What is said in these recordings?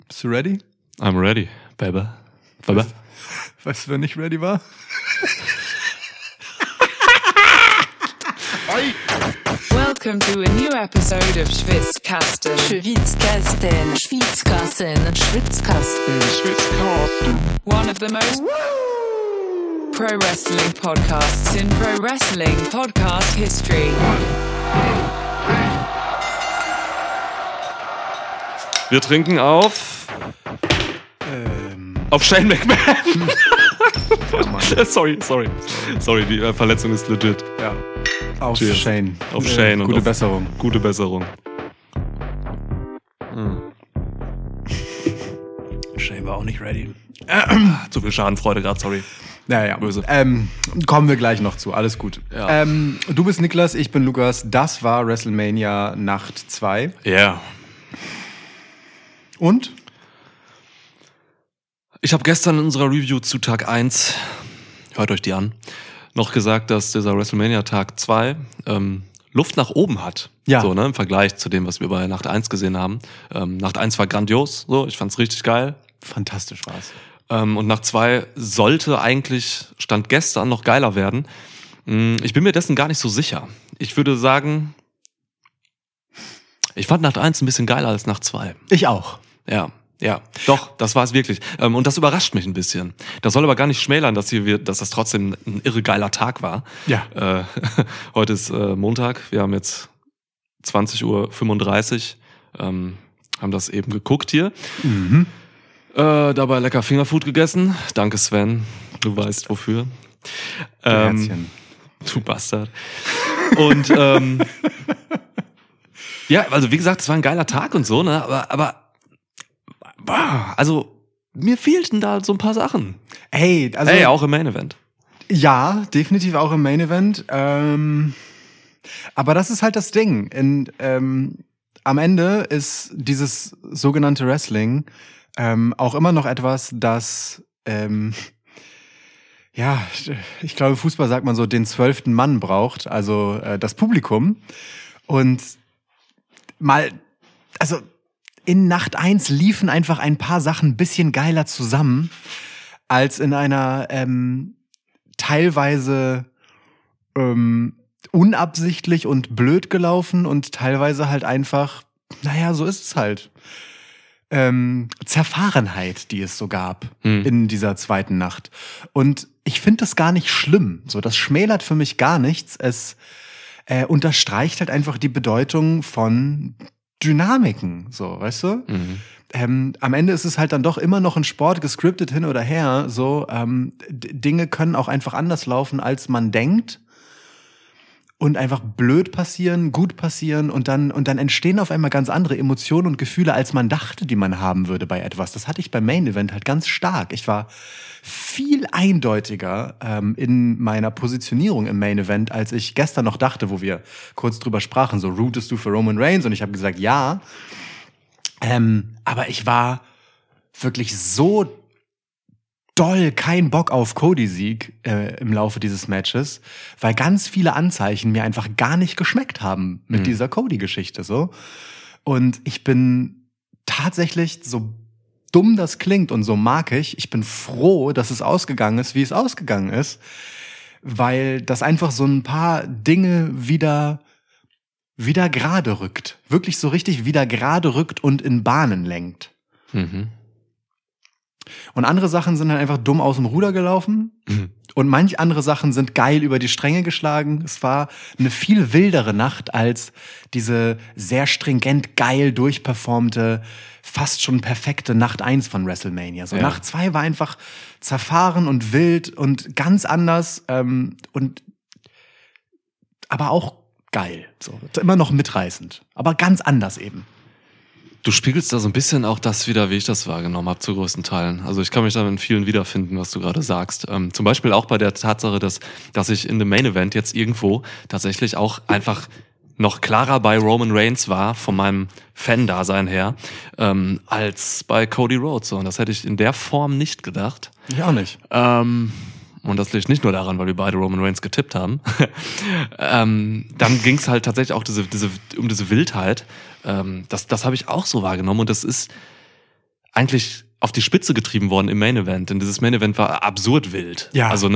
Bist du ready? I'm ready, baby. Weißt du, wer nicht ready war? Welcome to a new episode of Schwitzkasten. Schwitzkasten. Schwitzkasten. Schwitzkasten. One of the most pro wrestling podcasts in pro wrestling podcast history. Wir trinken auf Shane McMahon. Ja, sorry, die Verletzung ist legit. Ja. Auf Cheers. Shane. Auf Shane und gute Besserung. Gute Besserung. Shane war auch nicht ready. Zu viel Schadenfreude gerade, sorry. Naja, Böse. Kommen wir gleich noch zu, alles gut. Ja. Du bist Niklas, ich bin Lukas. Das war WrestleMania Nacht 2. Ja. Yeah. Und? Ich habe gestern in unserer Review zu Tag 1, hört euch die an, noch gesagt, dass dieser WrestleMania Tag 2 Luft nach oben hat. Ja. So, ne, im Vergleich zu dem, was wir bei Nacht 1 gesehen haben. Nacht 1 war grandios, so, ich fand's richtig geil. Fantastisch war's. Und Nacht 2 sollte eigentlich, Stand gestern, noch geiler werden. Ich bin mir dessen gar nicht so sicher. Ich würde sagen, ich fand Nacht 1 ein bisschen geiler als Nacht 2. Ich auch. Ja, doch, das war es wirklich. Und das überrascht mich ein bisschen. Das soll aber gar nicht schmälern, dass das trotzdem ein irre geiler Tag war. Ja. Heute ist Montag, wir haben jetzt 20:35 Uhr, haben das eben geguckt hier. Mhm. Dabei lecker Fingerfood gegessen. Danke Sven, du weißt wofür. Herzchen. Du Bastard. Und ja, also wie gesagt, es war ein geiler Tag und so, ne? Aber also mir fehlten da so ein paar Sachen. Hey, also Auch im Main Event. ja, definitiv auch im Main Event. Aber das ist halt das Ding. Am Ende ist dieses sogenannte Wrestling auch immer noch etwas, das ja, ich glaube, Fußball sagt man so, den 12. Mann braucht, also das Publikum. Und in Nacht 1 liefen einfach ein paar Sachen ein bisschen geiler zusammen, als in einer teilweise unabsichtlich und blöd gelaufen und teilweise halt einfach, naja, so ist es halt. Zerfahrenheit, die es so gab in dieser zweiten Nacht. Und ich finde das gar nicht schlimm. So, das schmälert für mich gar nichts. Es unterstreicht halt einfach die Bedeutung von Dynamiken, so, weißt du? Am Ende ist es halt dann doch immer noch ein Sport, gescriptet hin oder her, so, Dinge können auch einfach anders laufen, als man denkt und einfach blöd passieren, gut passieren und dann entstehen auf einmal ganz andere Emotionen und Gefühle, als man dachte, die man haben würde bei etwas. Das hatte ich beim Main Event halt ganz stark. Ich war viel eindeutiger in meiner Positionierung im Main Event, als ich gestern noch dachte, wo wir kurz drüber sprachen, so rootest du für Roman Reigns? Und ich habe gesagt, ja. Aber ich war wirklich so doll kein Bock auf Cody-Sieg im Laufe dieses Matches, weil ganz viele Anzeichen mir einfach gar nicht geschmeckt haben mit dieser Cody-Geschichte so. Und ich bin tatsächlich, so dumm das klingt und so mag ich bin froh, dass es ausgegangen ist, wie es ausgegangen ist, weil das einfach so ein paar Dinge wieder gerade rückt. Wirklich so richtig wieder gerade rückt und in Bahnen lenkt. Mhm. Und andere Sachen sind dann einfach dumm aus dem Ruder gelaufen. Und manch andere Sachen sind geil über die Stränge geschlagen. Es war eine viel wildere Nacht als diese sehr stringent geil durchperformte, fast schon perfekte Nacht 1 von WrestleMania. So, ja. Nacht 2 war einfach zerfahren und wild und ganz anders und aber auch geil. So, immer noch mitreißend, aber ganz anders eben. Du spiegelst da so ein bisschen auch das wieder, wie ich das wahrgenommen habe, zu größten Teilen. Also ich kann mich da in vielen wiederfinden, was du gerade sagst. Zum Beispiel auch bei der Tatsache, dass ich in dem Main Event jetzt irgendwo tatsächlich auch einfach noch klarer bei Roman Reigns war, von meinem Fan-Dasein her, als bei Cody Rhodes. Und das hätte ich in der Form nicht gedacht. Ich auch nicht. Und das liegt nicht nur daran, weil wir beide Roman Reigns getippt haben. Dann ging es halt tatsächlich auch um diese Wildheit. Das habe ich auch so wahrgenommen. Und das ist eigentlich auf die Spitze getrieben worden im Main Event, denn dieses Main Event war absurd wild. Ja. Also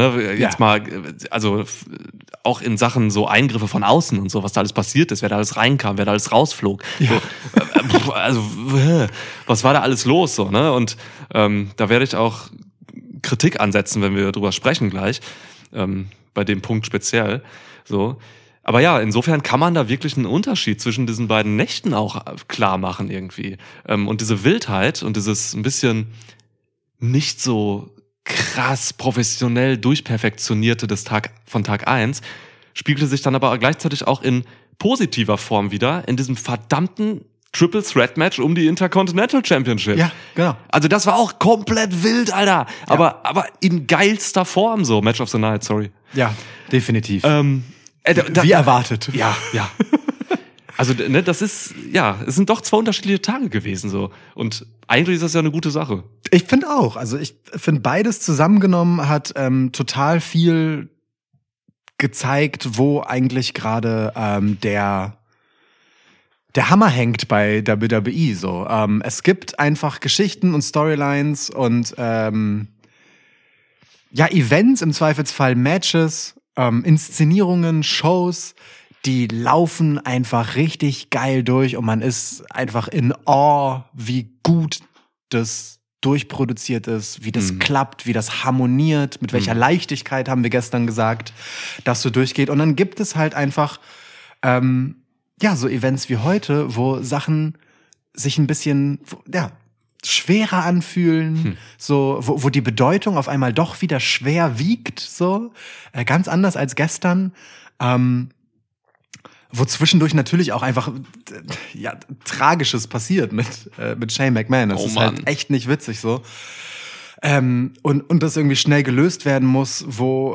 auch in Sachen so Eingriffe von außen und so, was da alles passiert ist, wer da alles reinkam, wer da alles rausflog. Ja. So, was war da alles los so, ne? Und da werde ich auch Kritik ansetzen, wenn wir drüber sprechen gleich, bei dem Punkt speziell. So. Aber ja, insofern kann man da wirklich einen Unterschied zwischen diesen beiden Nächten auch klar machen irgendwie. Und diese Wildheit und dieses ein bisschen nicht so krass professionell durchperfektionierte von Tag 1 spiegelte sich dann aber gleichzeitig auch in positiver Form wieder in diesem verdammten Triple Threat Match um die Intercontinental Championship. Ja, genau. Also das war auch komplett wild, Alter. Ja. Aber in geilster Form so. Match of the Night, sorry. Ja, definitiv. Wie erwartet. Ja. Also, ne, es sind doch 2 unterschiedliche Tage gewesen, so. Und eigentlich ist das ja eine gute Sache. Ich finde auch. Also, ich finde, beides zusammengenommen hat total viel gezeigt, wo eigentlich gerade der Hammer hängt bei WWE, so. Es gibt einfach Geschichten und Storylines und, Events, im Zweifelsfall Matches, Inszenierungen, Shows, die laufen einfach richtig geil durch und man ist einfach in Awe, wie gut das durchproduziert ist, wie das klappt, wie das harmoniert, mit welcher Leichtigkeit, haben wir gestern gesagt, das so durchgeht. Und dann gibt es halt einfach so Events wie heute, wo Sachen sich ein bisschen schwerer anfühlen, so wo die Bedeutung auf einmal doch wieder schwer wiegt, so ganz anders als gestern, wo zwischendurch natürlich auch einfach Tragisches passiert mit Shane McMahon. Das ist halt echt nicht witzig so, und das irgendwie schnell gelöst werden muss,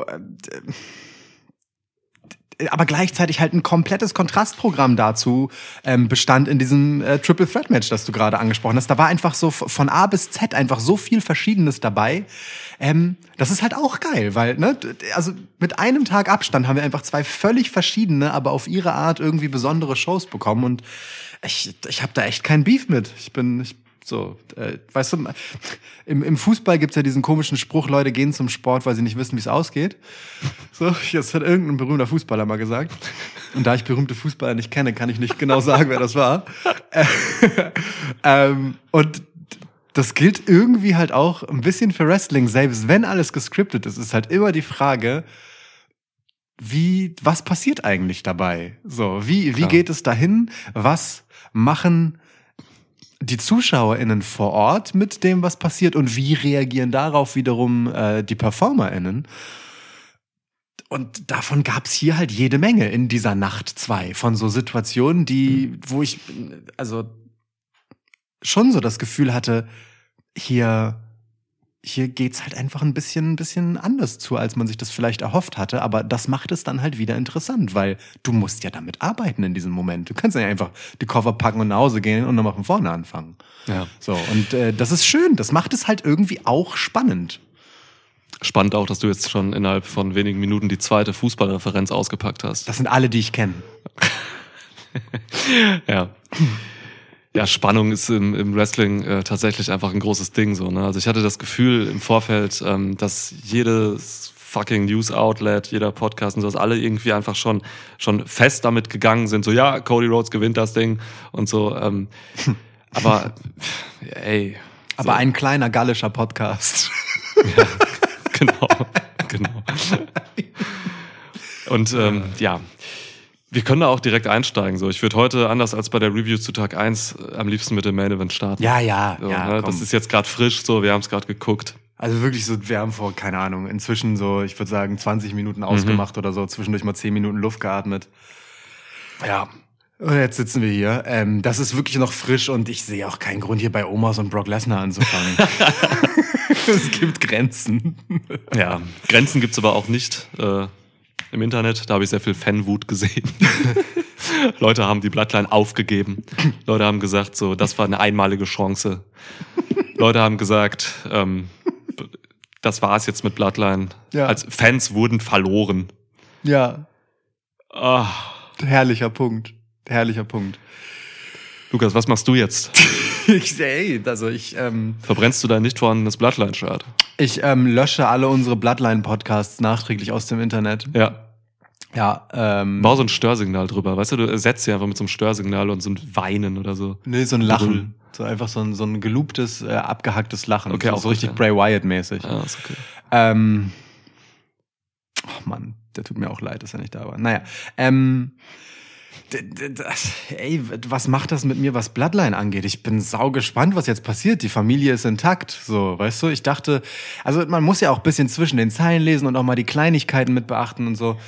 aber gleichzeitig halt ein komplettes Kontrastprogramm dazu bestand in diesem Triple Threat Match, das du gerade angesprochen hast. Da war einfach so von A bis Z einfach so viel Verschiedenes dabei. Das ist halt auch geil, weil, ne, also mit einem Tag Abstand haben wir einfach 2 völlig verschiedene, aber auf ihre Art irgendwie besondere Shows bekommen und ich habe da echt keinen Beef mit. Weißt du, im Fußball gibt's ja diesen komischen Spruch, Leute gehen zum Sport, weil sie nicht wissen, wie es ausgeht. So, das hat irgendein berühmter Fußballer mal gesagt. Und da ich berühmte Fußballer nicht kenne, kann ich nicht genau sagen, wer das war. Und das gilt irgendwie halt auch ein bisschen für Wrestling. Selbst wenn alles gescriptet ist, ist halt immer die Frage, was passiert eigentlich dabei? So, wie geht es dahin? Was machen die ZuschauerInnen vor Ort mit dem, was passiert, und wie reagieren darauf wiederum die PerformerInnen? Und davon gab's hier halt jede Menge in dieser Nacht 2 von so Situationen, wo ich also schon so das Gefühl hatte, hier geht's halt einfach ein bisschen anders zu, als man sich das vielleicht erhofft hatte. Aber das macht es dann halt wieder interessant, weil du musst ja damit arbeiten in diesem Moment. Du kannst ja einfach die Koffer packen und nach Hause gehen und nochmal von vorne anfangen. Ja. So, und das ist schön. Das macht es halt irgendwie auch spannend. Spannend auch, dass du jetzt schon innerhalb von wenigen Minuten die 2. Fußballreferenz ausgepackt hast. Das sind alle, die ich kenne. Ja. Ja, Spannung ist im Wrestling tatsächlich einfach ein großes Ding, so, ne? Also ich hatte das Gefühl im Vorfeld, dass jedes fucking News-Outlet, jeder Podcast und so, dass alle irgendwie einfach schon fest damit gegangen sind, so, ja, Cody Rhodes gewinnt das Ding und so, aber ey. Aber so. Ein kleiner gallischer Podcast. Ja, genau. Und ja, wir können da auch direkt einsteigen. So, ich würde heute, anders als bei der Review zu Tag 1, am liebsten mit dem Main Event starten. Ja. So, ne? Das ist jetzt gerade frisch, so, wir haben es gerade geguckt. Also wirklich so, wir haben vor, keine Ahnung, inzwischen so, ich würde sagen, 20 Minuten ausgemacht oder so, zwischendurch mal 10 Minuten Luft geatmet. Ja. Und jetzt sitzen wir hier. Das ist wirklich noch frisch und ich sehe auch keinen Grund, hier bei Omos und Brock Lesnar anzufangen. Es gibt Grenzen. Ja, Grenzen gibt's aber auch nicht im Internet. Da habe ich sehr viel Fanwut gesehen. Leute haben die Bloodline aufgegeben. Leute haben gesagt, so, das war eine einmalige Chance. Leute haben gesagt, das war's jetzt mit Bloodline. Ja. Als Fans wurden verloren. Ja. Ah. Herrlicher Punkt. Lukas, was machst du jetzt? Ich Verbrennst du dein nicht vorhandenes Bloodline-Shirt? Ich lösche alle unsere Bloodline-Podcasts nachträglich aus dem Internet. Ja. Ja, Bau so ein Störsignal drüber, weißt du ersetzt sie einfach mit so einem Störsignal und so ein Weinen oder so. Nee, so ein Lachen. So einfach so ein gelooptes, abgehacktes Lachen. Okay, so richtig Bray Wyatt-mäßig. Ja, ist okay. Oh Mann, der tut mir auch leid, dass er nicht da war. Naja, was macht das mit mir, was Bloodline angeht? Ich bin saugespannt, was jetzt passiert. Die Familie ist intakt, so, weißt du? Ich dachte, also man muss ja auch ein bisschen zwischen den Zeilen lesen und auch mal die Kleinigkeiten mit beachten und so.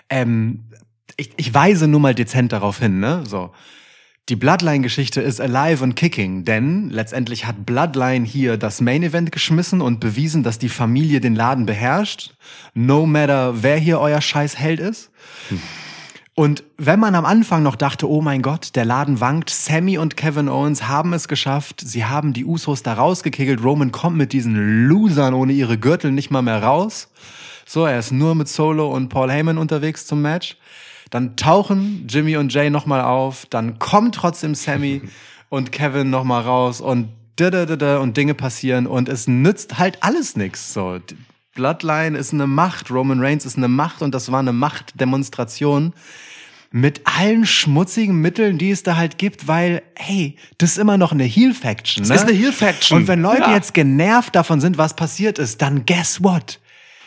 Ich weise nur mal dezent darauf hin, ne? So. Die Bloodline-Geschichte ist alive and kicking, denn letztendlich hat Bloodline hier das Main-Event geschmissen und bewiesen, dass die Familie den Laden beherrscht. No matter, wer hier euer Scheißheld ist. Und wenn man am Anfang noch dachte, oh mein Gott, der Laden wankt, Sami und Kevin Owens haben es geschafft, sie haben die Usos da rausgekickelt, Roman kommt mit diesen Losern ohne ihre Gürtel nicht mal mehr raus. So, er ist nur mit Solo und Paul Heyman unterwegs zum Match. Dann tauchen Jimmy und Jay nochmal auf, dann kommt trotzdem Sami und Kevin nochmal raus und und Dinge passieren und es nützt halt alles nix. So, Bloodline ist eine Macht, Roman Reigns ist eine Macht und das war eine Machtdemonstration mit allen schmutzigen Mitteln, die es da halt gibt, weil, hey, das ist immer noch eine Heel-Faction, ne? Das ist eine Heel-Faction. Und wenn Leute jetzt genervt davon sind, was passiert ist, dann guess what?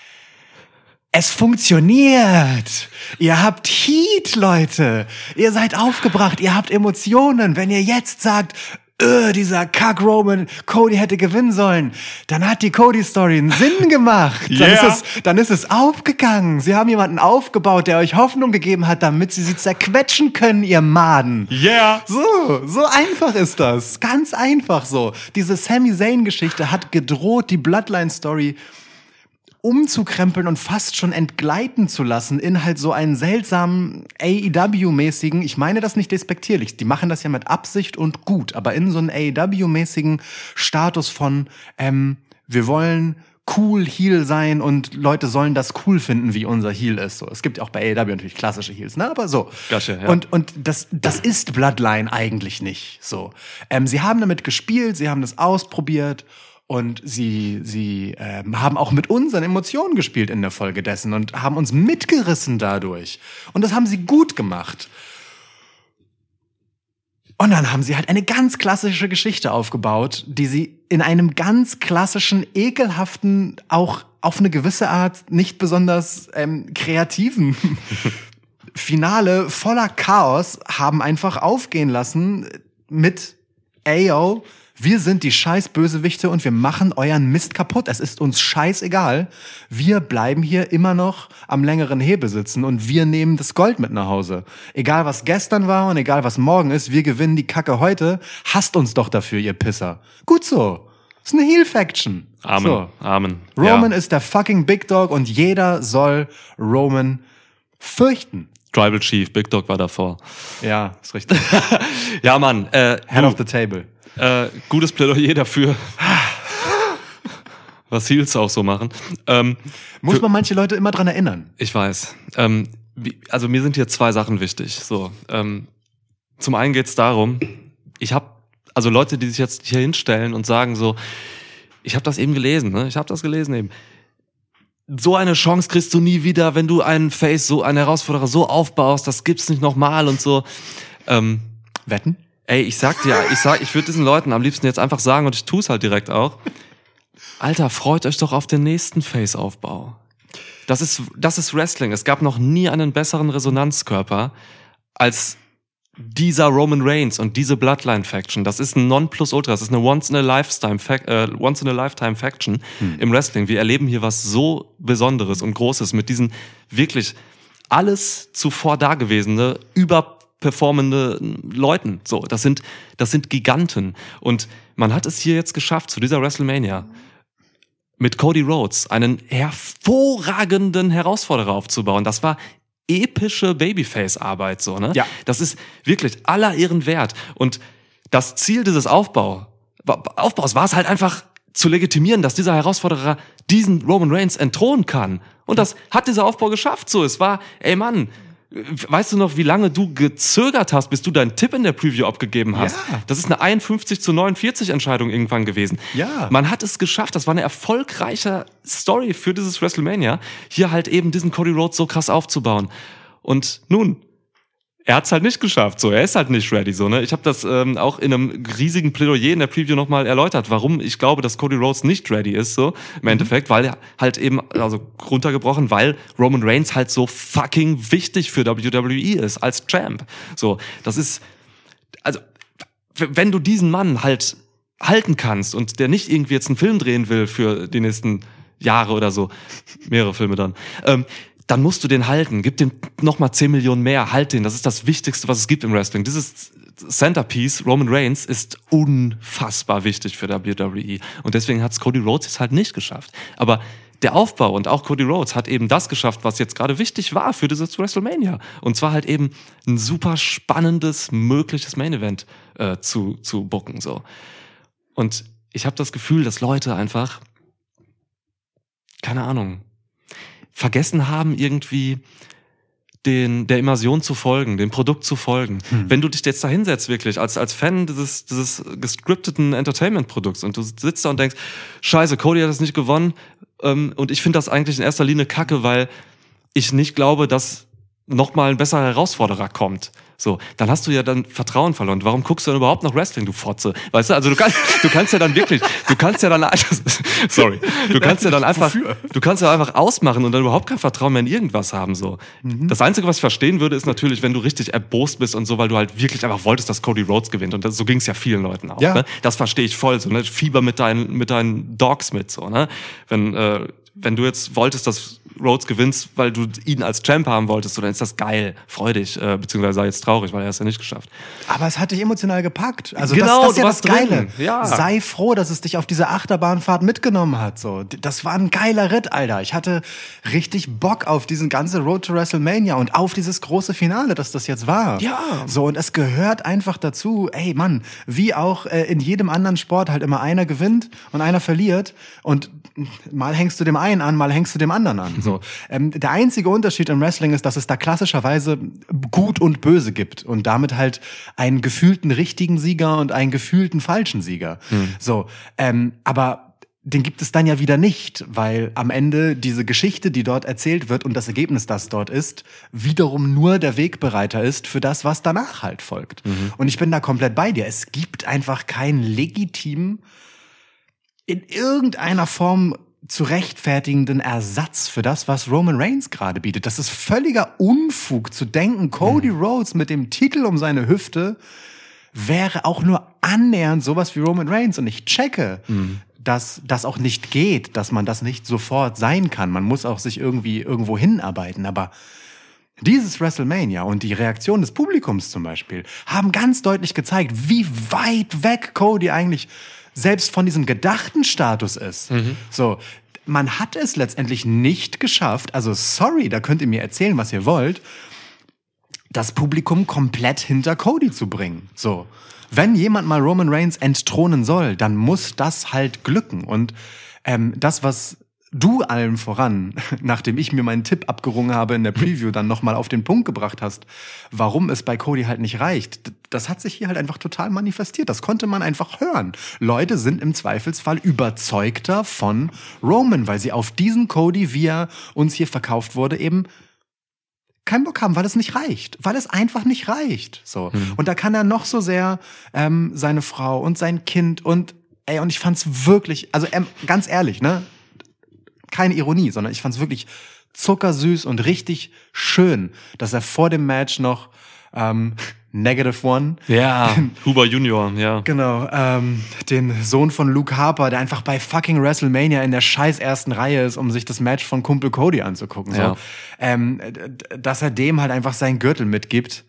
Es funktioniert. Ihr habt Heat, Leute. Ihr seid aufgebracht. Ihr habt Emotionen. Wenn ihr jetzt sagt, dieser Kack-Roman, Cody hätte gewinnen sollen, dann hat die Cody-Story einen Sinn gemacht. Dann ist es aufgegangen. Sie haben jemanden aufgebaut, der euch Hoffnung gegeben hat, damit sie zerquetschen können, ihr Maden. Yeah. So einfach ist das. Ganz einfach so. Diese Sami Zayn-Geschichte hat gedroht, die Bloodline-Story umzukrempeln und fast schon entgleiten zu lassen in halt so einen seltsamen AEW-mäßigen, ich meine das nicht despektierlich, die machen das ja mit Absicht und gut, aber in so einen AEW-mäßigen Status von, wir wollen cool Heel sein und Leute sollen das cool finden, wie unser Heel ist. So, es gibt ja auch bei AEW natürlich klassische Heels, ne? Aber so. Gotcha, ja. Und das ist Bloodline eigentlich nicht. So, sie haben damit gespielt, sie haben das ausprobiert. Und sie haben auch mit unseren Emotionen gespielt in der Folge dessen und haben uns mitgerissen dadurch. Und das haben sie gut gemacht. Und dann haben sie halt eine ganz klassische Geschichte aufgebaut, die sie in einem ganz klassischen, ekelhaften, auch auf eine gewisse Art nicht besonders kreativen Finale voller Chaos haben einfach aufgehen lassen mit Ayo. Wir sind die Scheiß-Bösewichte und wir machen euren Mist kaputt. Es ist uns scheißegal. Wir bleiben hier immer noch am längeren Hebel sitzen und wir nehmen das Gold mit nach Hause. Egal was gestern war und egal was morgen ist, wir gewinnen die Kacke heute. Hasst uns doch dafür, ihr Pisser. Gut so. Das ist eine Heel-Faction. Amen. So. Amen. Roman ist der fucking Big Dog und jeder soll Roman fürchten. Tribal Chief, Big Dog war davor. Ja, ist richtig. Ja, Mann. Head of the table. Gutes Plädoyer dafür, was Heels auch so machen. Muss man manche Leute immer dran erinnern. Ich weiß. Also mir sind hier zwei Sachen wichtig. So, zum einen geht's darum, also Leute, die sich jetzt hier hinstellen und sagen so, ich habe das eben gelesen, ne? Ich habe das gelesen eben. So eine Chance kriegst du nie wieder, wenn du einen Face, so einen Herausforderer so aufbaust, das gibt's nicht nochmal und so. Wetten? Ey, ich würde diesen Leuten am liebsten jetzt einfach sagen, und ich tue es halt direkt auch, Alter, freut euch doch auf den nächsten Face-Aufbau. Das ist Wrestling. Es gab noch nie einen besseren Resonanzkörper als dieser Roman Reigns und diese Bloodline-Faction. Das ist ein Nonplusultra, das ist eine Once-in-a-Lifetime-Faction im Wrestling. Wir erleben hier was so Besonderes und Großes mit diesen wirklich alles zuvor Dagewesene überperformende Leuten. So, das sind Giganten. Und man hat es hier jetzt geschafft, zu dieser WrestleMania mit Cody Rhodes einen hervorragenden Herausforderer aufzubauen. Das war epische Babyface-Arbeit, so, ne? Ja. Das ist wirklich aller Ehren wert. Und das Ziel dieses Aufbaus war es halt einfach zu legitimieren, dass dieser Herausforderer diesen Roman Reigns entthronen kann. Und das hat dieser Aufbau geschafft, so. Es war, ey Mann, weißt du noch, wie lange du gezögert hast, bis du deinen Tipp in der Preview abgegeben hast? Ja. Das ist eine 51-49 Entscheidung irgendwann gewesen. Ja. Man hat es geschafft, das war eine erfolgreiche Story für dieses WrestleMania, hier halt eben diesen Cody Rhodes so krass aufzubauen. Und nun, er hat's halt nicht geschafft, so, er ist halt nicht ready, so, ne? Ich habe das auch in einem riesigen Plädoyer in der Preview nochmal erläutert, warum ich glaube, dass Cody Rhodes nicht ready ist, so, im Endeffekt, weil er halt eben, also runtergebrochen, weil Roman Reigns halt so fucking wichtig für WWE ist, als Champ. So, das ist, also, wenn du diesen Mann halt halten kannst und der nicht irgendwie jetzt einen Film drehen will für die nächsten Jahre oder so, mehrere Filme dann musst du den halten. Gib dem nochmal 10 Millionen mehr. Halt den. Das ist das Wichtigste, was es gibt im Wrestling. Dieses Centerpiece, Roman Reigns, ist unfassbar wichtig für WWE. Und deswegen hat es Cody Rhodes jetzt halt nicht geschafft. Aber der Aufbau und auch Cody Rhodes hat eben das geschafft, was jetzt gerade wichtig war für dieses WrestleMania. Und zwar halt eben ein super spannendes, mögliches Main-Event zu booken. So. Und ich habe das Gefühl, dass Leute einfach, keine Ahnung, vergessen haben, irgendwie der Immersion zu folgen, dem Produkt zu folgen. Wenn du dich jetzt da hinsetzt, wirklich, als Fan dieses gescripteten Entertainment-Produkts und du sitzt da und denkst, scheiße, Cody hat das nicht gewonnen und ich finde das eigentlich in erster Linie kacke, weil ich nicht glaube, dass nochmal ein besserer Herausforderer kommt. So, dann hast du ja dann Vertrauen verloren. Warum guckst du dann überhaupt noch Wrestling, du Fotze? Weißt du, also du kannst ja dann wirklich, du kannst ja dann einfach ausmachen und dann überhaupt kein Vertrauen mehr in irgendwas haben, so. Das Einzige, was ich verstehen würde, ist natürlich, wenn du richtig erbost bist und so, weil du halt wirklich einfach wolltest, dass Cody Rhodes gewinnt. Und so ging es ja vielen Leuten auch, ne? Das verstehe ich voll, so, ne? Fieber mit deinen Dogs mit, so, ne? Wenn du jetzt wolltest, dass Rhodes gewinnst, weil du ihn als Champ haben wolltest, so, dann ist das geil, freu dich, beziehungsweise sei jetzt traurig, weil er es ja nicht geschafft. Aber es hat dich emotional gepackt. Also genau, das ist ja das Geile. Ja. Sei froh, dass es dich auf diese Achterbahnfahrt mitgenommen hat. So, das war ein geiler Ritt, Alter. Ich hatte richtig Bock auf diesen ganzen Road to WrestleMania und auf dieses große Finale, dass das jetzt war. Ja. So, und es gehört einfach dazu, ey Mann, wie auch in jedem anderen Sport halt immer einer gewinnt und einer verliert und mal hängst du dem einen an, mal hängst du dem anderen an. So, der einzige Unterschied im Wrestling ist, dass es da klassischerweise Gut und Böse gibt und damit halt einen gefühlten richtigen Sieger und einen gefühlten falschen Sieger. So, aber den gibt es dann ja wieder nicht, weil am Ende diese Geschichte, die dort erzählt wird und das Ergebnis, das dort ist, wiederum nur der Wegbereiter ist für das, was danach halt folgt. Und ich bin da komplett bei dir. Es gibt einfach keinen legitimen, in irgendeiner Form zu rechtfertigenden Ersatz für das, was Roman Reigns gerade bietet. Das ist völliger Unfug zu denken, Cody Rhodes mit dem Titel um seine Hüfte wäre auch nur annähernd sowas wie Roman Reigns. Und ich checke, dass das auch nicht geht, dass man das nicht sofort sein kann. Man muss auch sich irgendwie irgendwo hinarbeiten. Aber dieses WrestleMania und die Reaktion des Publikums zum Beispiel haben ganz deutlich gezeigt, wie weit weg Cody eigentlich selbst von diesem gedachten Status ist. So, man hat es letztendlich nicht geschafft, also sorry, da könnt ihr mir erzählen, was ihr wollt, das Publikum komplett hinter Cody zu bringen. So, wenn jemand mal Roman Reigns entthronen soll, dann muss das halt glücken. Und das, was du allem voran, nachdem ich mir meinen Tipp abgerungen habe in der Preview, dann nochmal auf den Punkt gebracht hast, warum es bei Cody halt nicht reicht, das hat sich hier halt einfach total manifestiert. Das konnte man einfach hören. Leute sind im Zweifelsfall überzeugter von Roman, weil sie auf diesen Cody, wie er uns hier verkauft wurde, eben keinen Bock haben, weil es nicht reicht. Weil es einfach nicht reicht. So. Und da kann er noch so sehr seine Frau und sein Kind und ich fand's wirklich, also ganz ehrlich, ne? Keine Ironie, sondern ich fand's wirklich zuckersüß und richtig schön, dass er vor dem Match noch Negative One. Ja, Huber Junior, ja. Genau, den Sohn von Luke Harper, der einfach bei fucking WrestleMania in der scheiß ersten Reihe ist, um sich das Match von Kumpel Cody anzugucken. So. Ja. Dass er dem halt einfach seinen Gürtel mitgibt.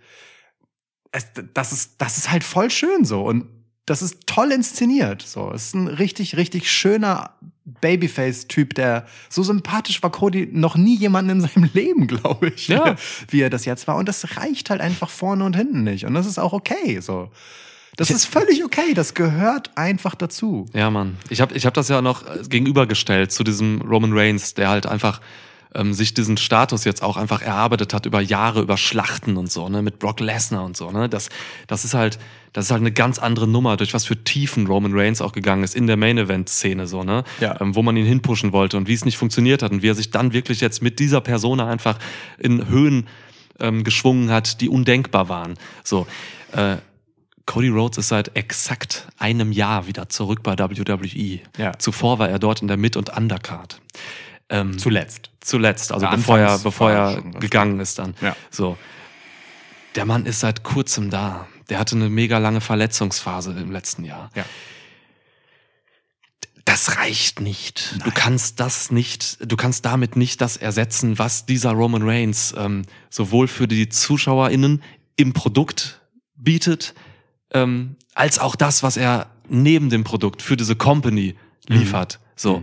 Das ist halt voll schön so und das ist toll inszeniert. So, es ist ein richtig, richtig schöner Babyface-Typ, der so sympathisch war Cody noch nie jemanden in seinem Leben, glaube ich, ja. wie er das jetzt war. Und das reicht halt einfach vorne und hinten nicht. Und das ist auch okay. So, das ist völlig okay. Das gehört einfach dazu. Ja, Mann. Ich hab das ja noch gegenübergestellt zu diesem Roman Reigns, der halt einfach sich diesen Status jetzt auch einfach erarbeitet hat über Jahre, über Schlachten und so, ne, mit Brock Lesnar und so, ne, das ist halt eine ganz andere Nummer, durch was für Tiefen Roman Reigns auch gegangen ist in der Main-Event-Szene, so, ne, wo man ihn hinpushen wollte und wie es nicht funktioniert hat und wie er sich dann wirklich jetzt mit dieser Persona einfach in Höhen geschwungen hat, die undenkbar waren, so, Cody Rhodes ist seit exakt einem Jahr wieder zurück bei WWE. Ja. Zuvor war er dort in der Mid- und Undercard. Zuletzt, also bevor er gegangen ist dann. Ja. So. Der Mann ist seit kurzem da. Der hatte eine mega lange Verletzungsphase im letzten Jahr. Ja. Das reicht nicht. Nein. Du kannst damit nicht das ersetzen, was dieser Roman Reigns sowohl für die ZuschauerInnen im Produkt bietet, als auch das, was er neben dem Produkt für diese Company liefert. So.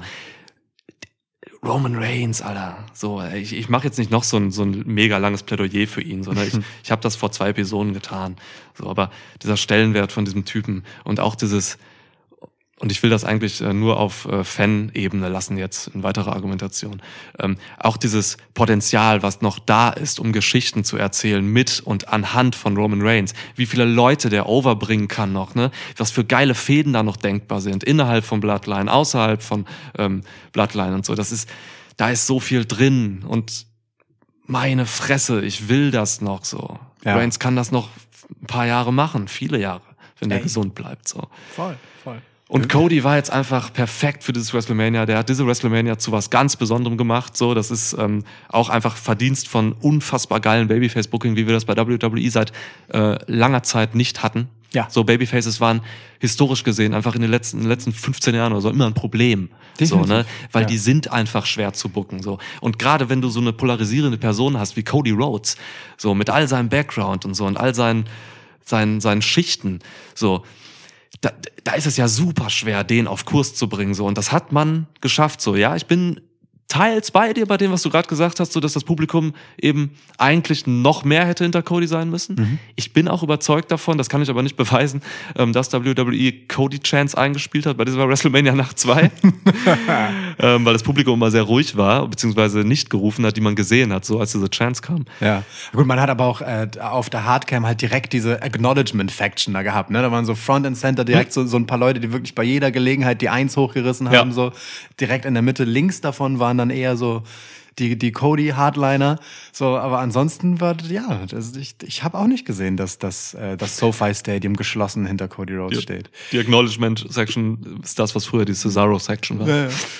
Roman Reigns, Alter. So, ich mache jetzt nicht noch so ein mega langes Plädoyer für ihn, sondern ich habe das vor 2 Episoden getan. So, aber dieser Stellenwert von diesem Typen und auch dieses, und ich will das eigentlich nur auf Fan-Ebene lassen jetzt in weiterer Argumentation, auch dieses Potenzial, was noch da ist, um Geschichten zu erzählen mit und anhand von Roman Reigns, wie viele Leute der overbringen kann noch, ne, was für geile Fäden da noch denkbar sind, innerhalb von Bloodline, außerhalb von Bloodline und so, da ist so viel drin und meine Fresse, ich will das noch so. Ja. Reigns kann das noch ein paar Jahre machen, viele Jahre, wenn er gesund bleibt, so. Voll. Und Cody war jetzt einfach perfekt für dieses WrestleMania. Der hat diese WrestleMania zu was ganz Besonderem gemacht. So, das ist auch einfach Verdienst von unfassbar geilen Babyface-Booking, wie wir das bei WWE seit langer Zeit nicht hatten. Ja. So Babyfaces waren historisch gesehen einfach in den letzten 15 Jahren oder so immer ein Problem. So, ne? Weil die sind einfach schwer zu booken. So. Und gerade wenn du so eine polarisierende Person hast wie Cody Rhodes, so mit all seinem Background und so und all seinen Schichten, so, da ist es ja super schwer, den auf Kurs zu bringen, so. Und das hat man geschafft, so. Ja, ich bin teils bei dir, bei dem, was du gerade gesagt hast, so, dass das Publikum eben eigentlich noch mehr hätte hinter Cody sein müssen. Ich bin auch überzeugt davon, das kann ich aber nicht beweisen, dass WWE Cody Chance eingespielt hat bei dieser WrestleMania Nacht 2. Weil das Publikum immer sehr ruhig war, beziehungsweise nicht gerufen hat, die man gesehen hat, so als diese Chance kam. Ja. Gut, man hat aber auch auf der Hardcam halt direkt diese Acknowledgement-Faction da gehabt, ne? Da waren so Front and Center direkt so ein paar Leute, die wirklich bei jeder Gelegenheit die 1 hochgerissen haben, so. Direkt in der Mitte links davon waren dann eher so die Cody-Hardliner. So, aber ansonsten war, ich habe auch nicht gesehen, dass das SoFi Stadium geschlossen hinter Cody Rhodes steht. Die Acknowledgement-Section ist das, was früher die Cesaro-Section war.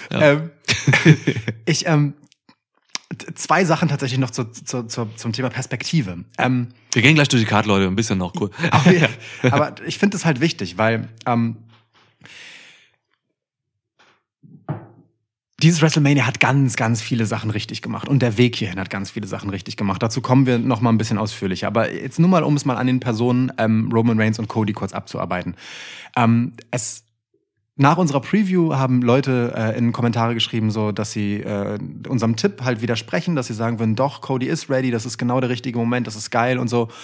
Ja. 2 Sachen tatsächlich noch zum Thema Perspektive. Wir gehen gleich durch die Karte, Leute, ein bisschen noch cool. Aber ich finde das halt wichtig, weil dieses WrestleMania hat ganz, ganz viele Sachen richtig gemacht. Und der Weg hierhin hat ganz viele Sachen richtig gemacht. Dazu kommen wir noch mal ein bisschen ausführlicher. Aber jetzt nur mal, um es mal an den Personen Roman Reigns und Cody kurz abzuarbeiten. Nach unserer Preview haben Leute in Kommentare geschrieben, so, dass sie unserem Tipp halt widersprechen, dass sie sagen würden, doch, Cody ist ready, das ist genau der richtige Moment, das ist geil und so.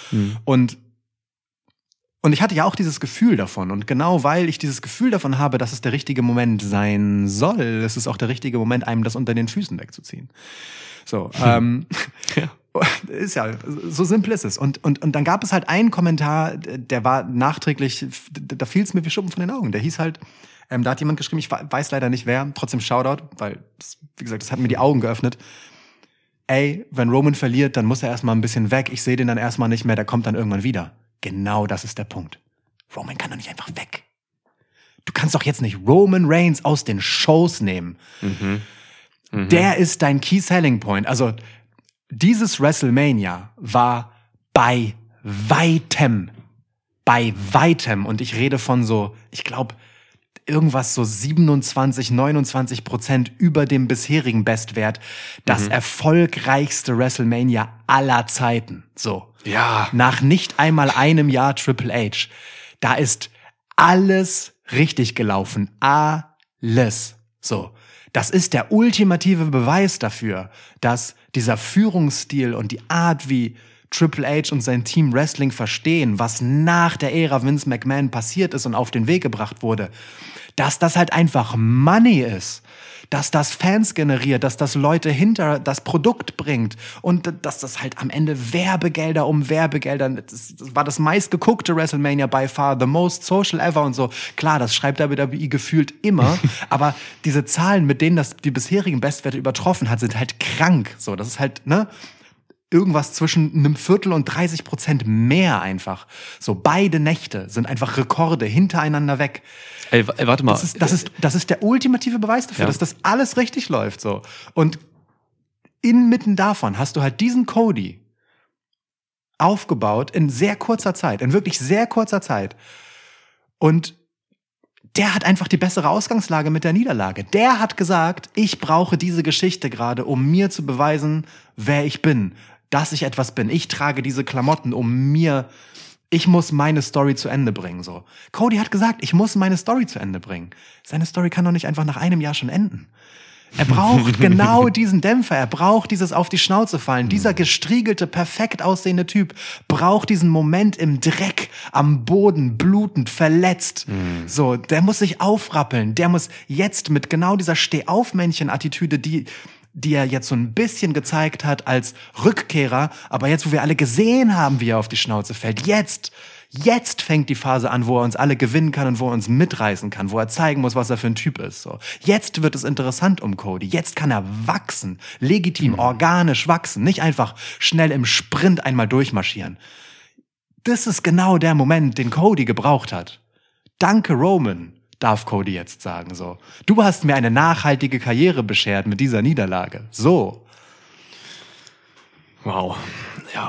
Und ich hatte ja auch dieses Gefühl davon. Und genau weil ich dieses Gefühl davon habe, dass es der richtige Moment sein soll, ist es auch der richtige Moment, einem das unter den Füßen wegzuziehen. So, ist ja, so simpel ist es. Und dann gab es halt einen Kommentar, der war nachträglich, da fiel es mir wie Schuppen von den Augen. Der hieß halt, da hat jemand geschrieben, ich weiß leider nicht wer, trotzdem Shoutout, weil, wie gesagt, das hat mir die Augen geöffnet. Ey, wenn Roman verliert, dann muss er erstmal ein bisschen weg. Ich sehe den dann erstmal nicht mehr, der kommt dann irgendwann wieder. Genau das ist der Punkt. Roman kann doch nicht einfach weg. Du kannst doch jetzt nicht Roman Reigns aus den Shows nehmen. Der ist dein Key Selling Point. Also dieses WrestleMania war bei weitem, und ich rede von so, ich glaube, irgendwas so 27-29% über dem bisherigen Bestwert, das erfolgreichste WrestleMania aller Zeiten. So. Ja. Nach nicht einmal einem Jahr Triple H. Da ist alles richtig gelaufen. Alles. So. Das ist der ultimative Beweis dafür, dass dieser Führungsstil und die Art, wie Triple H und sein Team Wrestling verstehen, was nach der Ära Vince McMahon passiert ist und auf den Weg gebracht wurde, dass das halt einfach Money ist, dass das Fans generiert, dass das Leute hinter das Produkt bringt und dass das halt am Ende Werbegelder um Werbegelder, das war das meistgeguckte WrestleMania by far, the most social ever und so. Klar, das schreibt WWE gefühlt immer, aber diese Zahlen, mit denen das die bisherigen Bestwerte übertroffen hat, sind halt krank. So, das ist halt, ne? Irgendwas zwischen einem Viertel und 30% mehr einfach. So, beide Nächte sind einfach Rekorde hintereinander weg. Ey, warte mal. Das ist der ultimative Beweis dafür, dass das alles richtig läuft, so. Und inmitten davon hast du halt diesen Cody aufgebaut in sehr kurzer Zeit, in wirklich sehr kurzer Zeit. Und der hat einfach die bessere Ausgangslage mit der Niederlage. Der hat gesagt, ich brauche diese Geschichte gerade, um mir zu beweisen, wer ich bin, dass ich etwas bin. Ich trage diese Klamotten, ich muss meine Story zu Ende bringen, so. Cody hat gesagt, ich muss meine Story zu Ende bringen. Seine Story kann doch nicht einfach nach einem Jahr schon enden. Er braucht genau diesen Dämpfer, er braucht dieses auf die Schnauze fallen. Dieser gestriegelte, perfekt aussehende Typ braucht diesen Moment im Dreck, am Boden, blutend, verletzt. So, der muss sich aufrappeln, der muss jetzt mit genau dieser Steh-auf-Männchen-Attitüde, die er jetzt so ein bisschen gezeigt hat als Rückkehrer, aber jetzt, wo wir alle gesehen haben, wie er auf die Schnauze fällt, jetzt fängt die Phase an, wo er uns alle gewinnen kann und wo er uns mitreißen kann, wo er zeigen muss, was er für ein Typ ist. So. Jetzt wird es interessant um Cody. Jetzt kann er wachsen, legitim, organisch wachsen, nicht einfach schnell im Sprint einmal durchmarschieren. Das ist genau der Moment, den Cody gebraucht hat. Danke, Roman, darf Cody jetzt sagen. So. Du hast mir eine nachhaltige Karriere beschert mit dieser Niederlage. So. Wow. Ja.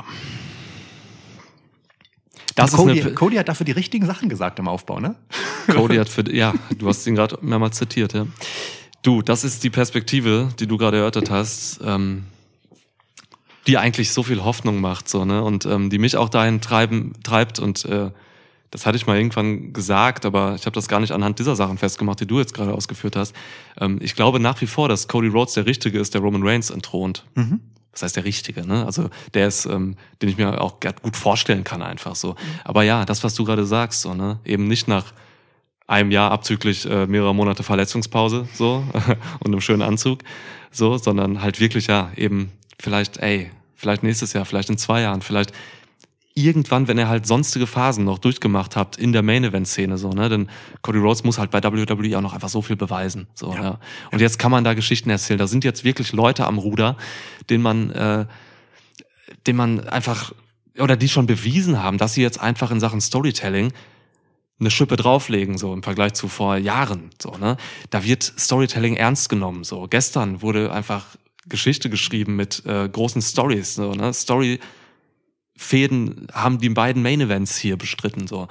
Cody hat dafür die richtigen Sachen gesagt im Aufbau, ne? Cody hat du hast ihn gerade mehrmals zitiert, ja. Du, das ist die Perspektive, die du gerade erörtert hast, die eigentlich so viel Hoffnung macht, so, ne? Und die mich auch dahin treibt und das hatte ich mal irgendwann gesagt, aber ich habe das gar nicht anhand dieser Sachen festgemacht, die du jetzt gerade ausgeführt hast. Ich glaube nach wie vor, dass Cody Rhodes der Richtige ist, der Roman Reigns entthront. Das heißt der Richtige, ne? Also der ist, den ich mir auch gut vorstellen kann einfach so. Aber ja, das, was du gerade sagst, so, ne? Eben nicht nach einem Jahr abzüglich mehrerer Monate Verletzungspause so und einem schönen Anzug, so, sondern halt wirklich eben vielleicht nächstes Jahr, vielleicht in 2 Jahren, vielleicht irgendwann, wenn er halt sonstige Phasen noch durchgemacht hat in der Main-Event-Szene, so, ne, denn Cody Rhodes muss halt bei WWE auch noch einfach so viel beweisen, so, ja. Und jetzt kann man da Geschichten erzählen. Da sind jetzt wirklich Leute am Ruder, denen man einfach, oder die schon bewiesen haben, dass sie jetzt einfach in Sachen Storytelling eine Schippe drauflegen, so, im Vergleich zu vor Jahren, so, ne. Da wird Storytelling ernst genommen, so. Gestern wurde einfach Geschichte geschrieben mit großen Stories, so, ne, Fäden haben die beiden Main-Events hier bestritten. So.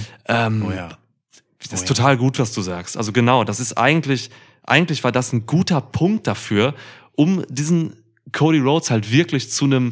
Das ist total gut, was du sagst. Also genau, das ist eigentlich war das ein guter Punkt dafür, um diesen Cody Rhodes halt wirklich zu dem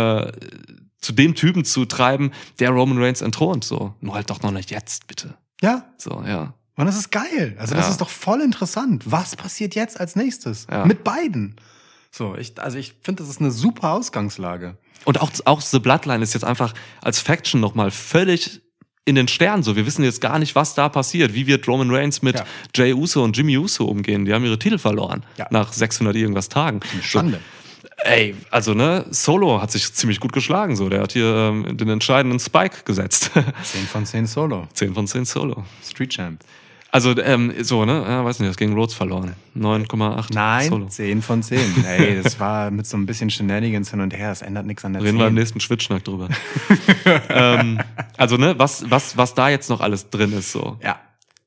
Typen zu treiben, der Roman Reigns entthront. So. Nur halt doch noch nicht jetzt, bitte. Ja. So, ja. Und das ist geil. Also das ist doch voll interessant. Was passiert jetzt als nächstes? Ja. Mit beiden. So, ich finde, das ist eine super Ausgangslage. Und auch The Bloodline ist jetzt einfach als Faction nochmal völlig in den Sternen. So, wir wissen jetzt gar nicht, was da passiert. Wie wird Roman Reigns mit Jey Uso und Jimmy Uso umgehen? Die haben ihre Titel verloren. Ja. Nach 600 irgendwas Tagen. Eine Schande. So, also, ne, Solo hat sich ziemlich gut geschlagen. So, der hat hier den entscheidenden Spike gesetzt. 10 von 10 Solo. 10 von 10 Solo. Street Champ. Also, so, ne? Ja, weiß nicht, das gegen Rhodes verloren. 9,8. Nein, Solo. 10 von 10. Ey, das war mit so ein bisschen Shenanigans hin und her. Das ändert nichts an der 10. Reden wir im nächsten Schwitzschnack drüber. Also, ne, was da jetzt noch alles drin ist, so. Ja.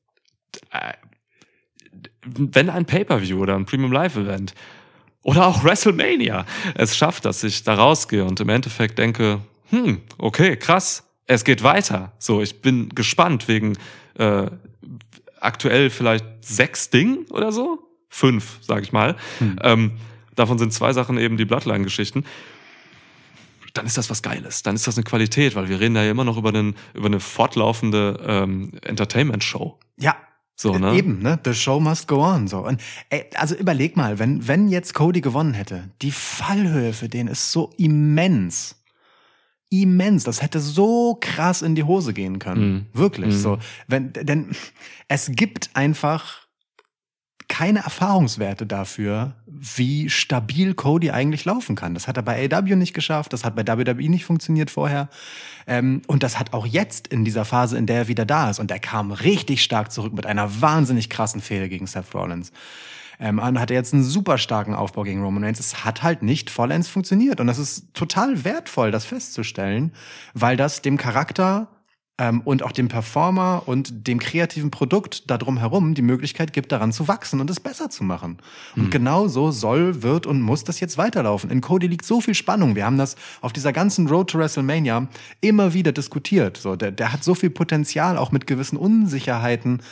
Wenn ein Pay-Per-View oder ein Premium Live-Event oder auch WrestleMania es schafft, dass ich da rausgehe und im Endeffekt denke, okay, krass, es geht weiter. So, ich bin gespannt wegen aktuell vielleicht 6 Dingen oder so. 5, sag ich mal. Davon sind 2 Sachen eben die Bloodline-Geschichten. Dann ist das was Geiles. Dann ist das eine Qualität, weil wir reden ja immer noch über eine fortlaufende Entertainment-Show. Ja. So, ne? Eben, ne? The show must go on. So. Und, also überleg mal, wenn jetzt Cody gewonnen hätte, die Fallhöhe für den ist so immens. immens. Das hätte so krass in die Hose gehen können. Wirklich. So. Denn es gibt einfach keine Erfahrungswerte dafür, wie stabil Cody eigentlich laufen kann. Das hat er bei AEW nicht geschafft, das hat bei WWE nicht funktioniert vorher. Und das hat auch jetzt in dieser Phase, in der er wieder da ist. Und er kam richtig stark zurück mit einer wahnsinnig krassen Fehde gegen Seth Rollins. Und hat er jetzt einen super starken Aufbau gegen Roman Reigns. Es hat halt nicht vollends funktioniert. Und das ist total wertvoll, das festzustellen, weil das dem Charakter und auch dem Performer und dem kreativen Produkt da drumherum die Möglichkeit gibt, daran zu wachsen und es besser zu machen. Und genau so soll, wird und muss das jetzt weiterlaufen. In Cody liegt so viel Spannung. Wir haben das auf dieser ganzen Road to WrestleMania immer wieder diskutiert. So, der hat so viel Potenzial, auch mit gewissen Unsicherheiten,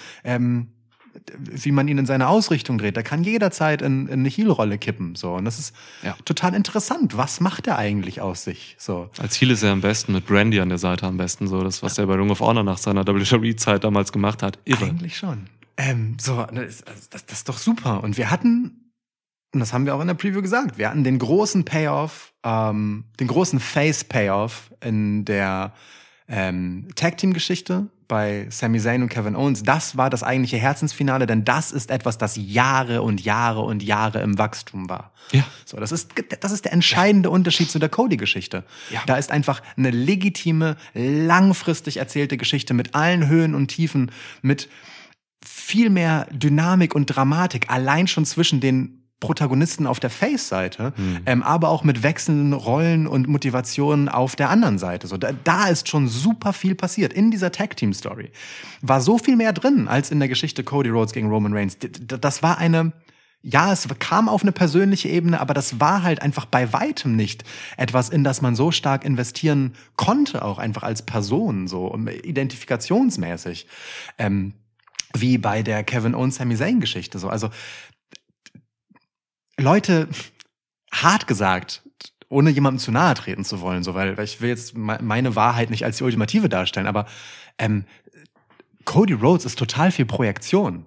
wie man ihn in seine Ausrichtung dreht. Der kann jederzeit in eine Heel-Rolle kippen. So. Und das ist total interessant. Was macht er eigentlich aus sich? So. Als Heel ist er am besten, mit Brandy an der Seite am besten. So, das, was er bei Ring of Honor nach seiner WWE-Zeit damals gemacht hat. Irre. Eigentlich schon. Das ist doch super. Und wir hatten, und das haben wir auch in der Preview gesagt, wir hatten den großen Payoff, den großen Face-Payoff in der Tag-Team-Geschichte bei Sami Zayn und Kevin Owens. Das war das eigentliche Herzensfinale, denn das ist etwas, das Jahre und Jahre und Jahre im Wachstum war. Ja. So, das ist der entscheidende Unterschied zu der Cody-Geschichte. Ja. Da ist einfach eine legitime, langfristig erzählte Geschichte mit allen Höhen und Tiefen, mit viel mehr Dynamik und Dramatik, allein schon zwischen den Protagonisten auf der Face-Seite, aber auch mit wechselnden Rollen und Motivationen auf der anderen Seite. So, da ist schon super viel passiert. In dieser Tag-Team-Story war so viel mehr drin, als in der Geschichte Cody Rhodes gegen Roman Reigns. Das war es kam auf eine persönliche Ebene, aber das war halt einfach bei weitem nicht etwas, in das man so stark investieren konnte, auch einfach als Person, so identifikationsmäßig, wie bei der Kevin Owens-Sami Zayn-Geschichte. So, also Leute, hart gesagt, ohne jemandem zu nahe treten zu wollen, so, weil ich will jetzt meine Wahrheit nicht als die Ultimative darstellen, aber Cody Rhodes ist total viel Projektion.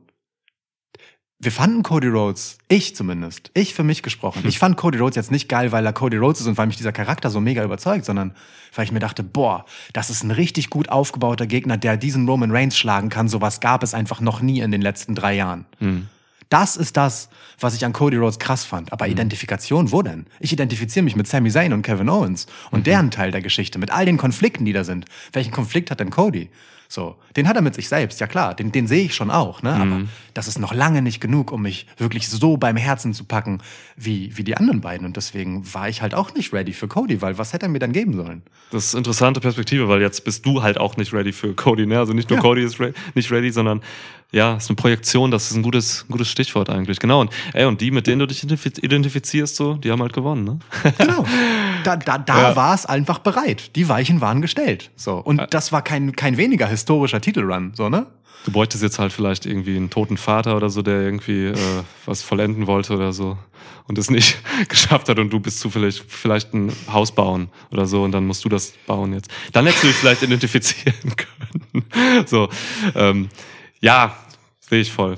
Wir fanden Cody Rhodes, ich zumindest, ich für mich gesprochen, ich fand Cody Rhodes jetzt nicht geil, weil er Cody Rhodes ist und weil mich dieser Charakter so mega überzeugt, sondern weil ich mir dachte, boah, das ist ein richtig gut aufgebauter Gegner, der diesen Roman Reigns schlagen kann. Sowas gab es einfach noch nie in den letzten 3 Jahren. Das ist das, was ich an Cody Rhodes krass fand. Aber Identifikation, wo denn? Ich identifiziere mich mit Sami Zayn und Kevin Owens und deren Teil der Geschichte, mit all den Konflikten, die da sind. Welchen Konflikt hat denn Cody? So, den hat er mit sich selbst, ja klar, den sehe ich schon auch, ne? Aber das ist noch lange nicht genug, um mich wirklich so beim Herzen zu packen, wie die anderen beiden. Und deswegen war ich halt auch nicht ready für Cody, weil was hätte er mir dann geben sollen? Das ist eine interessante Perspektive, weil jetzt bist du halt auch nicht ready für Cody, ne? Also nicht nur Cody ist nicht ready, sondern ja, ist eine Projektion, das ist ein gutes Stichwort eigentlich. Genau. Und die, mit denen du dich identifizierst, so, die haben halt gewonnen, ne? Genau. Da war es einfach bereit. Die Weichen waren gestellt. So. Und das war kein weniger historischer Titelrun, so, ne? Du bräuchtest jetzt halt vielleicht irgendwie einen toten Vater oder so, der irgendwie was vollenden wollte oder so und es nicht geschafft hat und du bist zufällig vielleicht ein Haus bauen oder so und dann musst du das bauen jetzt. Dann hättest du dich vielleicht identifizieren können. So, ja, sehe ich voll.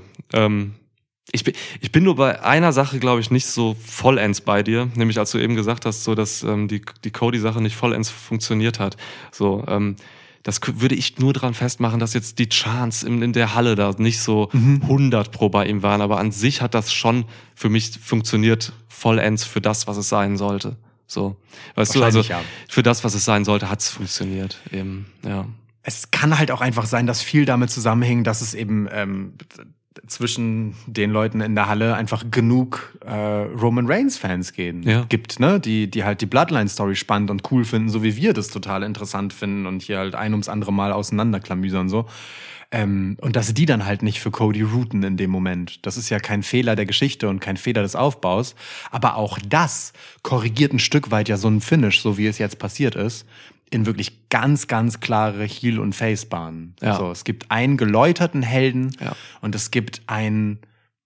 Ich bin nur bei einer Sache, glaube ich, nicht so vollends bei dir, nämlich als du eben gesagt hast, so dass die Cody-Sache nicht vollends funktioniert hat. So, das würde ich nur daran festmachen, dass jetzt die Chants in der Halle da nicht so 100 pro bei ihm waren, aber an sich hat das schon für mich funktioniert vollends für das, was es sein sollte. So, weißt du, also für das, was es sein sollte, hat es funktioniert eben, ja. Es kann halt auch einfach sein, dass viel damit zusammenhängt, dass es eben zwischen den Leuten in der Halle einfach genug Roman Reigns-Fans gibt, ne? Die halt die Bloodline-Story spannend und cool finden, so wie wir das total interessant finden und hier halt ein ums andere Mal auseinanderklamüsern so. Und dass die dann halt nicht für Cody routen in dem Moment. Das ist ja kein Fehler der Geschichte und kein Fehler des Aufbaus. Aber auch das korrigiert ein Stück weit ja so ein Finish, so wie es jetzt passiert ist, in wirklich ganz, ganz klare Heel- und Face-Bahnen. Ja. Also, es gibt einen geläuterten Helden und es gibt einen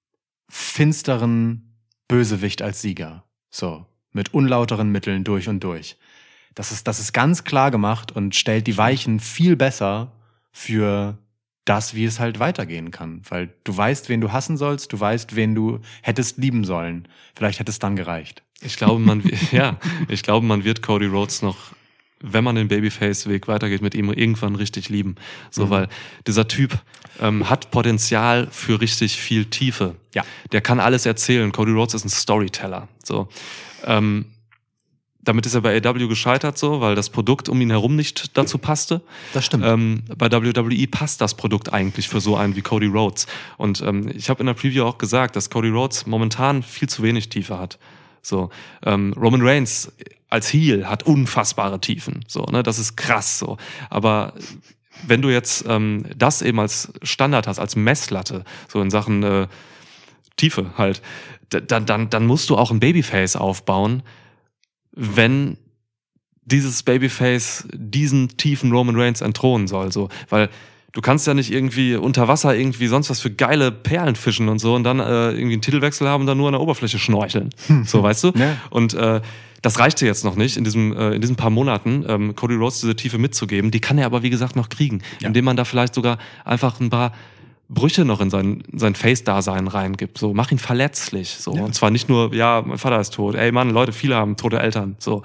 finsteren Bösewicht als Sieger. So, mit unlauteren Mitteln durch und durch. Das ist ganz klar gemacht und stellt die Weichen viel besser für das, wie es halt weitergehen kann. Weil du weißt, wen du hassen sollst, du weißt, wen du hättest lieben sollen. Vielleicht hätte es dann gereicht. Ich glaube, man wird Cody Rhodes noch wenn man den Babyface-Weg weitergeht, mit ihm irgendwann richtig lieben. So, weil dieser Typ hat Potenzial für richtig viel Tiefe. Ja. Der kann alles erzählen. Cody Rhodes ist ein Storyteller. So. Damit ist er bei AEW gescheitert, so, weil das Produkt um ihn herum nicht dazu passte. Das stimmt. Bei WWE passt das Produkt eigentlich für so einen wie Cody Rhodes. Und ich habe in der Preview auch gesagt, dass Cody Rhodes momentan viel zu wenig Tiefe hat. So, Roman Reigns als Heel hat unfassbare Tiefen. So, ne, das ist krass. So, aber wenn du jetzt das eben als Standard hast, als Messlatte, so in Sachen Tiefe halt, dann musst du auch ein Babyface aufbauen, wenn dieses Babyface diesen tiefen Roman Reigns entthronen soll. So, weil du kannst ja nicht irgendwie unter Wasser irgendwie sonst was für geile Perlen fischen und so und dann irgendwie einen Titelwechsel haben und dann nur an der Oberfläche schnorcheln. So, weißt du? Ja. Und das reichte jetzt noch nicht in diesen paar Monaten, Cody Rhodes diese Tiefe mitzugeben. Die kann er aber, wie gesagt, noch kriegen, indem man da vielleicht sogar einfach ein paar Brüche noch in sein Face-Dasein reingibt. So, mach ihn verletzlich. So. Ja. Und zwar nicht nur, ja, mein Vater ist tot. Ey, Mann, Leute, viele haben tote Eltern. So.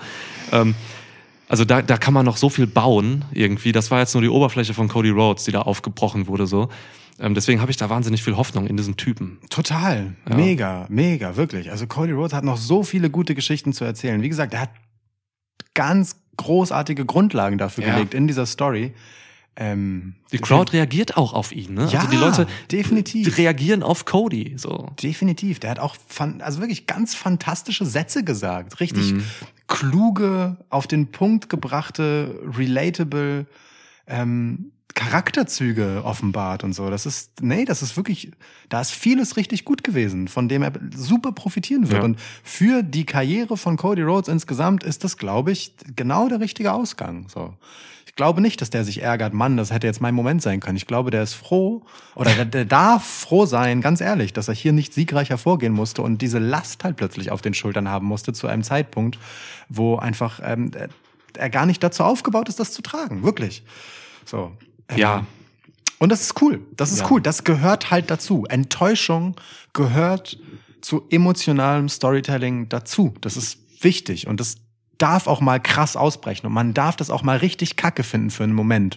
Also da kann man noch so viel bauen irgendwie. Das war jetzt nur die Oberfläche von Cody Rhodes, die da aufgebrochen wurde. So. Deswegen habe ich da wahnsinnig viel Hoffnung in diesen Typen. Total. Ja. Mega, wirklich. Also Cody Rhodes hat noch so viele gute Geschichten zu erzählen. Wie gesagt, er hat ganz großartige Grundlagen dafür gelegt in dieser Story. Die Crowd reagiert auch auf ihn, ne? Ja, also die Leute definitiv. Die reagieren auf Cody. So. Definitiv. Der hat auch also wirklich ganz fantastische Sätze gesagt. Richtig kluge, auf den Punkt gebrachte, relatable Charakterzüge offenbart und so. Das ist wirklich, da ist vieles richtig gut gewesen, von dem er super profitieren wird. Ja. Und für die Karriere von Cody Rhodes insgesamt ist das, glaube ich, genau der richtige Ausgang. So. Ich glaube nicht, dass der sich ärgert, Mann, das hätte jetzt mein Moment sein können. Ich glaube, der ist froh, oder der darf froh sein, ganz ehrlich, dass er hier nicht siegreich hervorgehen musste und diese Last halt plötzlich auf den Schultern haben musste zu einem Zeitpunkt, wo einfach er gar nicht dazu aufgebaut ist, das zu tragen. Wirklich. So. Ja. Und das ist cool. Das ist cool. Das gehört halt dazu. Enttäuschung gehört zu emotionalem Storytelling dazu. Das ist wichtig und das darf auch mal krass ausbrechen und man darf das auch mal richtig kacke finden für einen Moment.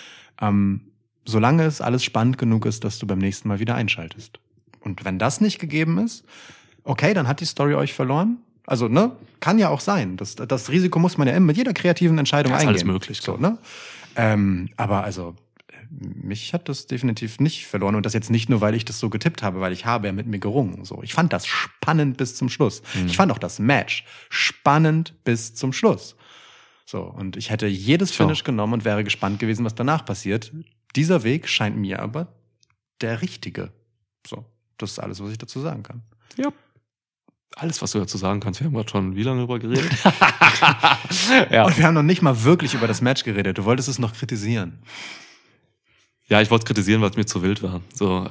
Solange es alles spannend genug ist, dass du beim nächsten Mal wieder einschaltest. Und wenn das nicht gegeben ist, okay, dann hat die Story euch verloren. Also, ne, kann ja auch sein. Das Risiko muss man ja immer mit jeder kreativen Entscheidung eingehen. Das ist alles möglich. So, ne? Aber also, mich hat das definitiv nicht verloren. Und das jetzt nicht nur, weil ich das so getippt habe, weil ich habe ja mit mir gerungen. So, ich fand das spannend bis zum Schluss. Ich fand auch das Match spannend bis zum Schluss. So, und ich hätte jedes Finish genommen und wäre gespannt gewesen, was danach passiert. Dieser Weg scheint mir aber der richtige. So, das ist alles, was ich dazu sagen kann. Ja. Alles, was du dazu sagen kannst. Wir haben gerade schon wie lange darüber geredet? Ja. Und wir haben noch nicht mal wirklich über das Match geredet. Du wolltest es noch kritisieren. Ja, ich wollte es kritisieren, weil es mir zu wild war. So,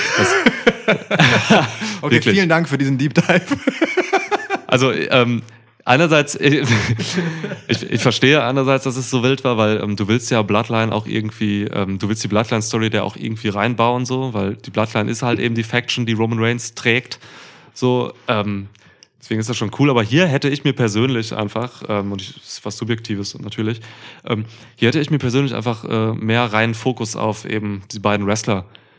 okay, vielen Dank für diesen Deep Dive. Also, einerseits, ich verstehe einerseits, dass es so wild war, weil du willst ja Bloodline auch irgendwie, du willst die Bloodline-Story da auch irgendwie reinbauen, so, weil die Bloodline ist halt eben die Faction, die Roman Reigns trägt. So, deswegen ist das schon cool, aber hier hätte ich mir persönlich einfach, und das ist was Subjektives natürlich, hier hätte ich mir persönlich einfach mehr reinen Fokus auf eben die beiden Wrestler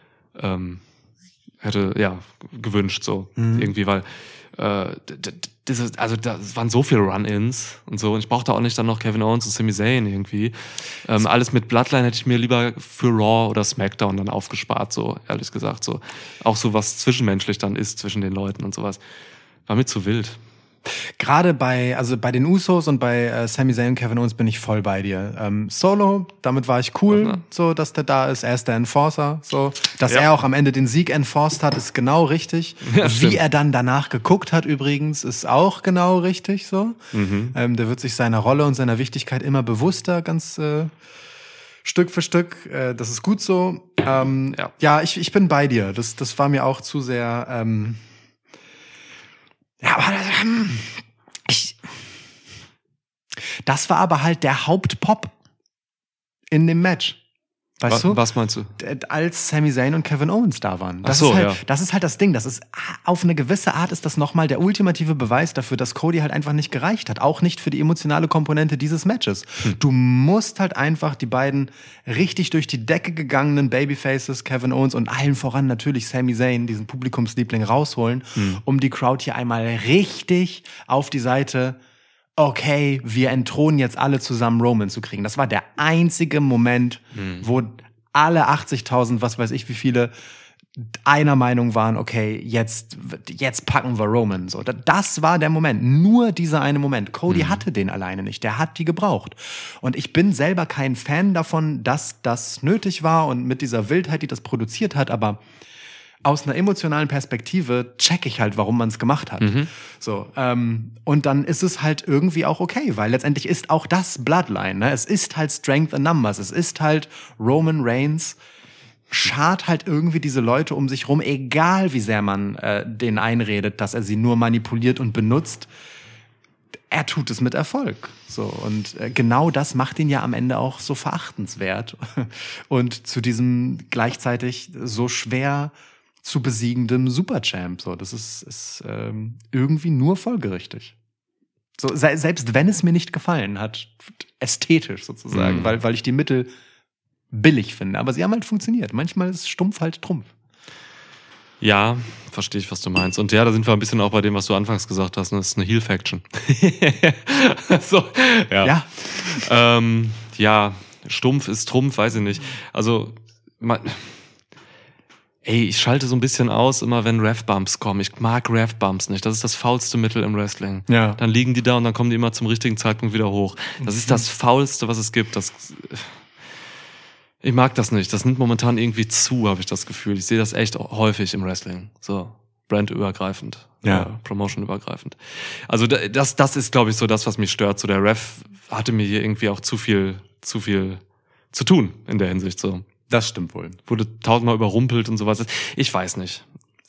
hätte gewünscht, so irgendwie, weil das waren so viele Run-Ins und so, und ich brauchte auch nicht dann noch Kevin Owens und Sami Zayn irgendwie. Alles mit Bloodline hätte ich mir lieber für Raw oder SmackDown dann aufgespart, so ehrlich gesagt, so auch so was zwischenmenschlich dann ist zwischen den Leuten und sowas. War mir zu wild. Gerade bei den Usos und bei Sami Zayn und Kevin Owens bin ich voll bei dir. Solo, damit war ich cool, so, dass der da ist. Er ist der Enforcer, so. Dass er auch am Ende den Sieg enforced hat, ist genau richtig. Ja, wie er dann danach geguckt hat übrigens, ist auch genau richtig, so. Der wird sich seiner Rolle und seiner Wichtigkeit immer bewusster, ganz Stück für Stück. Das ist gut so. Ich bin bei dir. Das war mir auch zu sehr... Ja, aber das war aber halt der Hauptpop in dem Match. Weißt du? Was meinst du? Als Sami Zayn und Kevin Owens da waren. Ach so, das ist halt das Ding. Das ist, auf eine gewisse Art ist das nochmal der ultimative Beweis dafür, dass Cody halt einfach nicht gereicht hat. Auch nicht für die emotionale Komponente dieses Matches. Du musst halt einfach die beiden richtig durch die Decke gegangenen Babyfaces, Kevin Owens und allen voran natürlich Sami Zayn, diesen Publikumsliebling, rausholen, um die Crowd hier einmal richtig auf die Seite, okay, wir entthronen jetzt alle zusammen Roman zu kriegen. Das war der einzige Moment, wo alle 80.000, was weiß ich wie viele, einer Meinung waren, okay, jetzt packen wir Roman. So, das war der Moment. Nur dieser eine Moment. Cody hatte den alleine nicht. Der hat die gebraucht. Und ich bin selber kein Fan davon, dass das nötig war und mit dieser Wildheit, die das produziert hat, aber aus einer emotionalen Perspektive check ich halt, warum man es gemacht hat. So, und dann ist es halt irgendwie auch okay, weil letztendlich ist auch das Bloodline. Ne? Es ist halt Strength in Numbers. Es ist halt Roman Reigns schart halt irgendwie diese Leute um sich rum, egal wie sehr man denen einredet, dass er sie nur manipuliert und benutzt. Er tut es mit Erfolg. So, und genau das macht ihn ja am Ende auch so verachtenswert und zu diesem gleichzeitig so schwer zu besiegendem Superchamp. So, das ist irgendwie nur folgerichtig. So, selbst wenn es mir nicht gefallen hat, ästhetisch sozusagen, weil ich die Mittel billig finde. Aber sie haben halt funktioniert. Manchmal ist Stumpf halt Trumpf. Ja, verstehe ich, was du meinst. Und ja, da sind wir ein bisschen auch bei dem, was du anfangs gesagt hast. Ne? Das ist eine Heel-Faction. So, ja. Ja, Stumpf ist Trumpf, weiß ich nicht. Also, ich schalte so ein bisschen aus, immer wenn Ref-Bumps kommen. Ich mag Ref-Bumps nicht. Das ist das faulste Mittel im Wrestling. Ja. Dann liegen die da und dann kommen die immer zum richtigen Zeitpunkt wieder hoch. Das ist das Faulste, was es gibt. Ich mag das nicht. Das nimmt momentan irgendwie zu, habe ich das Gefühl. Ich sehe das echt häufig im Wrestling. So, brandübergreifend. Ja. Promotionübergreifend. Also das ist, glaube ich, so das, was mich stört. So, der Ref hatte mir hier irgendwie auch zu viel zu tun in der Hinsicht. So. Das stimmt wohl. Wurde tausendmal überrumpelt und sowas. Ich weiß nicht.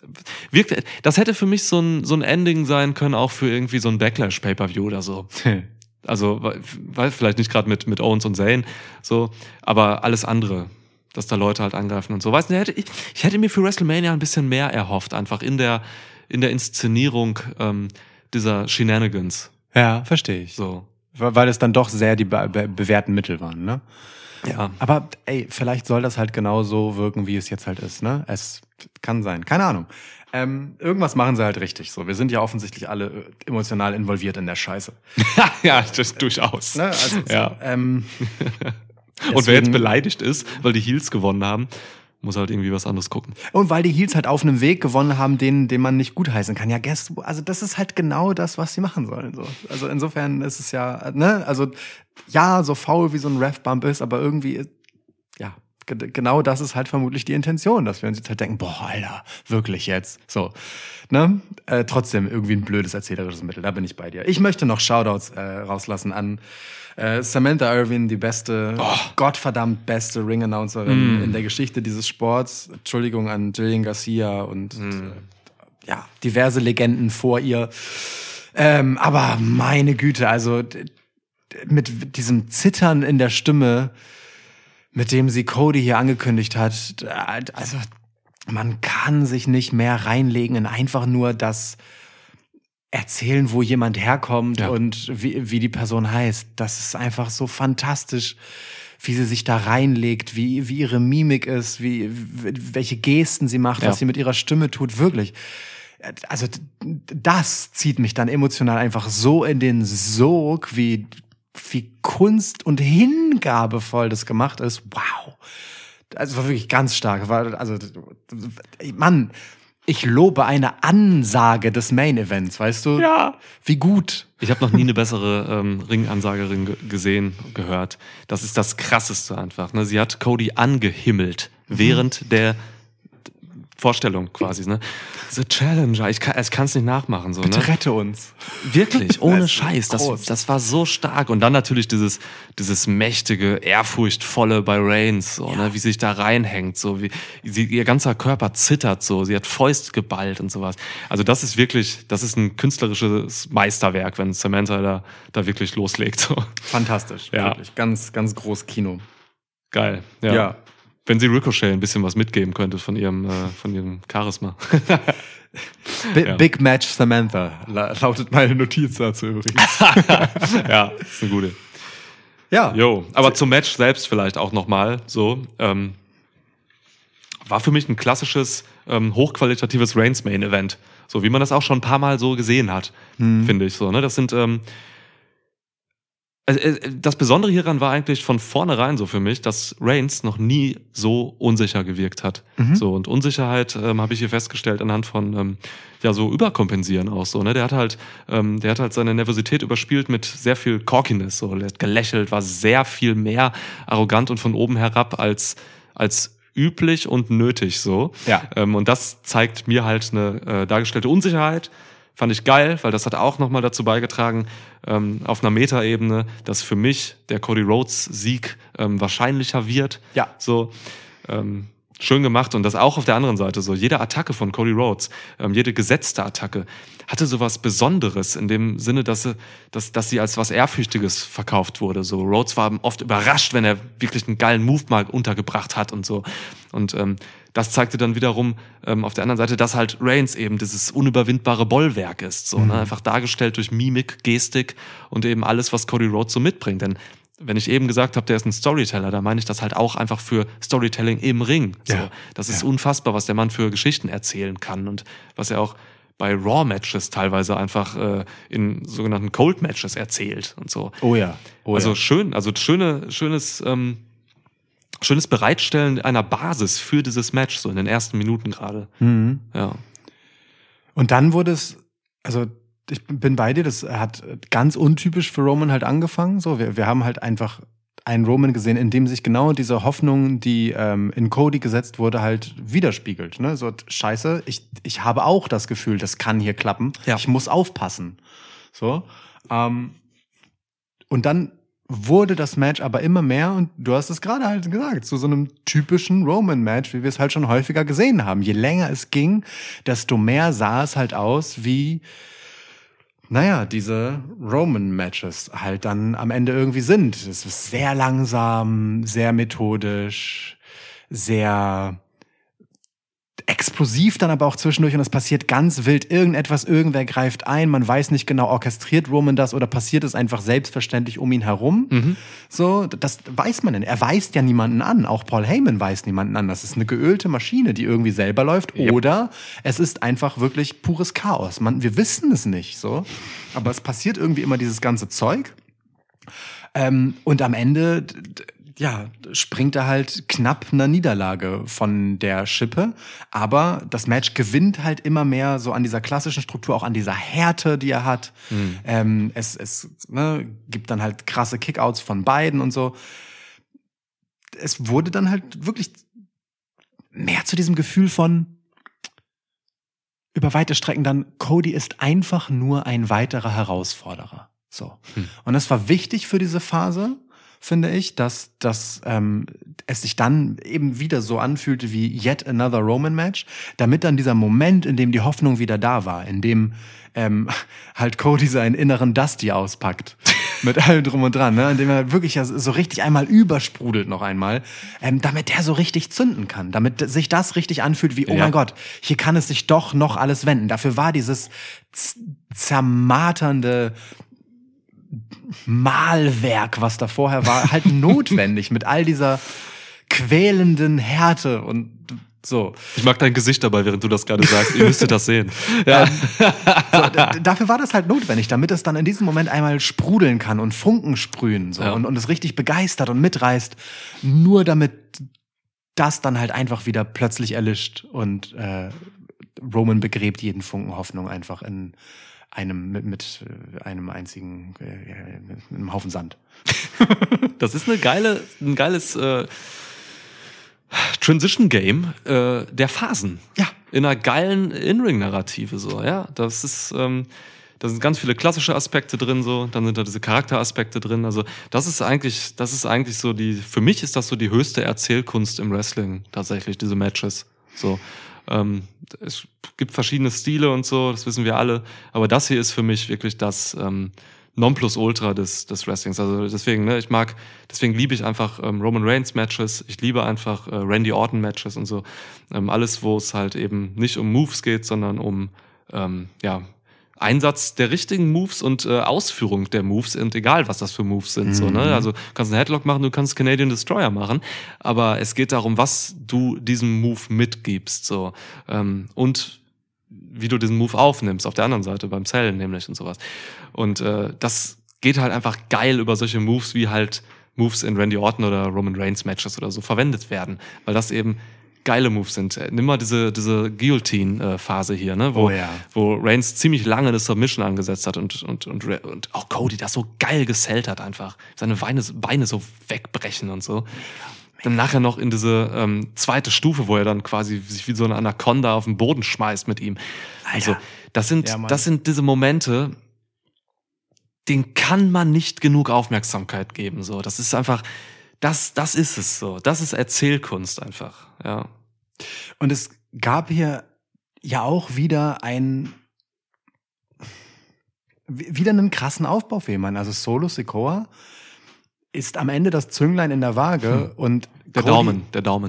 Das hätte für mich so ein Ending sein können, auch für irgendwie so ein Backlash-Pay-Per-View oder so. Also, weil vielleicht nicht gerade mit Owens und Zayn, so, aber alles andere, dass da Leute halt angreifen und so. Weißt du, ich hätte mir für WrestleMania ein bisschen mehr erhofft, einfach in der Inszenierung dieser Shenanigans. Ja, verstehe ich. So. Weil es dann doch sehr die bewährten Mittel waren, ne? Ja. Aber vielleicht soll das halt genau so wirken, wie es jetzt halt ist, ne? Es kann sein. Keine Ahnung. Irgendwas machen sie halt richtig. So, wir sind ja offensichtlich alle emotional involviert in der Scheiße. Ja, das durchaus. Ne? Also, ja. Und wer jetzt beleidigt ist, weil die Heels gewonnen haben, muss halt irgendwie was anderes gucken. Und weil die Heels halt auf einem Weg gewonnen haben, den man nicht gutheißen kann. Ja, also das ist halt genau das, was sie machen sollen. So. Also insofern ist es ja, ne, also ja, so faul wie so ein Ref-Bump ist, aber irgendwie, ja, genau das ist halt vermutlich die Intention, dass wir uns jetzt halt denken, boah, Alter, wirklich jetzt. So, ne? Trotzdem irgendwie ein blödes erzählerisches Mittel, da bin ich bei dir. Ich möchte noch Shoutouts rauslassen an Samantha Irvin, die gottverdammt beste Ring-Announcerin in der Geschichte dieses Sports. Entschuldigung an Jillian Garcia und diverse Legenden vor ihr. Aber meine Güte, also mit diesem Zittern in der Stimme, mit dem sie Cody hier angekündigt hat, also man kann sich nicht mehr reinlegen in einfach nur das Erzählen, wo jemand herkommt und wie die Person heißt. Das ist einfach so fantastisch, wie sie sich da reinlegt, wie ihre Mimik ist, welche Gesten sie macht, was sie mit ihrer Stimme tut, wirklich. Also das zieht mich dann emotional einfach so in den Sog, wie Kunst und hingabevoll das gemacht ist. Wow. Also war wirklich ganz stark. Mann, ich lobe eine Ansage des Main Events, weißt du? Ja. Wie gut. Ich habe noch nie eine bessere Ringansagerin gesehen, gehört. Das ist das Krasseste einfach. Ne? Sie hat Cody angehimmelt während der Vorstellung quasi, ne? The Challenger, ich kann es nicht nachmachen, so, Bitte ne? rette uns. Wirklich, ohne Scheiß, das war so stark. Und dann natürlich dieses mächtige, ehrfurchtvolle bei Reigns, so, ne? Wie sie sich da reinhängt, so, wie ihr ganzer Körper zittert, so, sie hat Fäuste geballt und sowas. Also das ist ein künstlerisches Meisterwerk, wenn Samantha da wirklich loslegt, so. Fantastisch, ja. Wirklich. Ganz, ganz groß Kino. Geil, Ja. Wenn sie Ricochet ein bisschen was mitgeben könnte von ihrem Charisma. Big Match Samantha lautet meine Notiz dazu übrigens. Ja, ist eine gute. Ja. Jo, aber zum Match selbst vielleicht auch nochmal so. War für mich ein klassisches, hochqualitatives Reigns Main Event. So wie man das auch schon ein paar Mal so gesehen hat, finde ich so. Ne? Das sind das Besondere hieran war eigentlich von vornherein so für mich, dass Reigns noch nie so unsicher gewirkt hat. So, und Unsicherheit habe ich hier festgestellt anhand von so Überkompensieren auch so. Ne? Der hat halt seine Nervosität überspielt mit sehr viel Cockiness. So, er hat gelächelt, war sehr viel mehr arrogant und von oben herab als üblich und nötig so. Ja. Und das zeigt mir halt eine dargestellte Unsicherheit. Fand ich geil, weil das hat auch nochmal dazu beigetragen, auf einer Metaebene, dass für mich der Cody Rhodes Sieg wahrscheinlicher wird. Ja. So, schön gemacht. Und das auch auf der anderen Seite so. Jede Attacke von Cody Rhodes, jede gesetzte Attacke, hatte sowas Besonderes in dem Sinne, dass sie als was Ehrfürchtiges verkauft wurde. So, Rhodes war oft überrascht, wenn er wirklich einen geilen Move mal untergebracht hat und so. Und das zeigte dann wiederum auf der anderen Seite, dass halt Reigns eben dieses unüberwindbare Bollwerk ist. So, ne? Einfach dargestellt durch Mimik, Gestik und eben alles, was Cody Rhodes so mitbringt. Denn wenn ich eben gesagt habe, der ist ein Storyteller, da meine ich das halt auch einfach für Storytelling im Ring. So, Ja. das ist unfassbar, was der Mann für Geschichten erzählen kann und was er auch bei Raw-Matches teilweise einfach in sogenannten Cold-Matches erzählt und so. Oh ja. Schönes Bereitstellen einer Basis für dieses Match, so in den ersten Minuten gerade. Ja. Und dann wurde es, also ich bin bei dir, das hat ganz untypisch für Roman halt angefangen. So, wir haben halt einfach einen Roman gesehen, in dem sich genau diese Hoffnung, die in Cody gesetzt wurde, halt widerspiegelt. Ne? So, scheiße, ich habe auch das Gefühl, das kann hier klappen. Ja. Ich muss aufpassen. So. Und dann wurde das Match aber immer mehr, und du hast es gerade halt gesagt, zu so einem typischen Roman-Match, wie wir es halt schon häufiger gesehen haben. Je länger es ging, desto mehr sah es halt aus wie, naja, diese Roman-Matches halt dann am Ende irgendwie sind. Es ist sehr langsam, sehr methodisch, sehr explosiv dann aber auch zwischendurch, und es passiert ganz wild irgendwer greift ein, man weiß nicht genau, orchestriert Roman das oder passiert es einfach selbstverständlich um ihn herum. So, das weiß man denn. Er weist ja niemanden an, auch Paul Heyman weist niemanden an. Das ist eine geölte Maschine, die irgendwie selber läuft, oder es ist einfach wirklich pures Chaos. Wir wissen es nicht, so. Aber es passiert irgendwie immer dieses ganze Zeug. Und am Ende springt er halt knapp einer Niederlage von der Schippe. Aber das Match gewinnt halt immer mehr so an dieser klassischen Struktur, auch an dieser Härte, die er hat. Es gibt dann halt krasse Kickouts von beiden und so. Es wurde dann halt wirklich mehr zu diesem Gefühl von, über weite Strecken dann, Cody ist einfach nur ein weiterer Herausforderer. So. Und das war wichtig für diese Phase, finde ich, dass es sich dann eben wieder so anfühlte wie yet another Roman Match, damit dann dieser Moment, in dem die Hoffnung wieder da war, in dem halt Cody seinen inneren Dusty auspackt. Mit allem drum und dran, ne? In dem er wirklich so richtig einmal übersprudelt noch einmal, damit der so richtig zünden kann, damit sich das richtig anfühlt wie, oh mein Gott, hier kann es sich doch noch alles wenden. Dafür war dieses zermarternde Malwerk, was da vorher war, halt notwendig mit all dieser quälenden Härte und so. Ich mag dein Gesicht dabei, während du das gerade sagst. Ihr müsstet das sehen. Ja. Dafür war das halt notwendig, damit es dann in diesem Moment einmal sprudeln kann und Funken sprühen so, und es richtig begeistert und mitreißt, nur damit das dann halt einfach wieder plötzlich erlischt und Roman begräbt jeden Funken Hoffnung einfach in mit einem einzigen mit einem Haufen Sand. Das ist ein geiles Transition-Game der Phasen. Ja. In einer geilen In-Ring-Narrative so, ja. Da sind ganz viele klassische Aspekte drin, so, dann sind da diese Charakteraspekte drin. Also das ist eigentlich so für mich ist das so die höchste Erzählkunst im Wrestling, tatsächlich, diese Matches. So. Es gibt verschiedene Stile und so, das wissen wir alle. Aber das hier ist für mich wirklich das Nonplusultra des Wrestlings. Also deswegen liebe ich einfach Roman Reigns Matches, ich liebe einfach Randy Orton Matches und so. Alles, wo es halt eben nicht um Moves geht, sondern um Einsatz der richtigen Moves und Ausführung der Moves und egal, was das für Moves sind. So, ne? Also du kannst einen Headlock machen, du kannst Canadian Destroyer machen, aber es geht darum, was du diesem Move mitgibst. So. Und wie du diesen Move aufnimmst, auf der anderen Seite, beim Sellen nämlich und sowas. Und das geht halt einfach geil über solche Moves, wie halt Moves in Randy Orton oder Roman Reigns Matches oder so verwendet werden, weil das eben geile Moves sind. Nimm mal diese Guillotine-Phase hier, ne, wo Reigns ziemlich lange eine Submission angesetzt hat und auch Cody das so geil gesellt hat einfach. Seine Beine so wegbrechen und so. Dann nachher noch in diese zweite Stufe, wo er dann quasi sich wie so eine Anaconda auf den Boden schmeißt mit ihm. Also, das sind diese Momente, denen kann man nicht genug Aufmerksamkeit geben. So, das ist einfach, das ist es so. Das ist Erzählkunst einfach, ja. Und es gab hier ja auch wieder einen krassen Aufbau für jemanden. Also Solo Sikoa ist am Ende das Zünglein in der Waage und der Daumen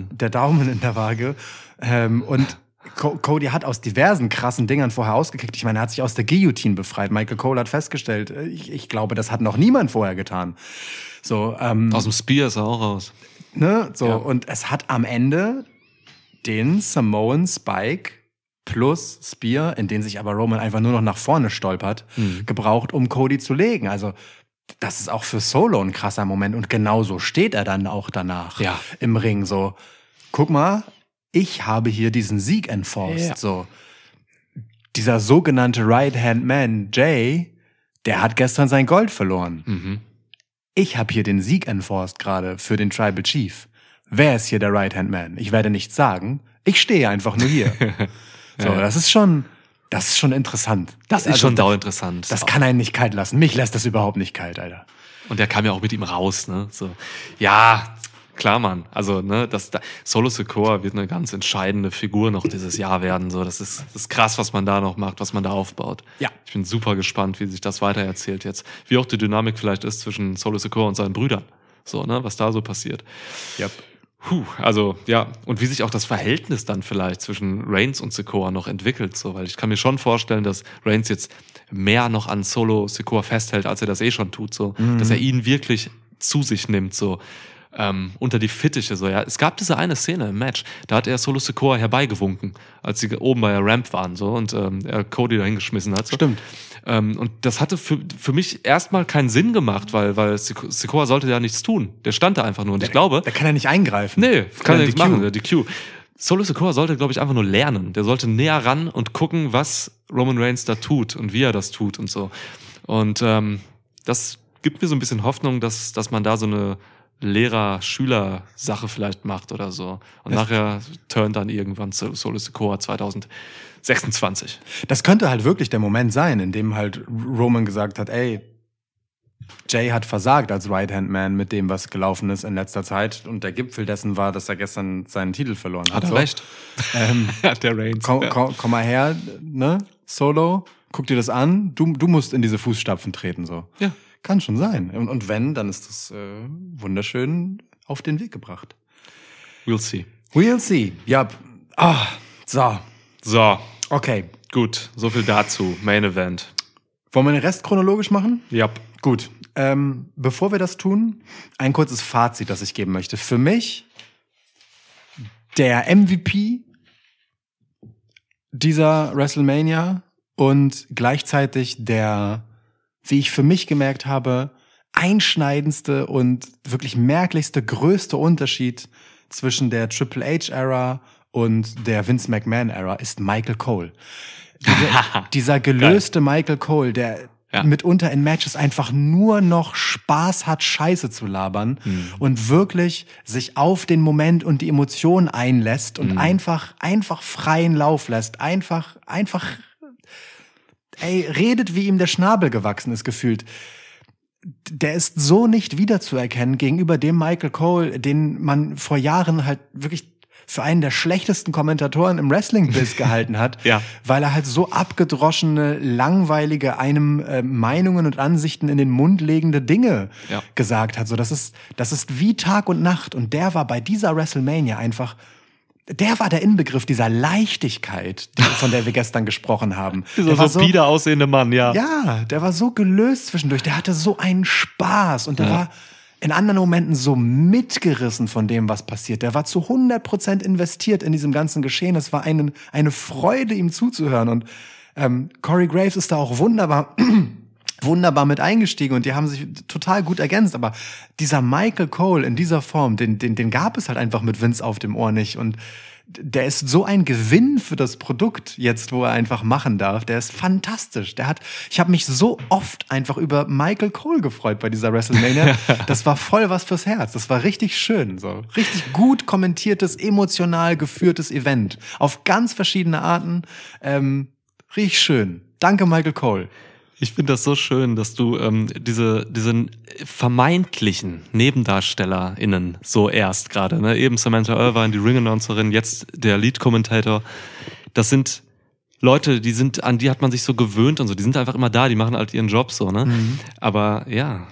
in der Waage. Und Cody hat aus diversen krassen Dingern vorher ausgekickt. Ich meine, er hat sich aus der Guillotine befreit. Michael Cole hat festgestellt, ich glaube, das hat noch niemand vorher getan. So, aus dem Spear ist er auch raus. Ne? So, ja. Und es hat am Ende den Samoan Spike plus Spear, in den sich aber Roman einfach nur noch nach vorne stolpert, gebraucht, um Cody zu legen. Also das ist auch für Solo ein krasser Moment. Und genauso steht er dann auch danach im Ring. So, guck mal, ich habe hier diesen Sieg enforced. Ja. So, dieser sogenannte Right-Hand-Man, Jay, der hat gestern sein Gold verloren. Mhm. Ich habe hier den Sieg enforced gerade für den Tribal Chief. Wer ist hier der Right-Hand-Man? Ich werde nichts sagen. Ich stehe einfach nur hier. So, das ist schon interessant. Das ist schon dauerinteressant. Das kann einen nicht kalt lassen. Mich lässt das überhaupt nicht kalt, Alter. Und der kam ja auch mit ihm raus, ne? So. Ja, klar, Mann. Also, ne, Solo Sikoa wird eine ganz entscheidende Figur noch dieses Jahr werden. So, das ist krass, was man da noch macht, was man da aufbaut. Ja. Ich bin super gespannt, wie sich das weitererzählt jetzt. Wie auch die Dynamik vielleicht ist zwischen Solo Sikoa und seinen Brüdern. So, ne, was da so passiert. Yep. Also, ja, und wie sich auch das Verhältnis dann vielleicht zwischen Reigns und Sikoa noch entwickelt, so, weil ich kann mir schon vorstellen, dass Reigns jetzt mehr noch an Solo Sikoa festhält, als er das schon tut, so, dass er ihn wirklich zu sich nimmt, so, unter die Fittiche, so, ja. Es gab diese eine Szene im Match, da hat er Solo Sikoa herbeigewunken, als sie oben bei der Ramp waren, so, und er Cody dahin geschmissen hat, so. Stimmt. Und das hatte für mich erstmal keinen Sinn gemacht, weil Sikoa sollte ja nichts tun. Der stand da einfach nur. Und ich glaube... Der kann ja nicht eingreifen. Nee, kann er nichts machen, der DQ. Solo Sikoa sollte, glaube ich, einfach nur lernen. Der sollte näher ran und gucken, was Roman Reigns da tut und wie er das tut und so. Und das gibt mir so ein bisschen Hoffnung, dass man da so eine Lehrer-Schüler-Sache vielleicht macht oder so. Und nachher turnt dann irgendwann Solo Sikoa 2026. Das könnte halt wirklich der Moment sein, in dem halt Roman gesagt hat, ey, Jay hat versagt als Right-Hand-Man mit dem, was gelaufen ist in letzter Zeit. Und der Gipfel dessen war, dass er gestern seinen Titel verloren hat. Hat er recht. Der Reigns. Komm mal her, ne? Solo, guck dir das an. Du musst in diese Fußstapfen treten, so. Ja. Kann schon sein. Und wenn, dann ist das wunderschön auf den Weg gebracht. We'll see. We'll see. Ja. So. Okay. Gut, so viel dazu. Main Event. Wollen wir den Rest chronologisch machen? Ja. Gut. Bevor wir das tun, ein kurzes Fazit, das ich geben möchte. Für mich der MVP dieser WrestleMania und gleichzeitig der, wie ich für mich gemerkt habe, einschneidendste und wirklich merklichste, größte Unterschied zwischen der Triple H-Ära und der Vince McMahon-Ära ist Michael Cole. Dieser gelöste Michael Cole, der mitunter in Matches einfach nur noch Spaß hat, Scheiße zu labern und wirklich sich auf den Moment und die Emotionen einlässt und einfach freien Lauf lässt. Einfach redet, wie ihm der Schnabel gewachsen ist, gefühlt. Der ist so nicht wiederzuerkennen gegenüber dem Michael Cole, den man vor Jahren halt wirklich für einen der schlechtesten Kommentatoren im Wrestling-Biz gehalten hat, Ja. weil er halt so abgedroschene, langweilige, einem Meinungen und Ansichten in den Mund legende Dinge gesagt hat. So, das ist wie Tag und Nacht. Und der war bei dieser WrestleMania einfach, der war der Inbegriff dieser Leichtigkeit, von der wir gestern gesprochen haben. Dieser so bieder aussehende Mann, ja. Ja, der war so gelöst zwischendurch. Der hatte so einen Spaß und der war in anderen Momenten so mitgerissen von dem, was passiert. Der war zu 100% investiert in diesem ganzen Geschehen. Es war eine Freude, ihm zuzuhören. Und Corey Graves ist da auch wunderbar mit eingestiegen und die haben sich total gut ergänzt. Aber dieser Michael Cole in dieser Form, den gab es halt einfach mit Vince auf dem Ohr nicht. Und der ist so ein Gewinn für das Produkt jetzt, wo er einfach machen darf. Der ist fantastisch. Ich habe mich so oft einfach über Michael Cole gefreut bei dieser WrestleMania. Das war voll was fürs Herz. Das war richtig schön, so. Richtig gut kommentiertes, emotional geführtes Event. Auf ganz verschiedene Arten. Richtig schön. Danke, Michael Cole. Ich finde das so schön, dass du diesen vermeintlichen NebendarstellerInnen so erst gerade, ne? Eben Samantha Irvine, die Ring-Announcerin, jetzt der Lead-Kommentator. Das sind Leute, an die hat man sich so gewöhnt und so. Die sind einfach immer da, die machen halt ihren Job so, ne? Mhm. Aber ja,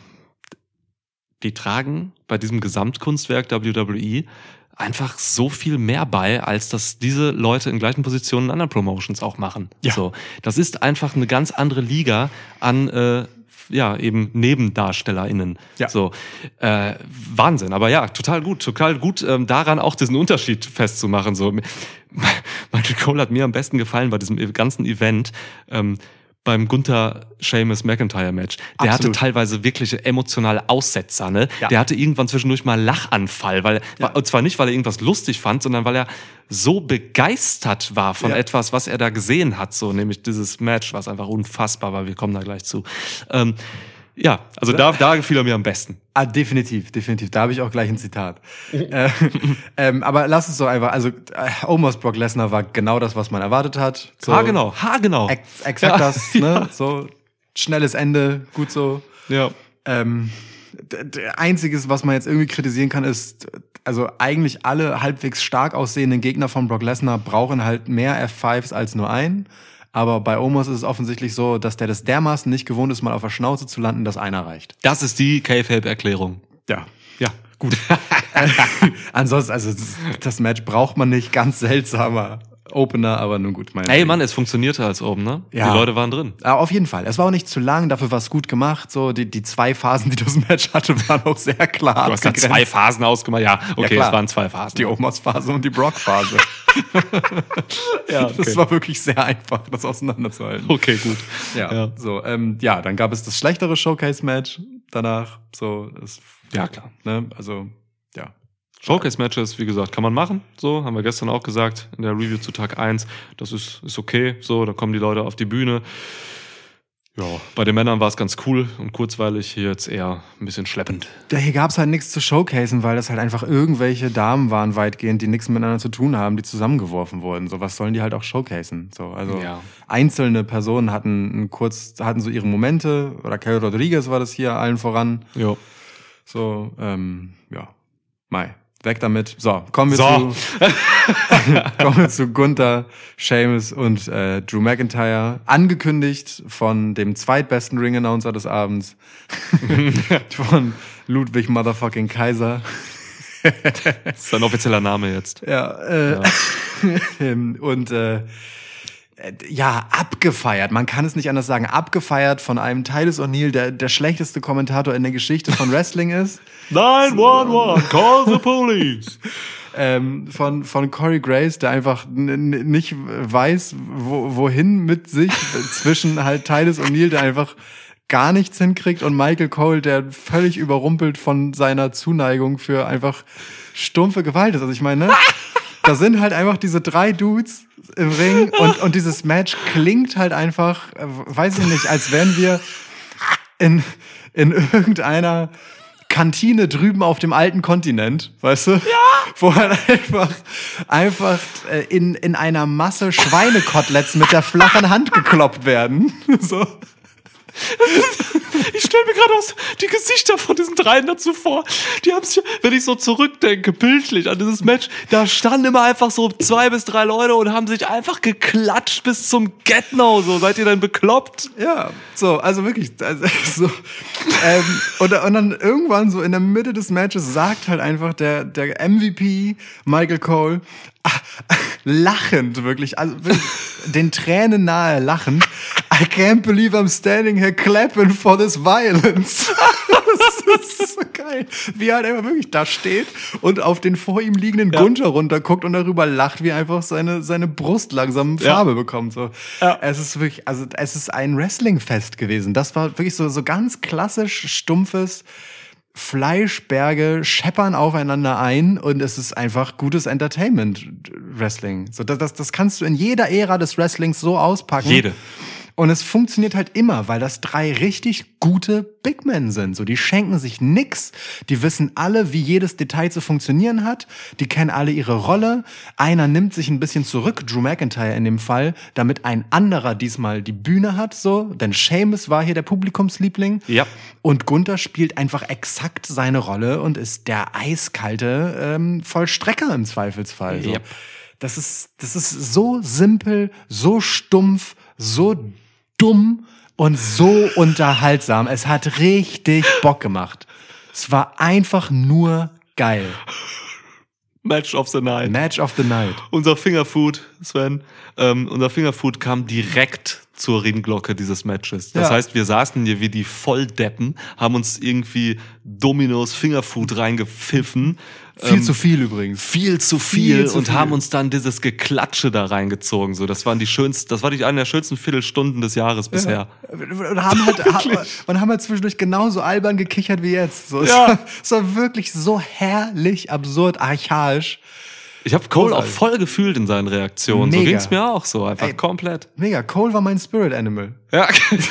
die tragen bei diesem Gesamtkunstwerk WWE einfach so viel mehr bei, als dass diese Leute in gleichen Positionen in anderen Promotions auch machen. Ja. So, das ist einfach eine ganz andere Liga an eben NebendarstellerInnen. Ja. So, Wahnsinn. Aber ja, total gut daran auch diesen Unterschied festzumachen. So, Michael Cole hat mir am besten gefallen bei diesem ganzen Event. Beim Gunther Sheamus McIntyre Match. Der hatte teilweise wirkliche emotionale Aussetzer, ne? Ja. Der hatte irgendwann zwischendurch mal Lachanfall, und zwar nicht, weil er irgendwas lustig fand, sondern weil er so begeistert war von etwas, was er da gesehen hat, so, nämlich dieses Match, was einfach unfassbar war. Wir kommen da gleich zu. Also da gefiel er mir am besten. Definitiv. Da habe ich auch gleich ein Zitat. Aber lass es so einfach, also Omos Brock Lesnar war genau das, was man erwartet hat. So, haargenau. Exakt das, ne? So, schnelles Ende, gut so. Ja. Einziges, was man jetzt irgendwie kritisieren kann, ist, also eigentlich alle halbwegs stark aussehenden Gegner von Brock Lesnar brauchen halt mehr F5s als nur einen. Aber bei Omos ist es offensichtlich so, dass der das dermaßen nicht gewohnt ist, mal auf der Schnauze zu landen, dass einer reicht. Das ist die Kayfabe-Erklärung. Ja, gut. Ansonsten, also das Match braucht man nicht, ganz seltsamer Opener, aber nun gut. Ey Mann, es funktionierte als oben, ne? Ja. Die Leute waren drin. Auf jeden Fall. Es war auch nicht zu lang, dafür war es gut gemacht. So die 2 Phasen, die das Match hatte, waren auch sehr klar. Du hast ja 2 Phasen ausgemacht. Ja, okay, es waren 2 Phasen. Die Omos-Phase und die Brock-Phase. Ja, okay. Das war wirklich sehr einfach, das auseinanderzuhalten. Okay, gut. Ja. So, dann gab es das schlechtere Showcase-Match danach. So, ja, klar. Ne? Also, ja. Showcase-Matches, wie gesagt, kann man machen. So, haben wir gestern auch gesagt in der Review zu Tag 1. Das ist okay. So, da kommen die Leute auf die Bühne. Ja, bei den Männern war es ganz cool und kurzweilig, hier jetzt eher ein bisschen schleppend. Ja, hier gab es halt nichts zu showcasen, weil das halt einfach irgendwelche Damen waren weitgehend, die nichts miteinander zu tun haben, die zusammengeworfen wurden. So, was sollen die halt auch showcasen? So, also einzelne Personen hatten so ihre Momente. Raquel Rodriguez war das hier allen voran. Ja. So, Mai. Weg damit. So, kommen wir zu Gunther, Sheamus und Drew McIntyre. Angekündigt von dem zweitbesten Ring-Announcer des Abends. Von Ludwig Motherfucking Kaiser. Das ist sein offizieller Name jetzt. Ja. Und abgefeiert. Man kann es nicht anders sagen. Abgefeiert von einem Titus O'Neil, der schlechteste Kommentator in der Geschichte von Wrestling ist. 911, call the police. Von Corey Graves, der einfach nicht weiß, wohin mit sich, zwischen halt Titus O'Neil, der einfach gar nichts hinkriegt, und Michael Cole, der völlig überrumpelt von seiner Zuneigung für einfach stumpfe Gewalt ist. Also ich meine, ne? Da sind halt einfach diese 3 Dudes im Ring und dieses Match klingt halt einfach, weiß ich nicht, als wären wir in irgendeiner Kantine drüben auf dem alten Kontinent, weißt du? Ja! Wo halt einfach in einer Masse Schweinekoteletts mit der flachen Hand gekloppt werden. So. Ich stelle mir gerade die Gesichter von diesen dreien dazu vor. Die haben sich, wenn ich so zurückdenke, bildlich an dieses Match, da standen immer einfach so 2 bis 3 Leute und haben sich einfach geklatscht bis zum Get-No. So, seid ihr denn bekloppt? Ja, so, also wirklich. So. Und dann irgendwann so in der Mitte des Matches sagt halt einfach der MVP Michael Cole, lachend wirklich, also wirklich den Tränen nahe lachend, I can't believe I'm standing here clapping for this violence. Das ist so geil. Wie er halt einfach wirklich da steht und auf den vor ihm liegenden Gunther runterguckt und darüber lacht, wie einfach seine Brust langsam Farbe bekommt. So. Ja. Es ist wirklich, also es ist ein Wrestling-Fest gewesen. Das war wirklich so ganz klassisch stumpfes Fleischberge scheppern aufeinander ein und es ist einfach gutes Entertainment-Wrestling. So, das kannst du in jeder Ära des Wrestlings so auspacken. Jede. Und es funktioniert halt immer, weil das 3 richtig gute Big Men sind. So, die schenken sich nix. Die wissen alle, wie jedes Detail zu funktionieren hat. Die kennen alle ihre Rolle. Einer nimmt sich ein bisschen zurück, Drew McIntyre in dem Fall, damit ein anderer diesmal die Bühne hat, so. Denn Sheamus war hier der Publikumsliebling. Ja. Und Gunther spielt einfach exakt seine Rolle und ist der eiskalte Vollstrecker im Zweifelsfall. So. Yep. Das ist so simpel, so stumpf, so dumm und so unterhaltsam. Es hat richtig Bock gemacht. Es war einfach nur geil. Match of the Night. Match of the Night. Unser Fingerfood, Sven, unser Fingerfood kam direkt zur Ringglocke dieses Matches. Das heißt, wir saßen hier wie die Volldeppen, haben uns irgendwie Dominos Fingerfood reingepfiffen. Viel zu viel übrigens. Viel zu viel und haben uns dann dieses Geklatsche da reingezogen. So, das war eine der schönsten Viertelstunden des Jahres bisher. Und haben halt zwischendurch genauso albern gekichert wie jetzt. So, es war wirklich so herrlich, absurd, archaisch. Ich habe Cole auch voll gefühlt in seinen Reaktionen. Mega. So ging's mir auch so, einfach komplett. Mega, Cole war mein Spirit Animal. Ja.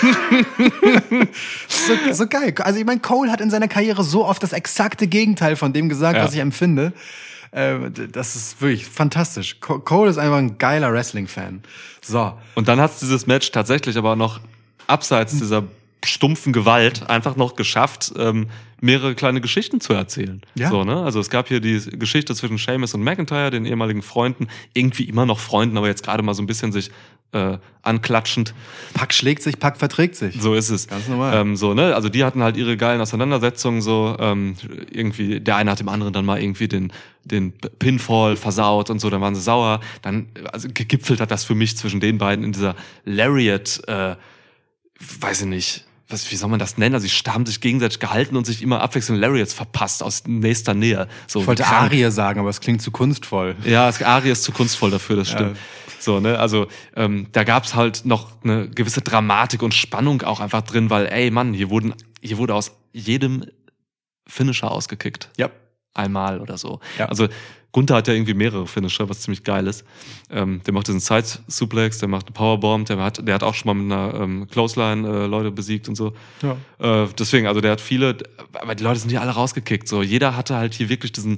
so geil. Also ich meine, Cole hat in seiner Karriere so oft das exakte Gegenteil von dem gesagt, was ich empfinde. Das ist wirklich fantastisch. Cole ist einfach ein geiler Wrestling-Fan. So. Und dann hat's dieses Match tatsächlich aber noch abseits dieser stumpfen Gewalt einfach noch geschafft, mehrere kleine Geschichten zu erzählen. Ja. So, ne? Also es gab hier die Geschichte zwischen Sheamus und McIntyre, den ehemaligen Freunden, irgendwie immer noch Freunden, aber jetzt gerade mal so ein bisschen sich anklatschend. Pack schlägt sich, Pack verträgt sich. So ist es. Ganz normal. So, ne? Also die hatten halt ihre geilen Auseinandersetzungen, so irgendwie, der eine hat dem anderen dann mal irgendwie den Pinfall versaut und so, dann waren sie sauer. Dann, also gegipfelt hat das für mich zwischen den beiden in dieser Lariat, weiß ich nicht, wie soll man das nennen? Also sie haben sich gegenseitig gehalten und sich immer abwechselnd Lariats verpasst aus nächster Nähe. So, ich wollte Arie sagen, aber es klingt zu kunstvoll. Ja, Arie ist zu kunstvoll dafür, das stimmt. So, ne, also da gab's halt noch eine gewisse Dramatik und Spannung auch einfach drin, weil, ey Mann, hier wurde aus jedem Finisher ausgekickt. Ja. Einmal oder so. Ja. Also Gunther hat ja irgendwie mehrere Finisher, was ziemlich geil ist. Der macht diesen Side-Suplex, der macht eine Powerbomb, der hat auch schon mal mit einer Clothesline Leute besiegt und so. Ja. Deswegen, also der hat viele, aber die Leute sind hier alle rausgekickt. So, jeder hatte halt hier wirklich diesen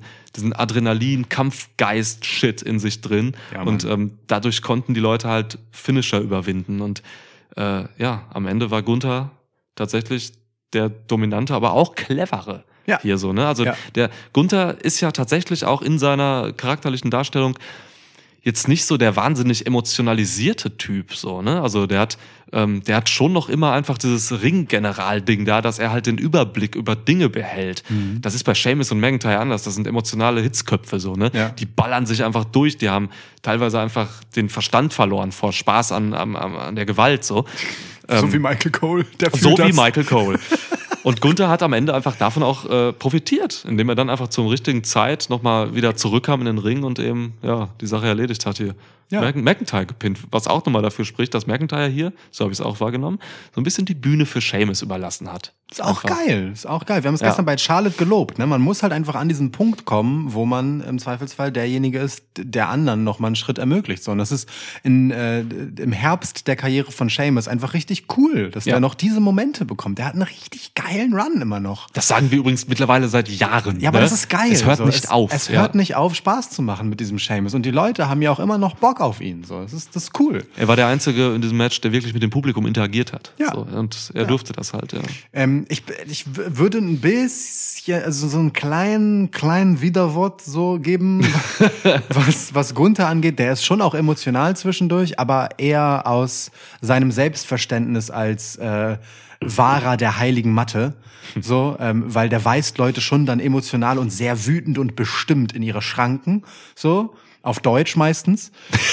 Adrenalin-Kampfgeist-Shit in sich drin. Ja, und dadurch konnten die Leute halt Finisher überwinden. Und am Ende war Gunther tatsächlich der dominante, aber auch clevere. Ja. Hier so, ne? Also der Gunther ist ja tatsächlich auch in seiner charakterlichen Darstellung jetzt nicht so der wahnsinnig emotionalisierte Typ, so, ne? Also der hat schon noch immer einfach dieses Ring-General-Ding da, dass er halt den Überblick über Dinge behält. Mhm. Das ist bei Sheamus und McIntyre anders. Das sind emotionale Hitzköpfe, so, ne? Ja. Die ballern sich einfach durch. Die haben teilweise einfach den Verstand verloren vor Spaß an der Gewalt, so. So wie Michael Cole. Wie Michael Cole. Und Gunther hat am Ende einfach davon auch profitiert, indem er dann einfach zur richtigen Zeit nochmal wieder zurückkam in den Ring und eben die Sache erledigt hat hier. Ja. McIntyre gepinnt, was auch nochmal dafür spricht, dass McIntyre hier, so habe ich es auch wahrgenommen, so ein bisschen die Bühne für Sheamus überlassen hat. Ist auch geil. Wir haben es gestern bei Charlotte gelobt. Ne? Man muss halt einfach an diesen Punkt kommen, wo man im Zweifelsfall derjenige ist, der anderen noch mal einen Schritt ermöglicht. So, und das ist im Herbst der Karriere von Sheamus einfach richtig cool, dass der noch diese Momente bekommt. Der hat einen richtig geilen Run immer noch. Das sagen wir übrigens mittlerweile seit Jahren. Ja, aber das ist geil. Es hört nicht auf. Es hört nicht auf, Spaß zu machen mit diesem Sheamus. Und die Leute haben ja auch immer noch Bock auf ihn. So, das ist cool. Er war der Einzige in diesem Match, der wirklich mit dem Publikum interagiert hat. Ja. So, und er durfte das halt, ja. Ich würde ein bisschen, also so einen kleinen Widerwort so geben, was Gunther angeht. Der ist schon auch emotional zwischendurch, aber eher aus seinem Selbstverständnis als Wahrer der heiligen Matte. So, weil der weist Leute schon dann emotional und sehr wütend und bestimmt in ihre Schranken. So, auf Deutsch meistens.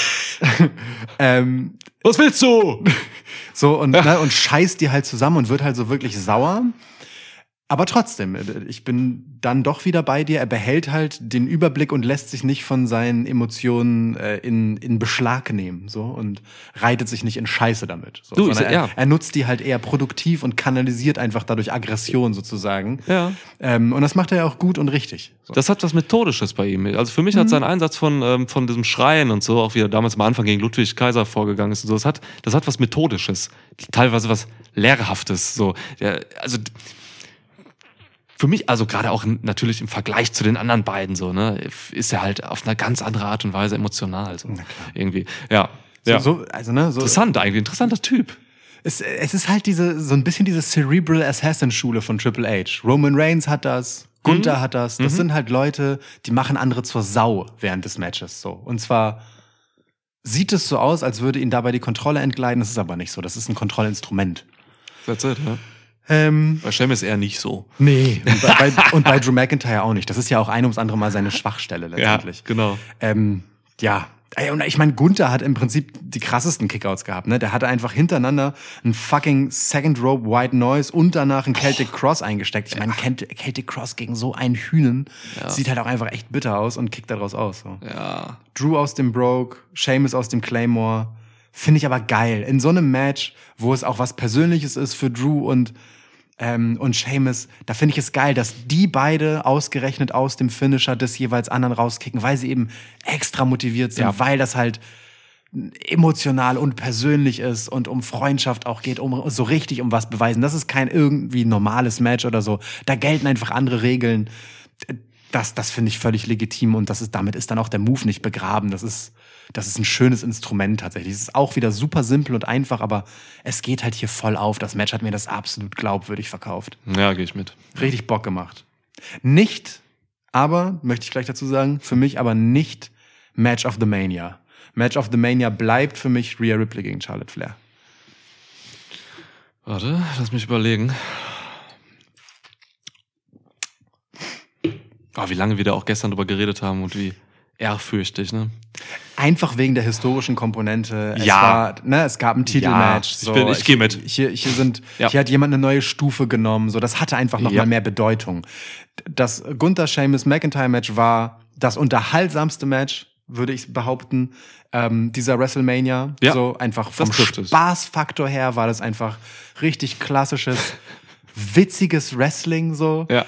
Was willst du? So, und scheißt die halt zusammen und wird halt so wirklich sauer. Aber trotzdem, ich bin dann doch wieder bei dir. Er behält halt den Überblick und lässt sich nicht von seinen Emotionen in Beschlag nehmen, so, und reitet sich nicht in Scheiße damit. So, er nutzt die halt eher produktiv und kanalisiert einfach dadurch Aggression sozusagen. Ja. Und das macht er ja auch gut und richtig. So. Das hat was Methodisches bei ihm. Also für mich hat sein Einsatz von diesem Schreien und so, auch wie er damals am Anfang gegen Ludwig Kaiser vorgegangen ist und so, das hat was Methodisches. Teilweise was Lehrhaftes. So. Also für mich, also gerade auch natürlich im Vergleich zu den anderen beiden, so, ne, ist er halt auf eine ganz andere Art und Weise emotional. So. Irgendwie. Ja. Interessant eigentlich, interessanter Typ. Es ist halt so ein bisschen diese Cerebral Assassin-Schule von Triple H. Roman Reigns hat das, Gunther hat das. Das sind halt Leute, die machen andere zur Sau während des Matches. So. Und zwar sieht es so aus, als würde ihnen dabei die Kontrolle entgleiten. Das ist aber nicht so. Das ist ein Kontrollinstrument. That's it, ja. Bei Sheamus eher nicht so. Nee, und bei Drew McIntyre auch nicht. Das ist ja auch ein ums andere Mal seine Schwachstelle letztendlich. Ja, genau. Und ich meine, Gunther hat im Prinzip die krassesten Kickouts gehabt. Ne? Der hatte einfach hintereinander einen fucking Second Rope White Noise und danach einen Celtic Cross eingesteckt. Ich meine, Celtic Cross gegen so einen Hühnen sieht halt auch einfach echt bitter aus und kickt daraus aus. So. Ja. Drew aus dem Brogue, Sheamus aus dem Claymore. Finde ich aber geil. In so einem Match, wo es auch was Persönliches ist für Drew und Sheamus, da finde ich es geil, dass die beide ausgerechnet aus dem Finisher des jeweils anderen rauskicken, weil sie eben extra motiviert sind, weil das halt emotional und persönlich ist und um Freundschaft auch geht, um so richtig um was beweisen. Das ist kein irgendwie normales Match oder so. Da gelten einfach andere Regeln. Das finde ich völlig legitim und damit ist dann auch der Move nicht begraben. Das ist ein schönes Instrument tatsächlich. Es ist auch wieder super simpel und einfach, aber es geht halt hier voll auf. Das Match hat mir das absolut glaubwürdig verkauft. Ja, gehe ich mit. Richtig Bock gemacht. Nicht, aber, möchte ich gleich dazu sagen, für mich aber nicht Match of the Mania. Match of the Mania bleibt für mich Rhea Ripley gegen Charlotte Flair. Warte, lass mich überlegen. Wie lange wir da auch gestern drüber geredet haben und wie ehrfürchtig, ne? Einfach wegen der historischen Komponente. Es gab ein Titelmatch. So, ich gehe mit. Hier hat jemand eine neue Stufe genommen. So, das hatte einfach noch mal mehr Bedeutung. Das Gunther Sheamus McIntyre Match war das unterhaltsamste Match, würde ich behaupten, dieser WrestleMania. Ja, so einfach vom Spaßfaktor her war das einfach richtig klassisches, witziges Wrestling so. Ja.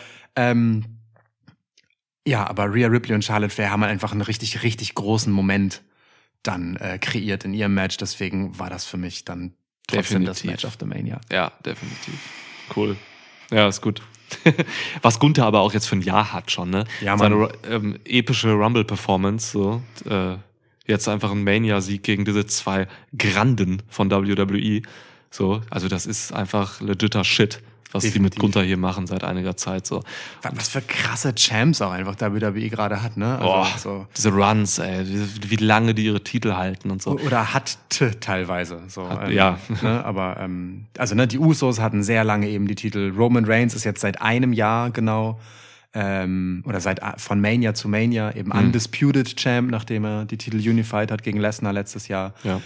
Aber Rhea Ripley und Charlotte Flair haben halt einfach einen richtig, richtig großen Moment dann kreiert in ihrem Match. Deswegen war das für mich dann trotzdem das Match of the Mania. Ja, definitiv. Cool. Ja, ist gut. Was Gunther aber auch jetzt für ein Jahr hat schon, ne? Ja, seine epische Rumble-Performance, so. Jetzt einfach ein Mania-Sieg gegen diese zwei Granden von WWE. So, also das ist einfach legitter Shit, was die mit Gunther hier machen seit einiger Zeit. So. Was für krasse Champs auch einfach WWE gerade hat, ne? Also, diese Runs, ey, wie lange die ihre Titel halten und so. Oder hatte teilweise. So, ja. Ne? Aber die Usos hatten sehr lange eben die Titel. Roman Reigns ist jetzt seit einem Jahr genau von Mania zu Mania eben Undisputed Champ, nachdem er die Titel unified hat gegen Lesnar letztes Jahr. Ja.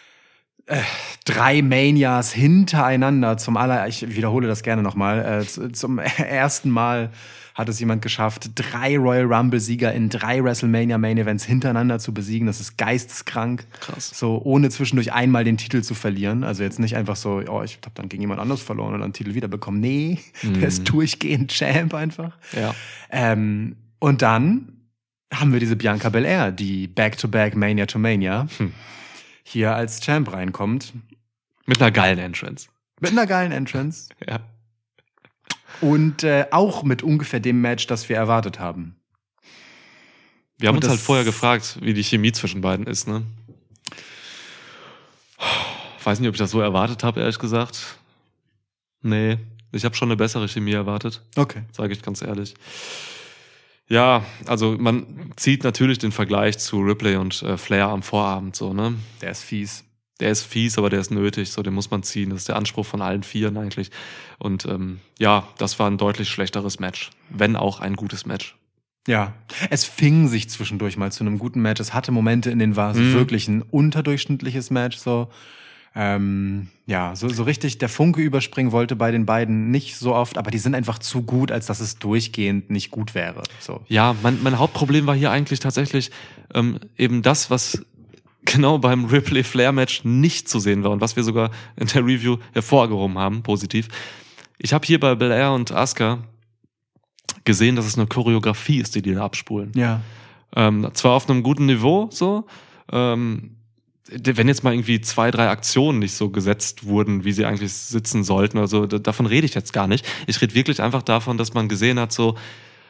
3 Manias hintereinander ich wiederhole das gerne nochmal, zum ersten Mal hat es jemand geschafft, 3 Royal Rumble-Sieger in 3 WrestleMania Main Events hintereinander zu besiegen. Das ist geisteskrank. Krass. So, ohne zwischendurch einmal den Titel zu verlieren. Also jetzt nicht einfach so, oh, ich habe dann gegen jemand anderes verloren und dann den Titel wiederbekommen. Nee, der ist durchgehend Champ einfach. Ja. Und dann haben wir diese Bianca Belair, die Back-to-Back Mania to Mania hier als Champ reinkommt. Mit einer geilen Entrance. Mit einer geilen Entrance. Ja. Und auch mit ungefähr dem Match, das wir erwartet haben. Wir haben Und uns halt das- vorher gefragt, wie die Chemie zwischen beiden ist, ne? Weiß nicht, ob ich das so erwartet habe, ehrlich gesagt. Nee, ich habe schon eine bessere Chemie erwartet, Okay. sage ich ganz ehrlich. Ja, also man zieht natürlich den Vergleich zu Ripley und Flair am Vorabend so, ne? Der ist fies. Der ist fies, aber der ist nötig, so den muss man ziehen. Das ist der Anspruch von allen Vieren eigentlich. Und ja, das war ein deutlich schlechteres Match, wenn auch ein gutes Match. Ja, es fing sich zwischendurch mal zu einem guten Match. Es hatte Momente, in denen war es wirklich ein unterdurchschnittliches Match. So, ja, so richtig der Funke überspringen wollte bei den beiden nicht so oft, aber die sind einfach zu gut, als dass es durchgehend nicht gut wäre. So. Ja, mein Hauptproblem war hier eigentlich tatsächlich eben das, was genau beim Ripley-Flair-Match nicht zu sehen war und was wir sogar in der Review hervorgehoben haben, positiv. Ich habe hier bei Belair und Asuka gesehen, dass es eine Choreografie ist, die da abspulen. Ja. Zwar auf einem guten Niveau, so, wenn jetzt mal irgendwie 2, 3 Aktionen nicht so gesetzt wurden, wie sie eigentlich sitzen sollten, also davon rede ich jetzt gar nicht. Ich rede wirklich einfach davon, dass man gesehen hat, so,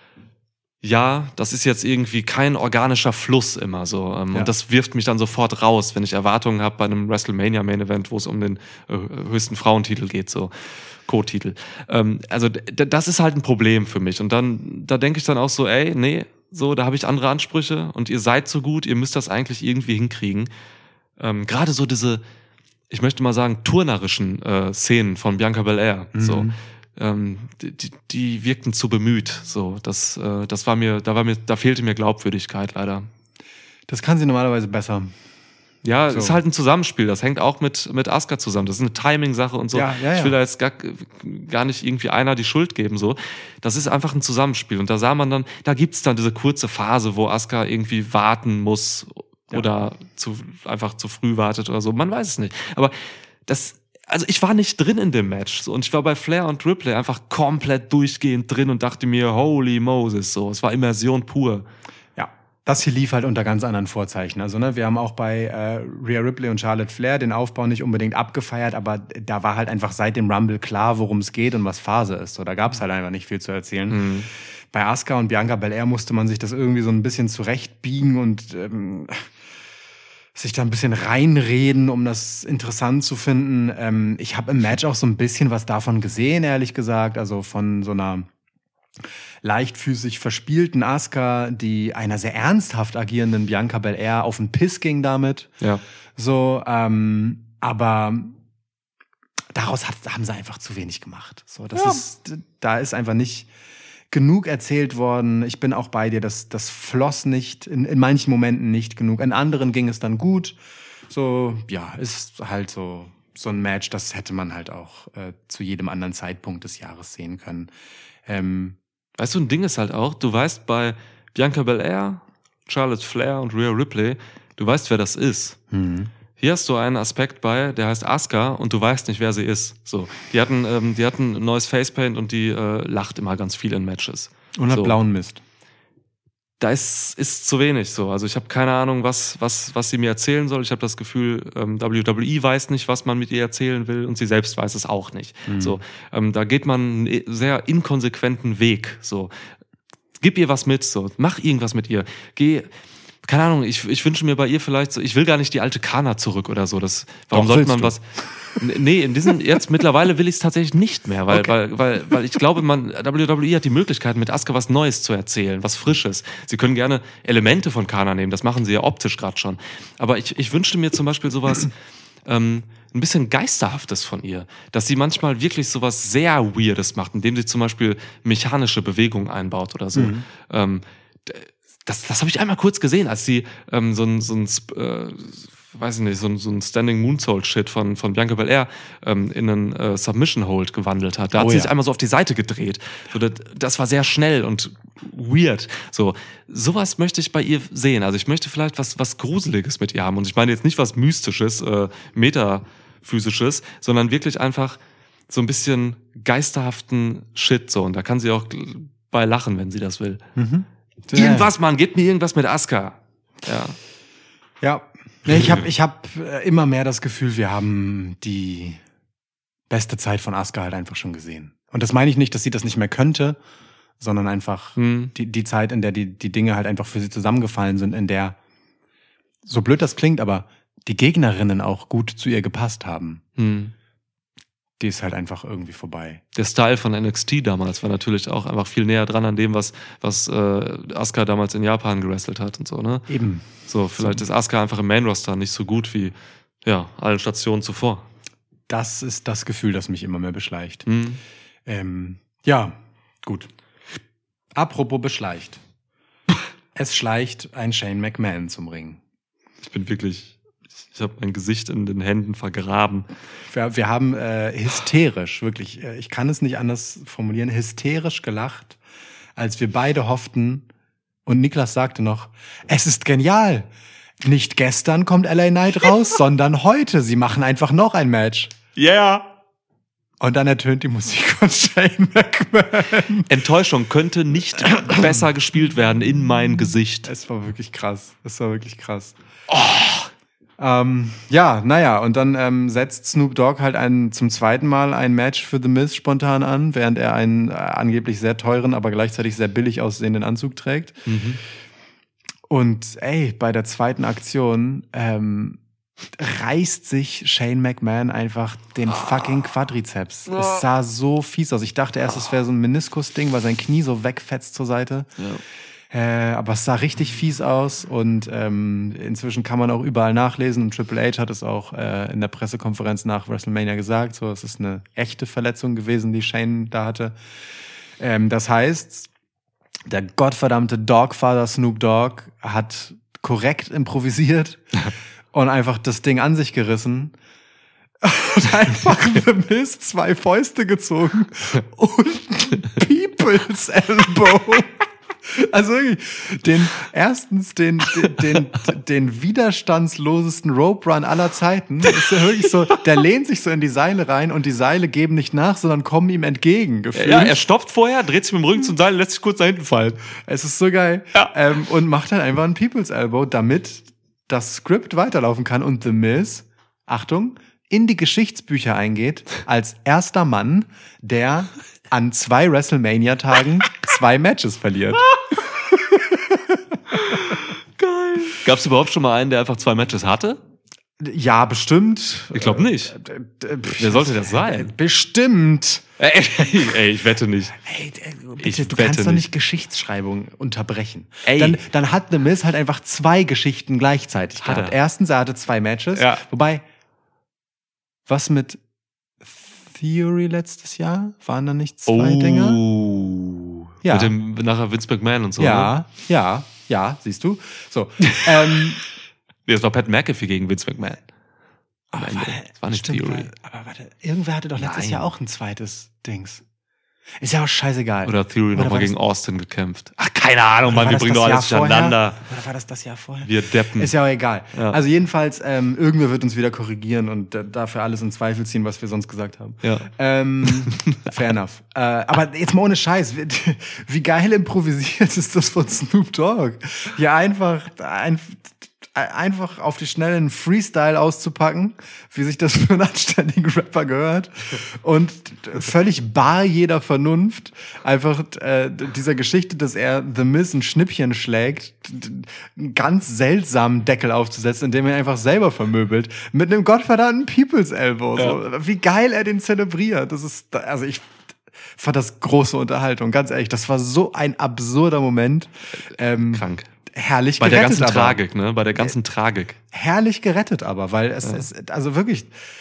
ja, das ist jetzt irgendwie kein organischer Fluss immer so. Ja. Und das wirft mich dann sofort raus, wenn ich Erwartungen habe bei einem WrestleMania Main Event, wo es um den höchsten Frauentitel geht, so Co-Titel. Also das ist halt ein Problem für mich. Und dann, da denke ich dann auch so, ey, nee, so, da habe ich andere Ansprüche und ihr seid so gut, ihr müsst das eigentlich irgendwie hinkriegen. Gerade so diese, ich möchte mal sagen, turnerischen Szenen von Bianca Belair, so. Die wirkten zu bemüht, so. Das war mir, da fehlte mir Glaubwürdigkeit leider. Das kann sie normalerweise besser. Ja, So. ist halt ein Zusammenspiel. Das hängt auch mit Asuka zusammen. Das ist eine Timing-Sache und so. Ja, ja, ja. Ich will da jetzt gar nicht irgendwie einer die Schuld geben, so. Das ist einfach ein Zusammenspiel. Und da sah man dann, da gibt's dann diese kurze Phase, wo Asuka irgendwie warten muss oder einfach zu früh wartet oder so. Man weiß es nicht. Aber also ich war nicht drin in dem Match. So. Und ich war bei Flair und Ripley einfach komplett durchgehend drin und dachte mir, holy Moses, so. Es war Immersion pur. Ja, das hier lief halt unter ganz anderen Vorzeichen. Also, ne, wir haben auch bei Rhea Ripley und Charlotte Flair den Aufbau nicht unbedingt abgefeiert, aber da war halt einfach seit dem Rumble klar, worum es geht und was Phase ist. So, da gab es halt einfach nicht viel zu erzählen. Bei Asuka und Bianca Belair musste man sich das irgendwie so ein bisschen zurechtbiegen und sich da ein bisschen reinreden, um das interessant zu finden. Ich habe im Match auch so ein bisschen was davon gesehen, ehrlich gesagt. Also von so einer leichtfüßig verspielten Asuka, die einer sehr ernsthaft agierenden Bianca Belair auf den Piss ging damit. Ja. So, aber daraus haben sie einfach zu wenig gemacht. So, da ist einfach nicht genug erzählt worden. Ich bin auch bei dir, das floss nicht, in manchen Momenten nicht genug. In anderen ging es dann gut. So, ja, ist halt so ein Match, das hätte man halt auch zu jedem anderen Zeitpunkt des Jahres sehen können. Weißt du, ein Ding ist halt auch, du weißt bei Bianca Belair, Charlotte Flair und Rhea Ripley, du weißt, wer das ist. Hier hast du einen Aspekt bei, der heißt Asuka und du weißt nicht, wer sie ist. So, die hatten ein neues Facepaint und die lacht immer ganz viel in Matches. Und hat so. blauen Mist. Da ist zu wenig so. Also ich habe keine Ahnung, was sie mir erzählen soll. Ich habe das Gefühl, WWE weiß nicht, was man mit ihr erzählen will und sie selbst weiß es auch nicht. So, da geht man einen sehr inkonsequenten Weg. So, gib ihr was mit. So, mach irgendwas mit ihr. Keine Ahnung, ich wünsche mir bei ihr vielleicht so, ich will gar nicht die alte Kana zurück oder so. Warum Doch, sollte man willst was? Nee, jetzt mittlerweile will ich es tatsächlich nicht mehr, weil ich glaube, WWE hat die Möglichkeit, mit Asuka was Neues zu erzählen, was Frisches. Sie können gerne Elemente von Kana nehmen, das machen sie ja optisch gerade schon. Aber ich wünschte mir zum Beispiel sowas, ein bisschen Geisterhaftes von ihr, dass sie manchmal wirklich sowas sehr Weirdes macht, indem sie zum Beispiel mechanische Bewegungen einbaut oder so. Das habe ich einmal kurz gesehen, als sie so ein weiß ich nicht, so ein Standing Moonsault-Shit von Bianca Belair in einen Submission-Hold gewandelt hat. Da hat sie sich einmal so auf die Seite gedreht. So, das war sehr schnell und weird. So, sowas möchte ich bei ihr sehen. Also ich möchte vielleicht was Gruseliges mit ihr haben. Und ich meine jetzt nicht was Mystisches, Metaphysisches, sondern wirklich einfach so ein bisschen geisterhaften Shit. So. Und da kann sie auch bei lachen, wenn sie das will. Mhm. Irgendwas, Mann, gebt mir irgendwas mit Asuka. Ja. Ich hab immer mehr das Gefühl, wir haben die beste Zeit von Asuka halt einfach schon gesehen. Und das meine ich nicht, dass sie das nicht mehr könnte, sondern einfach die Zeit, in der die Dinge halt einfach für sie zusammengefallen sind, in der, so blöd das klingt, aber die Gegnerinnen auch gut zu ihr gepasst haben. Die ist halt einfach irgendwie vorbei. Der Style von NXT damals war natürlich auch einfach viel näher dran an dem, was Asuka damals in Japan gewrestelt hat und so, ne? Eben. So, vielleicht ist Asuka einfach im Main-Roster nicht so gut wie, allen Stationen zuvor. Das ist das Gefühl, das mich immer mehr beschleicht. Gut. Apropos beschleicht. Es schleicht ein Shane McMahon zum Ring. Ich habe mein Gesicht in den Händen vergraben. Wir haben hysterisch, wirklich, ich kann es nicht anders formulieren, hysterisch gelacht, als wir beide hofften, und Niklas sagte noch, es ist genial. Nicht gestern kommt LA Knight raus, sondern heute. Sie machen einfach noch ein Match. Yeah! Und dann ertönt die Musik von Shane McMahon. Enttäuschung könnte nicht besser gespielt werden in mein Gesicht. Es war wirklich krass. Und dann setzt Snoop Dogg halt zum zweiten Mal ein Match für The Miz spontan an, während er einen angeblich sehr teuren, aber gleichzeitig sehr billig aussehenden Anzug trägt. Und bei der zweiten Aktion reißt sich Shane McMahon einfach den fucking Quadrizeps. Es sah so fies aus. Ich dachte erst, es wäre so ein Meniskus-Ding, weil sein Knie so wegfetzt zur Seite. Aber es sah richtig fies aus und inzwischen kann man auch überall nachlesen und Triple H hat es auch in der Pressekonferenz nach WrestleMania gesagt, so, es ist eine echte Verletzung gewesen, die Shane da hatte. Das heißt, der gottverdammte Dogfather Snoop Dogg hat korrekt improvisiert und einfach das Ding an sich gerissen und einfach The Miz 2 Fäuste gezogen und People's Elbow. Also wirklich, den widerstandslosesten Rope Run aller Zeiten. Ist ja wirklich so, der lehnt sich so in die Seile rein und die Seile geben nicht nach, sondern kommen ihm entgegen. Gefühlt. Ja, er stoppt vorher, dreht sich mit dem Rücken zum Seil, lässt sich kurz nach hinten fallen. Es ist so geil. Ja. Und macht halt einfach einen People's Elbow, damit das Skript weiterlaufen kann und The Miz, Achtung, in die Geschichtsbücher eingeht als erster Mann, der an 2 WrestleMania-Tagen 2 Matches verliert. Geil. Gab es überhaupt schon mal einen, der einfach 2 Matches hatte? Ja, bestimmt. Ich glaube nicht. Wer sollte das sein? Bestimmt. Ey, ich wette nicht. Ey, bitte, du kannst doch nicht Geschichtsschreibung unterbrechen. Dann hat The Miz halt einfach 2 Geschichten gleichzeitig gehabt. Erstens, er hatte 2 Matches. Ja. Wobei, was mit Theory letztes Jahr? Waren da nicht 2 Dinger? Ja. Mit dem nachher Vince McMahon und so. Ja, ne? ja, siehst du. So. Das war Pat McAfee gegen Vince McMahon. Das war nicht Theory. Aber warte, irgendwer hatte doch letztes Jahr auch ein zweites Dings. Ist ja auch scheißegal. Oder Theory nochmal gegen Austin gekämpft. Ach, keine Ahnung, Mann, wir bringen doch alles durcheinander. Oder war das Jahr vorher? Wir deppen. Ist ja auch egal. Ja. Also jedenfalls, irgendwer wird uns wieder korrigieren und dafür alles in Zweifel ziehen, was wir sonst gesagt haben. Ja. Fair enough. Aber jetzt mal ohne Scheiß, wie geil improvisiert ist das von Snoop Dogg? Hier einfach auf die Schnelle einen Freestyle auszupacken, wie sich das für einen anständigen Rapper gehört und völlig bar jeder Vernunft einfach dieser Geschichte, dass er The Miz ein Schnippchen schlägt, einen ganz seltsamen Deckel aufzusetzen, indem er einfach selber vermöbelt, mit einem gottverdammten People's Elbow. Ja. So. Wie geil er den zelebriert. Ich fand das große Unterhaltung, ganz ehrlich. Das war so ein absurder Moment. Krank. Herrlich bei gerettet. Bei der ganzen Tragik, ne? Bei der ganzen Tragik. Herrlich gerettet aber, weil also wirklich,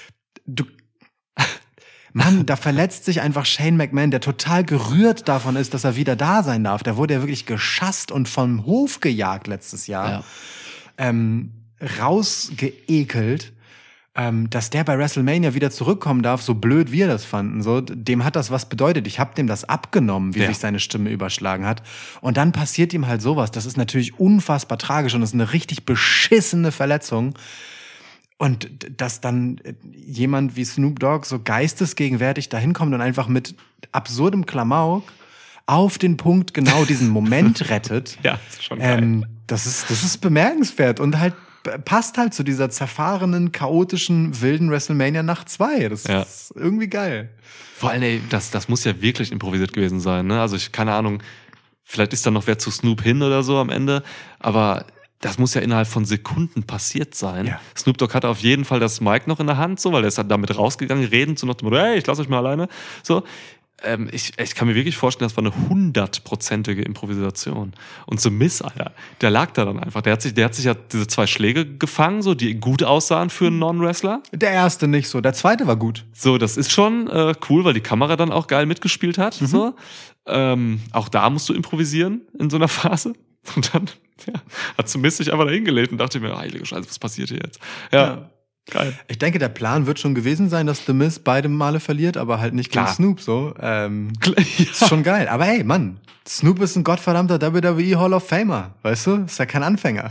Mann, da verletzt sich einfach Shane McMahon, der total gerührt davon ist, dass er wieder da sein darf. Der wurde ja wirklich geschasst und vom Hof gejagt letztes Jahr. Ja. rausgeekelt, dass der bei WrestleMania wieder zurückkommen darf, so blöd wir das fanden. So, dem hat das was bedeutet. Ich habe dem das abgenommen, wie sich seine Stimme überschlagen hat. Und dann passiert ihm halt sowas. Das ist natürlich unfassbar tragisch und das ist eine richtig beschissene Verletzung. Und dass dann jemand wie Snoop Dogg so geistesgegenwärtig dahin kommt und einfach mit absurdem Klamauk auf den Punkt genau diesen Moment rettet. Ja, das ist schon geil. Das ist bemerkenswert und halt passt halt zu dieser zerfahrenen, chaotischen, wilden WrestleMania Nacht 2. Das ist irgendwie geil. Vor allem, ey, das muss ja wirklich improvisiert gewesen sein, ne? Also keine Ahnung, vielleicht ist da noch wer zu Snoop hin oder so am Ende, aber das muss ja innerhalb von Sekunden passiert sein. Ja. Snoop Dogg hatte auf jeden Fall das Mic noch in der Hand, so, weil er ist halt damit rausgegangen, redend, so nach dem Motto, hey, ich lass euch mal alleine. So. Ich kann mir wirklich vorstellen, das war eine 100%ige Improvisation. Und The Miz, Alter, der lag da dann einfach. Der hat sich ja diese 2 Schläge gefangen, so, die gut aussahen für einen Non-Wrestler. Der erste nicht so, der zweite war gut. So, das ist schon cool, weil die Kamera dann auch geil mitgespielt hat. So. Auch da musst du improvisieren in so einer Phase. Und dann hat The Miz sich einfach da hingelegt und dachte mir, heilige Scheiße, was passiert hier jetzt? Ja. Geil. Ich denke, der Plan wird schon gewesen sein, dass The Miz beide Male verliert, aber halt nicht gegen Snoop so. Ist schon geil. Aber hey, Mann, Snoop ist ein gottverdammter WWE Hall of Famer, weißt du? Ist ja kein Anfänger.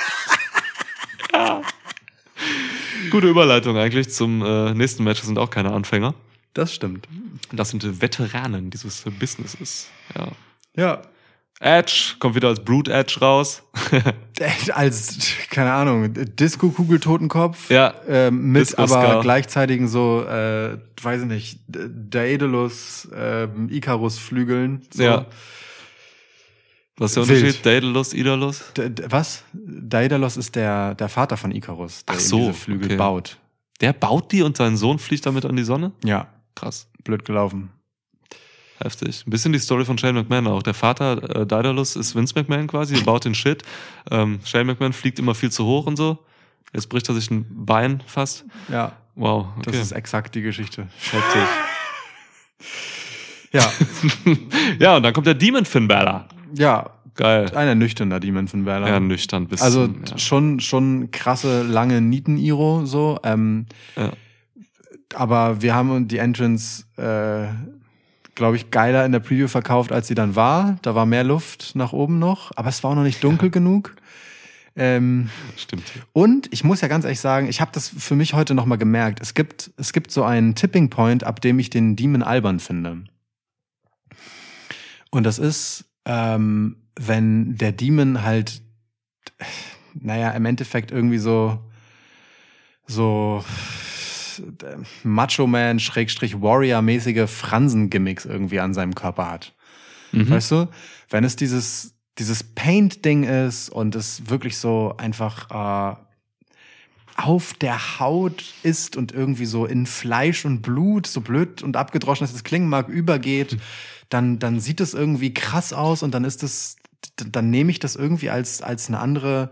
Ja. Gute Überleitung eigentlich zum nächsten Match. Das sind auch keine Anfänger. Das stimmt. Das sind Veteranen dieses Businesses. Ja. Edge kommt wieder als Brute Edge raus. Als, keine Ahnung, Disco-Kugel-Totenkopf. Ja. Mit aber gleichzeitigen so, weiß ich nicht, Daedalus, Icarus-Flügeln. So. Ja. Was ist der Unterschied? Daedalus, Idalus? Was? Daedalus ist der Vater von Icarus, der diese Flügel baut. Der baut die und sein Sohn fliegt damit an die Sonne? Ja. Krass. Blöd gelaufen. Heftig. Ein bisschen die Story von Shane McMahon auch. Der Vater, Daedalus, ist Vince McMahon quasi, er baut den Shit. Shane McMahon fliegt immer viel zu hoch und so. Jetzt bricht er sich ein Bein fast. Ja. Wow. Okay. Das ist exakt die Geschichte. Heftig. Ja. Ja, und dann kommt der Demon Finn Balor. Ja. Geil. Ein ernüchternder Demon Finn Balor. Ja, nüchtern. Bisschen, also schon krasse, lange Nieten-Iro, so. Aber wir haben die Entrance, glaube ich, geiler in der Preview verkauft, als sie dann war. Da war mehr Luft nach oben noch, aber es war auch noch nicht dunkel genug. Stimmt. Und ich muss ja ganz ehrlich sagen, ich habe das für mich heute nochmal gemerkt. Es gibt so einen Tipping Point, ab dem ich den Demon albern finde. Und das ist, wenn der Demon halt, naja, im Endeffekt irgendwie so Macho-Man, Warrior-mäßige Fransen-Gimmicks irgendwie an seinem Körper hat. Weißt du? Wenn es dieses Paint-Ding ist und es wirklich so einfach auf der Haut ist und irgendwie so in Fleisch und Blut, so blöd und abgedroschen, dass das klingen mag, übergeht, dann sieht es irgendwie krass aus und dann nehme ich das irgendwie als eine andere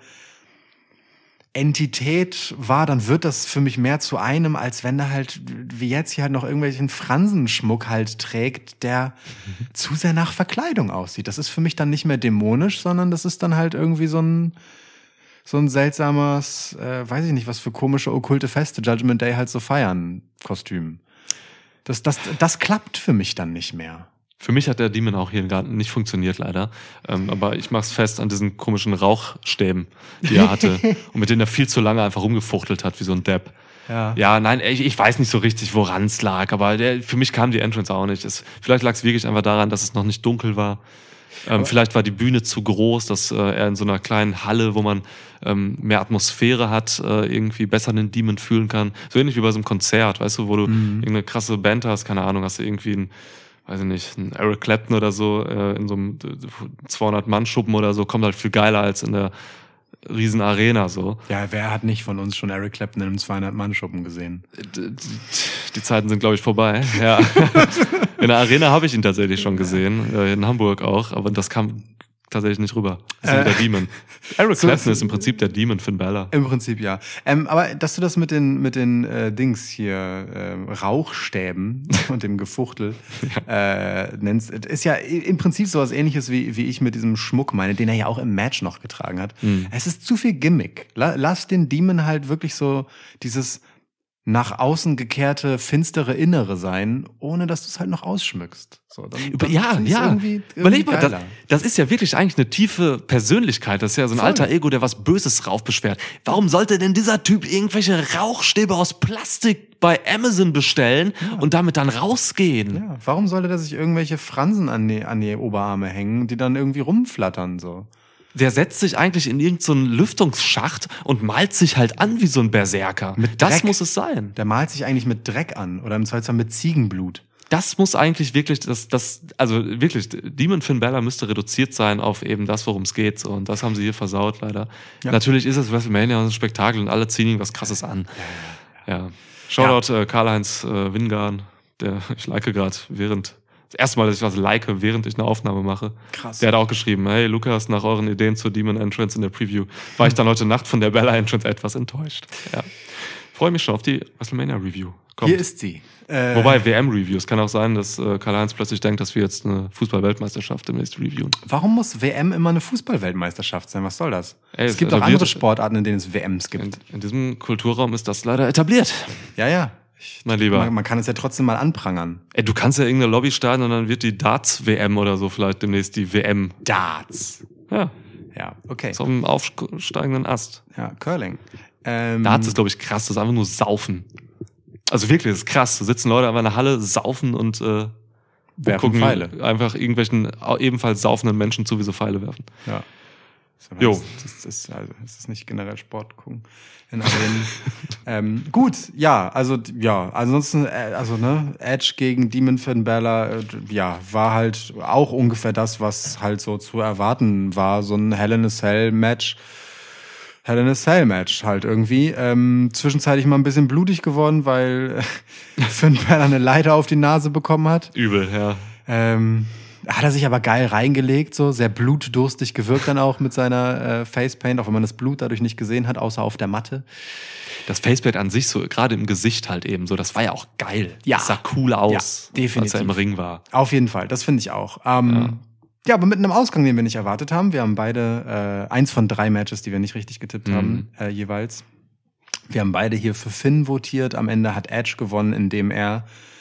Entität wahr, dann wird das für mich mehr zu einem, als wenn er halt, wie jetzt hier halt noch irgendwelchen Fransenschmuck halt trägt, der zu sehr nach Verkleidung aussieht. Das ist für mich dann nicht mehr dämonisch, sondern das ist dann halt irgendwie so ein seltsames, weiß ich nicht, was für komische okkulte Feste Judgment Day halt so feiern, Kostüm. Das klappt für mich dann nicht mehr. Für mich hat der Demon auch hier gar nicht funktioniert, leider. Aber ich mach's fest an diesen komischen Rauchstäben, die er hatte und mit denen er viel zu lange einfach rumgefuchtelt hat, wie so ein Depp. Ja, nein, ich weiß nicht so richtig, woran es lag, aber für mich kam die Entrance auch nicht. Vielleicht lag es wirklich einfach daran, dass es noch nicht dunkel war. Vielleicht war die Bühne zu groß, dass er in so einer kleinen Halle, wo man mehr Atmosphäre hat, irgendwie besser den Demon fühlen kann. So ähnlich wie bei so einem Konzert, weißt du, wo du irgendeine krasse Band hast, keine Ahnung, hast du irgendwie weiß ich nicht, ein Eric Clapton oder so, in so einem 200-Mann-Schuppen oder so, kommt halt viel geiler als in der riesen Arena, so. Ja, wer hat nicht von uns schon Eric Clapton in einem 200-Mann-Schuppen gesehen? Die Zeiten sind, glaube ich, vorbei, ja. In der Arena habe ich ihn tatsächlich schon gesehen, in Hamburg auch, aber das kam tatsächlich nicht rüber. Das ist der Demon. Eric Clapton ist im Prinzip der Demon Finn Balor. Im Prinzip, ja. Aber dass du das mit den Dings hier, Rauchstäben und dem Gefuchtel nennst, ist ja im Prinzip sowas Ähnliches wie ich mit diesem Schmuck meine, den er ja auch im Match noch getragen hat. Es ist zu viel Gimmick. Lass den Demon halt wirklich so dieses nach außen gekehrte, finstere Innere sein, ohne dass du es halt noch ausschmückst. So, dann ja. Überleg mal, das ist ja wirklich eigentlich eine tiefe Persönlichkeit. Das ist ja so ein alter Ego, der was Böses raufbeschwert. Warum sollte denn dieser Typ irgendwelche Rauchstäbe aus Plastik bei Amazon bestellen und damit dann rausgehen? Ja, warum sollte der sich irgendwelche Fransen an die Oberarme hängen, die dann irgendwie rumflattern, so? Der setzt sich eigentlich in irgendeinen Lüftungsschacht und malt sich halt an wie so ein Berserker. Das muss es sein. Der malt sich eigentlich mit Dreck an oder im Zweifelsfall mit Ziegenblut. Das muss eigentlich wirklich, also wirklich, Demon Finn Balor müsste reduziert sein auf eben das, worum es geht. So. Und das haben sie hier versaut, leider. Ja. Natürlich ist es WrestleMania ein Spektakel und alle ziehen irgendwas Krasses an. Ja. Shoutout Karl-Heinz Wingarn, ich like gerade das erste Mal, dass ich was während ich eine Aufnahme mache. Krass. Der hat auch geschrieben, hey Lukas, nach euren Ideen zur Demon Entrance in der Preview war ich dann heute Nacht von der Bella Entrance etwas enttäuscht. Ja. Freue mich schon auf die WrestleMania Review. Kommt. Hier ist sie. Wobei WM-Review. Es kann auch sein, dass Karl-Heinz plötzlich denkt, dass wir jetzt eine Fußball-Weltmeisterschaft demnächst reviewen. Warum muss WM immer eine Fußball-Weltmeisterschaft sein? Was soll das? Es gibt auch andere Sportarten, in denen es WMs gibt. In diesem Kulturraum ist das leider etabliert. Ja. Mein Lieber. Man kann es ja trotzdem mal anprangern. Du kannst ja irgendeine Lobby starten und dann wird die Darts-WM oder so vielleicht demnächst die WM. Darts. Ja, okay. So einem aufsteigenden Ast. Ja, Curling. Darts ist, glaube ich, krass. Das ist einfach nur Saufen. Also wirklich, das ist krass. Da sitzen Leute einfach in der Halle, saufen und werfen gucken Pfeile. Einfach irgendwelchen ebenfalls saufenden Menschen zu, wie sie Pfeile werfen. Ja. Das ist nicht generell Sport gucken. Gut, ansonsten, Edge gegen Demon Finn Balor, war halt auch ungefähr das, was halt so zu erwarten war, so ein Hell in a Cell Match halt irgendwie. Zwischenzeitlich mal ein bisschen blutig geworden, weil Finn Balor eine Leiter auf die Nase bekommen hat. Übel, ja. Hat er sich aber geil reingelegt, so sehr blutdurstig gewirkt dann auch mit seiner Facepaint, auch wenn man das Blut dadurch nicht gesehen hat, außer auf der Matte. Das Facepaint an sich, so gerade im Gesicht halt eben so, das war ja auch geil. Ja. Das sah cool aus, definitiv. als er im Ring war. Auf jeden Fall, das finde ich auch. Aber mit einem Ausgang, den wir nicht erwartet haben. Wir haben beide 1 von 3 Matches, die wir nicht richtig getippt haben, jeweils. Wir haben beide hier für Finn votiert. Am Ende hat Edge gewonnen, indem er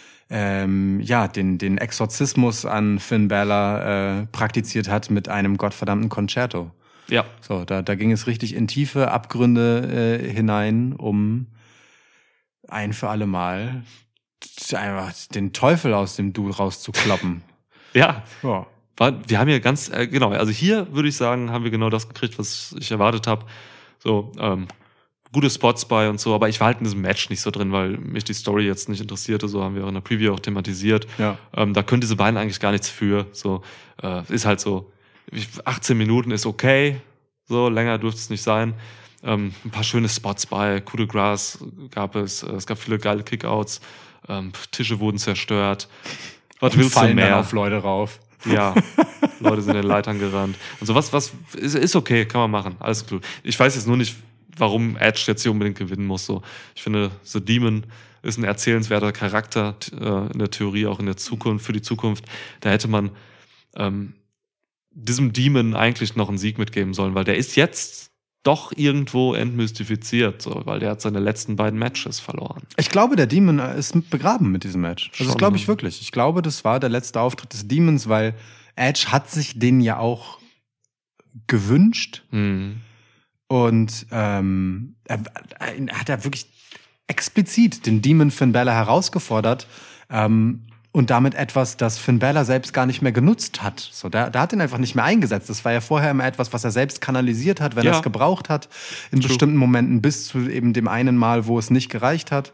den Exorzismus an Finn Balor praktiziert hat mit einem gottverdammten Concerto. Ja. So, da ging es richtig in tiefe Abgründe hinein, um ein für alle Mal einfach den Teufel aus dem Du rauszukloppen. Ja. Wir haben hier ganz, also hier würde ich sagen, haben wir genau das gekriegt, was ich erwartet habe. So, gute Spots bei und so, aber ich war halt in diesem Match nicht so drin, weil mich die Story jetzt nicht interessierte, so haben wir auch in der Preview auch thematisiert. Ja. Da können diese beiden eigentlich gar nichts für, so, ist halt so, 18 Minuten ist okay, so, länger dürfte es nicht sein. Ein paar schöne Spots bei, Coup de Grace gab es gab viele geile Kickouts, Tische wurden zerstört. Was willst du mehr? Auf Leute rauf. Ja, Leute sind in den Leitern gerannt. Und so was ist okay, kann man machen, alles gut. Ich weiß jetzt nur nicht, warum Edge jetzt hier unbedingt gewinnen muss. So, ich finde, The Demon ist ein erzählenswerter Charakter in der Theorie, auch in der Zukunft, für die Zukunft. Da hätte man diesem Demon eigentlich noch einen Sieg mitgeben sollen, weil der ist jetzt doch irgendwo entmystifiziert, so, weil der hat seine letzten beiden Matches verloren. Ich glaube, der Demon ist begraben mit diesem Match. Also das glaube ich wirklich. Ich glaube, das war der letzte Auftritt des Demons, weil Edge hat sich den ja auch gewünscht. Und er hat ja wirklich explizit den Demon Finn Balor herausgefordert und damit etwas, das Finn Balor selbst gar nicht mehr genutzt hat. So, der hat ihn einfach nicht mehr eingesetzt. Das war ja vorher immer etwas, was er selbst kanalisiert hat, wenn er es gebraucht hat, in bestimmten Momenten, bis zu eben dem einen Mal, wo es nicht gereicht hat.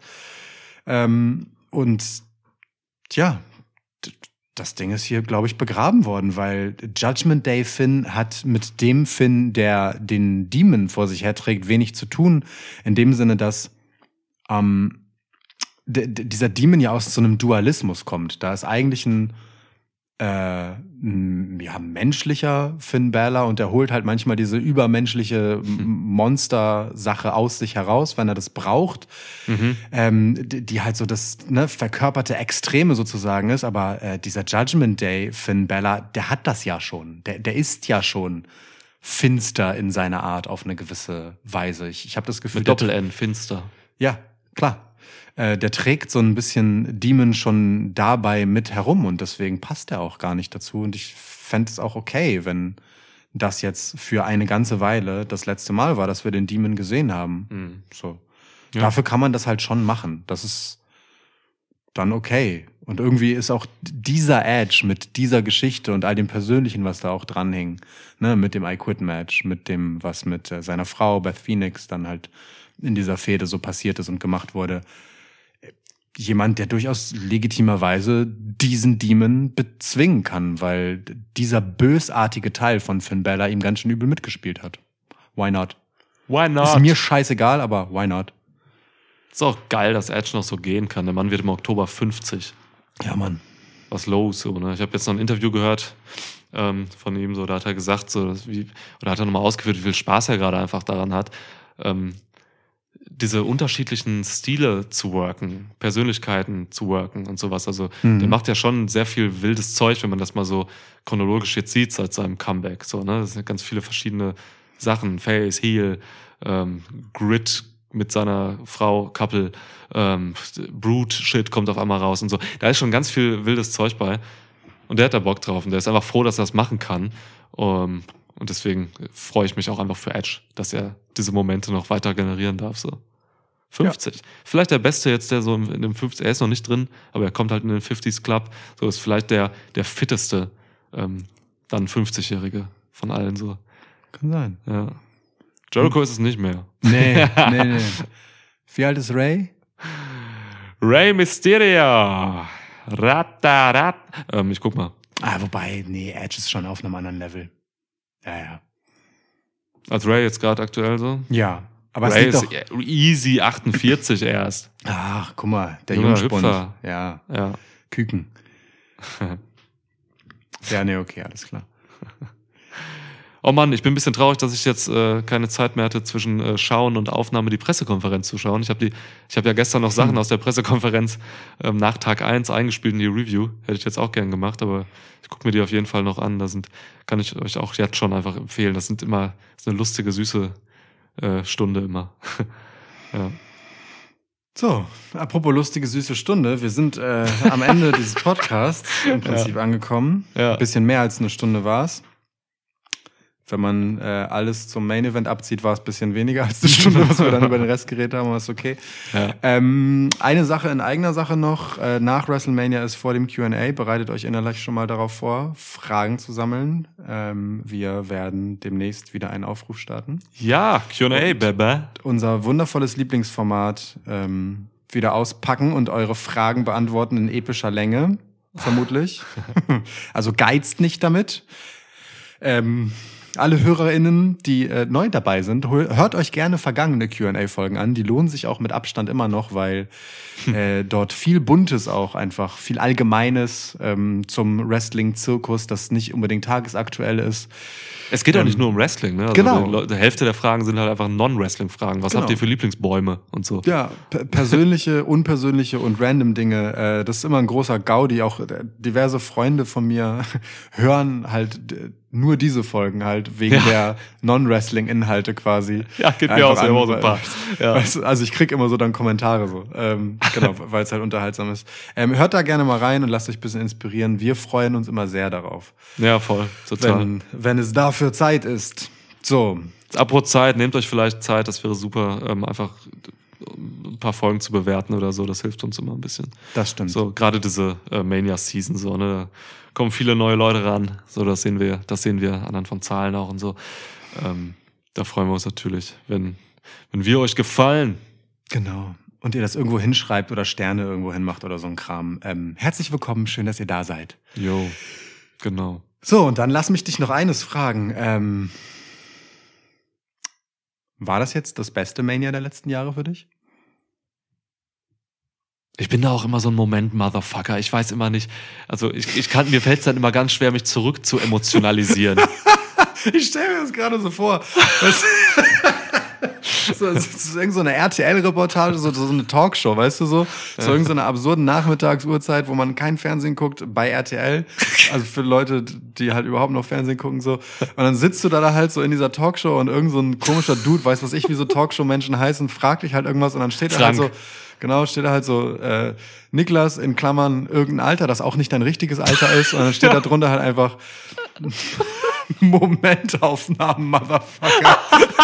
Das Ding ist hier, glaube ich, begraben worden, weil Judgment Day Finn hat mit dem Finn, der den Demon vor sich herträgt, wenig zu tun. In dem Sinne, dass dieser Demon ja aus so einem Dualismus kommt. Da ist eigentlich ein menschlicher Finn Balor und der holt halt manchmal diese übermenschliche Monster-Sache aus sich heraus, wenn er das braucht, die halt so das verkörperte Extreme sozusagen ist, aber dieser Judgment Day Finn Balor, der hat das ja schon, der ist ja schon finster in seiner Art auf eine gewisse Weise. Ich habe das Gefühl... Mit Doppel-N, finster. Ja, klar. Der trägt so ein bisschen Demon schon dabei mit herum und deswegen passt er auch gar nicht dazu. Und ich fände es auch okay, wenn das jetzt für eine ganze Weile das letzte Mal war, dass wir den Demon gesehen haben. So. Ja. Dafür kann man das halt schon machen. Das ist dann okay. Und irgendwie ist auch dieser Edge mit dieser Geschichte und all dem Persönlichen, was da auch dranhing, ne, mit dem I Quit Match, mit dem, was mit seiner Frau Beth Phoenix dann halt in dieser Fehde so passiert ist und gemacht wurde. Jemand, der durchaus legitimerweise diesen Demon bezwingen kann, weil dieser bösartige Teil von Finn Balor ihm ganz schön übel mitgespielt hat. Why not? Why not? Ist mir scheißegal, aber why not? Ist auch geil, dass Edge noch so gehen kann. Der Mann wird im Oktober 50. Ja, Mann. Was los, so, ne? Ich habe jetzt noch ein Interview gehört von ihm, so, da hat er gesagt, so, oder hat er nochmal ausgeführt, wie viel Spaß er gerade einfach daran hat, diese unterschiedlichen Stile zu worken, Persönlichkeiten zu worken und sowas. Also der macht ja schon sehr viel wildes Zeug, wenn man das mal so chronologisch jetzt sieht seit seinem Comeback. So, ne? Das sind ganz viele verschiedene Sachen. Face, Heel, Grit mit seiner Frau, Couple, Brute-Shit kommt auf einmal raus und so. Da ist schon ganz viel wildes Zeug bei. Und der hat da Bock drauf und der ist einfach froh, dass er das machen kann. Und deswegen freue ich mich auch einfach für Edge, dass er diese Momente noch weiter generieren darf. So 50. Ja. Vielleicht der Beste jetzt, der so in dem 50. Er ist noch nicht drin, aber er kommt halt in den 50s Club. So ist vielleicht der fitteste dann 50-Jährige von allen so. Kann sein. Ja. Jericho ist es nicht mehr. Nee. Wie alt ist Ray? Ray Mysterio. Ratarat. Ich guck mal. Wobei, Edge ist schon auf einem anderen Level. Ja. Als Ray jetzt gerade aktuell so? Ja. Aber Ray es ist easy 48 erst. Ach, guck mal, der Junger Jungspund. Hüpfer. Ja. Ja. Küken. Ja, okay, alles klar. Oh Mann, ich bin ein bisschen traurig, dass ich jetzt keine Zeit mehr hatte, zwischen Schauen und Aufnahme die Pressekonferenz zu schauen. Ich hab ja gestern noch Sachen aus der Pressekonferenz nach Tag 1 eingespielt in die Review. Hätte ich jetzt auch gern gemacht, aber ich gucke mir die auf jeden Fall noch an. Kann ich euch auch jetzt schon einfach empfehlen. Das ist eine lustige, süße Stunde immer. Ja. So, apropos lustige, süße Stunde. Wir sind am Ende dieses Podcasts im Prinzip angekommen. Ja. Ein bisschen mehr als eine Stunde war's. Wenn man alles zum Main Event abzieht, war es ein bisschen weniger als eine Stunde, was wir dann über den Rest geredet haben, aber ist okay. Ja. Eine Sache in eigener Sache noch. Nach WrestleMania ist vor dem Q&A. Bereitet euch innerlich schon mal darauf vor, Fragen zu sammeln. Wir werden demnächst wieder einen Aufruf starten. Ja, Q&A, Baby. Unser wundervolles Lieblingsformat wieder auspacken und eure Fragen beantworten in epischer Länge, vermutlich. Also geizt nicht damit. Alle HörerInnen, die neu dabei sind, hört euch gerne vergangene Q&A-Folgen an. Die lohnen sich auch mit Abstand immer noch, weil dort viel Buntes auch einfach, viel Allgemeines zum Wrestling-Zirkus, das nicht unbedingt tagesaktuell ist. Es geht auch nicht nur um Wrestling, ne? Also genau. Die Hälfte der Fragen sind halt einfach Non-Wrestling-Fragen. Was habt ihr für Lieblingsbäume und so? Ja, persönliche, unpersönliche und random Dinge. Das ist immer ein großer Gaudi. Auch diverse Freunde von mir hören halt nur diese Folgen halt wegen der Non-Wrestling-Inhalte quasi. Ja, geht mir auch selber so ein paar. Ja. Also ich krieg immer so dann Kommentare so. Genau, weil es halt unterhaltsam ist. Hört da gerne mal rein und lasst euch ein bisschen inspirieren. Wir freuen uns immer sehr darauf. Ja, voll. Total. Wenn es dafür Zeit ist. So. Apropos Zeit, nehmt euch vielleicht Zeit, das wäre super, einfach ein paar Folgen zu bewerten oder so, das hilft uns immer ein bisschen. Das stimmt. So, gerade diese Mania-Season, so, ne, da kommen viele neue Leute ran, so, das sehen wir anhand von Zahlen auch und so. Da freuen wir uns natürlich, wenn wir euch gefallen. Genau. Und ihr das irgendwo hinschreibt oder Sterne irgendwo hinmacht oder so ein Kram. Herzlich willkommen, schön, dass ihr da seid. Jo, genau. So, und dann lass mich dich noch eines fragen. War das jetzt das beste Mania der letzten Jahre für dich? Ich bin da auch immer so ein Moment-Motherfucker. Ich weiß immer nicht, also mir fällt es dann immer ganz schwer, mich zurück zu emotionalisieren. Ich stelle mir das gerade so vor. Das ist irgend so eine RTL-Reportage, so eine Talkshow, weißt du so? So irgend so eine absurden Nachmittagsuhrzeit, wo man kein Fernsehen guckt, bei RTL. Also für Leute, die halt überhaupt noch Fernsehen gucken, so. Und dann sitzt du da halt so in dieser Talkshow und irgend so ein komischer Dude, weiß was ich, wie so Talkshow-Menschen heißen, fragt dich halt irgendwas und dann steht da halt so, genau, steht da halt so, Niklas in Klammern irgendein Alter, das auch nicht dein richtiges Alter ist. Und dann steht da drunter halt einfach Momentaufnahmen, Motherfucker.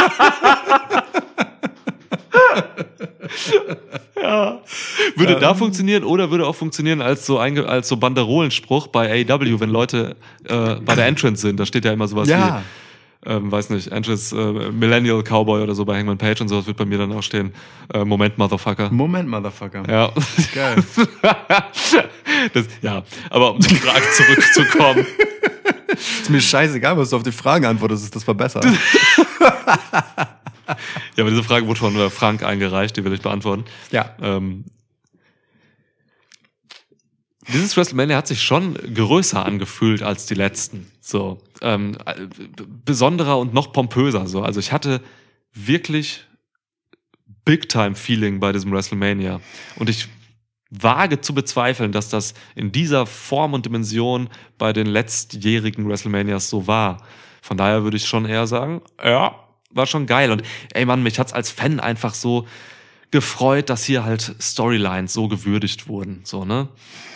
Ja. Würde da funktionieren oder würde auch funktionieren als so Banderolenspruch bei AEW, wenn Leute bei der Entrance sind. Da steht ja immer sowas wie, weiß nicht, Entrance Millennial Cowboy oder so bei Hangman Page und sowas wird bei mir dann auch stehen. Moment, Motherfucker. Moment, Motherfucker. Ja. Geil. Ja, aber um zur Frage zurückzukommen. Ist mir scheißegal, was du auf die Fragen antwortest, das war besser. Ja, aber diese Frage wurde von Frank eingereicht, die will ich beantworten. Ja. Dieses WrestleMania hat sich schon größer angefühlt als die letzten. So, besonderer und noch pompöser. So. Also ich hatte wirklich Big-Time-Feeling bei diesem WrestleMania. Und ich wage zu bezweifeln, dass das in dieser Form und Dimension bei den letztjährigen WrestleManias so war. Von daher würde ich schon eher sagen, ja, war schon geil. Und ey Mann, mich hat's als Fan einfach so gefreut, dass hier halt Storylines so gewürdigt wurden. So, ne?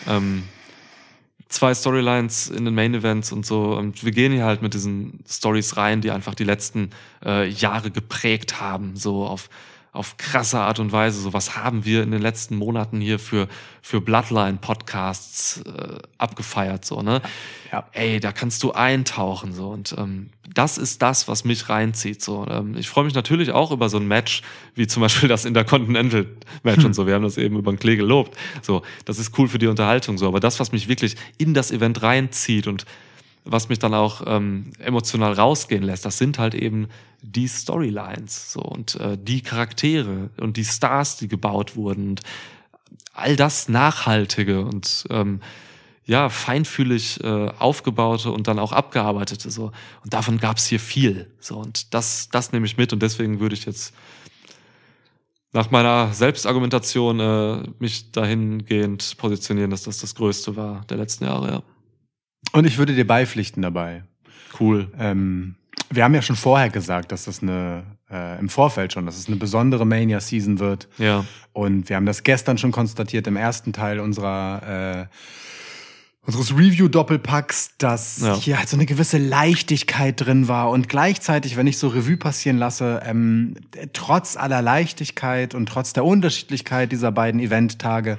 2 Storylines in den Main Events und so. Und wir gehen hier halt mit diesen Storys rein, die einfach die letzten Jahre geprägt haben. So auf krasse Art und Weise. So, was haben wir in den letzten Monaten hier für Bloodline-Podcasts abgefeiert, so, ne? Ja. Ey, da kannst du eintauchen, so. Und das ist das, was mich reinzieht, so. Ich freue mich natürlich auch über so ein Match, wie zum Beispiel das Intercontinental-Match und so. Wir haben das eben über den Klee gelobt. So, das ist cool für die Unterhaltung, so. Aber das, was mich wirklich in das Event reinzieht und was mich dann auch emotional rausgehen lässt, das sind halt eben die Storylines, so, und die Charaktere und die Stars, die gebaut wurden und all das Nachhaltige und feinfühlig aufgebaute und dann auch abgearbeitete, so. Und davon gab's hier viel, so. Und das nehme ich mit und deswegen würde ich jetzt nach meiner Selbstargumentation mich dahingehend positionieren, dass das Größte war der letzten Jahre, ja. Und ich würde dir beipflichten dabei. Cool. Wir haben ja schon vorher gesagt, dass das im Vorfeld schon, dass es eine besondere Mania-Season wird. Ja. Und wir haben das gestern schon konstatiert im ersten Teil unseres Review-Doppelpacks, dass hier halt so eine gewisse Leichtigkeit drin war und gleichzeitig, wenn ich so Revue passieren lasse, trotz aller Leichtigkeit und trotz der Unterschiedlichkeit dieser beiden Eventtage,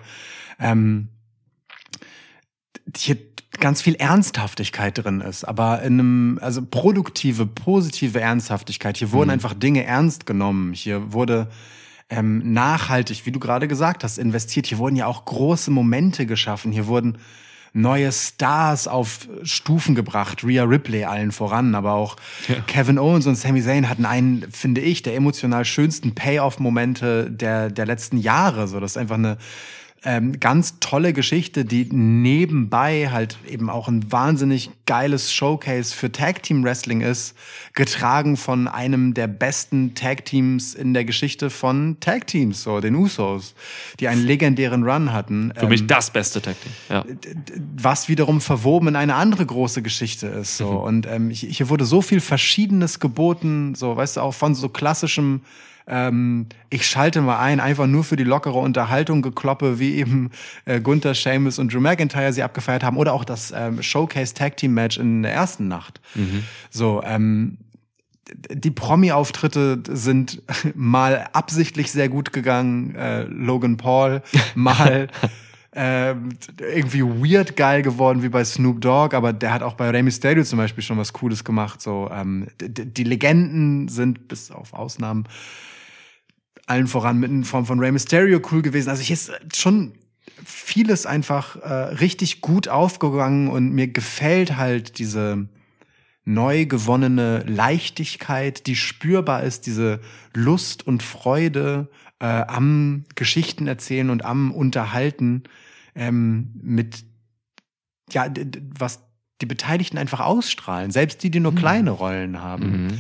hier ganz viel Ernsthaftigkeit drin ist, aber also produktive, positive Ernsthaftigkeit. Hier wurden einfach Dinge ernst genommen. Hier wurde nachhaltig, wie du gerade gesagt hast, investiert. Hier wurden ja auch große Momente geschaffen. Hier wurden neue Stars auf Stufen gebracht. Rhea Ripley allen voran, aber auch Kevin Owens und Sami Zayn hatten einen, finde ich, der emotional schönsten Payoff-Momente der letzten Jahre. So, das ist einfach eine ganz tolle Geschichte, die nebenbei halt eben auch ein wahnsinnig geiles Showcase für Tag-Team-Wrestling ist, getragen von einem der besten Tag-Teams in der Geschichte von Tag-Teams, so den Usos, die einen legendären Run hatten. Für mich das beste Tag-Team, ja. Was wiederum verwoben in eine andere große Geschichte ist, so. Und hier wurde so viel Verschiedenes geboten, so, weißt du, auch von so klassischem ich schalte mal ein, einfach nur für die lockere Unterhaltung gekloppe, wie eben Gunther, Sheamus und Drew McIntyre sie abgefeiert haben, oder auch das Showcase Tag Team Match in der ersten Nacht. So, die Promi-Auftritte sind mal absichtlich sehr gut gegangen, Logan Paul, mal irgendwie weird geil geworden wie bei Snoop Dogg, aber der hat auch bei Rey Mysterio zum Beispiel schon was Cooles gemacht. So, die Legenden sind bis auf Ausnahmen allen voran in Form von Rey Mysterio cool gewesen. Also hier ist schon vieles einfach richtig gut aufgegangen und mir gefällt halt diese neu gewonnene Leichtigkeit, die spürbar ist, diese Lust und Freude am Geschichten erzählen und am Unterhalten mit, ja, was die Beteiligten einfach ausstrahlen, selbst die nur kleine Rollen haben.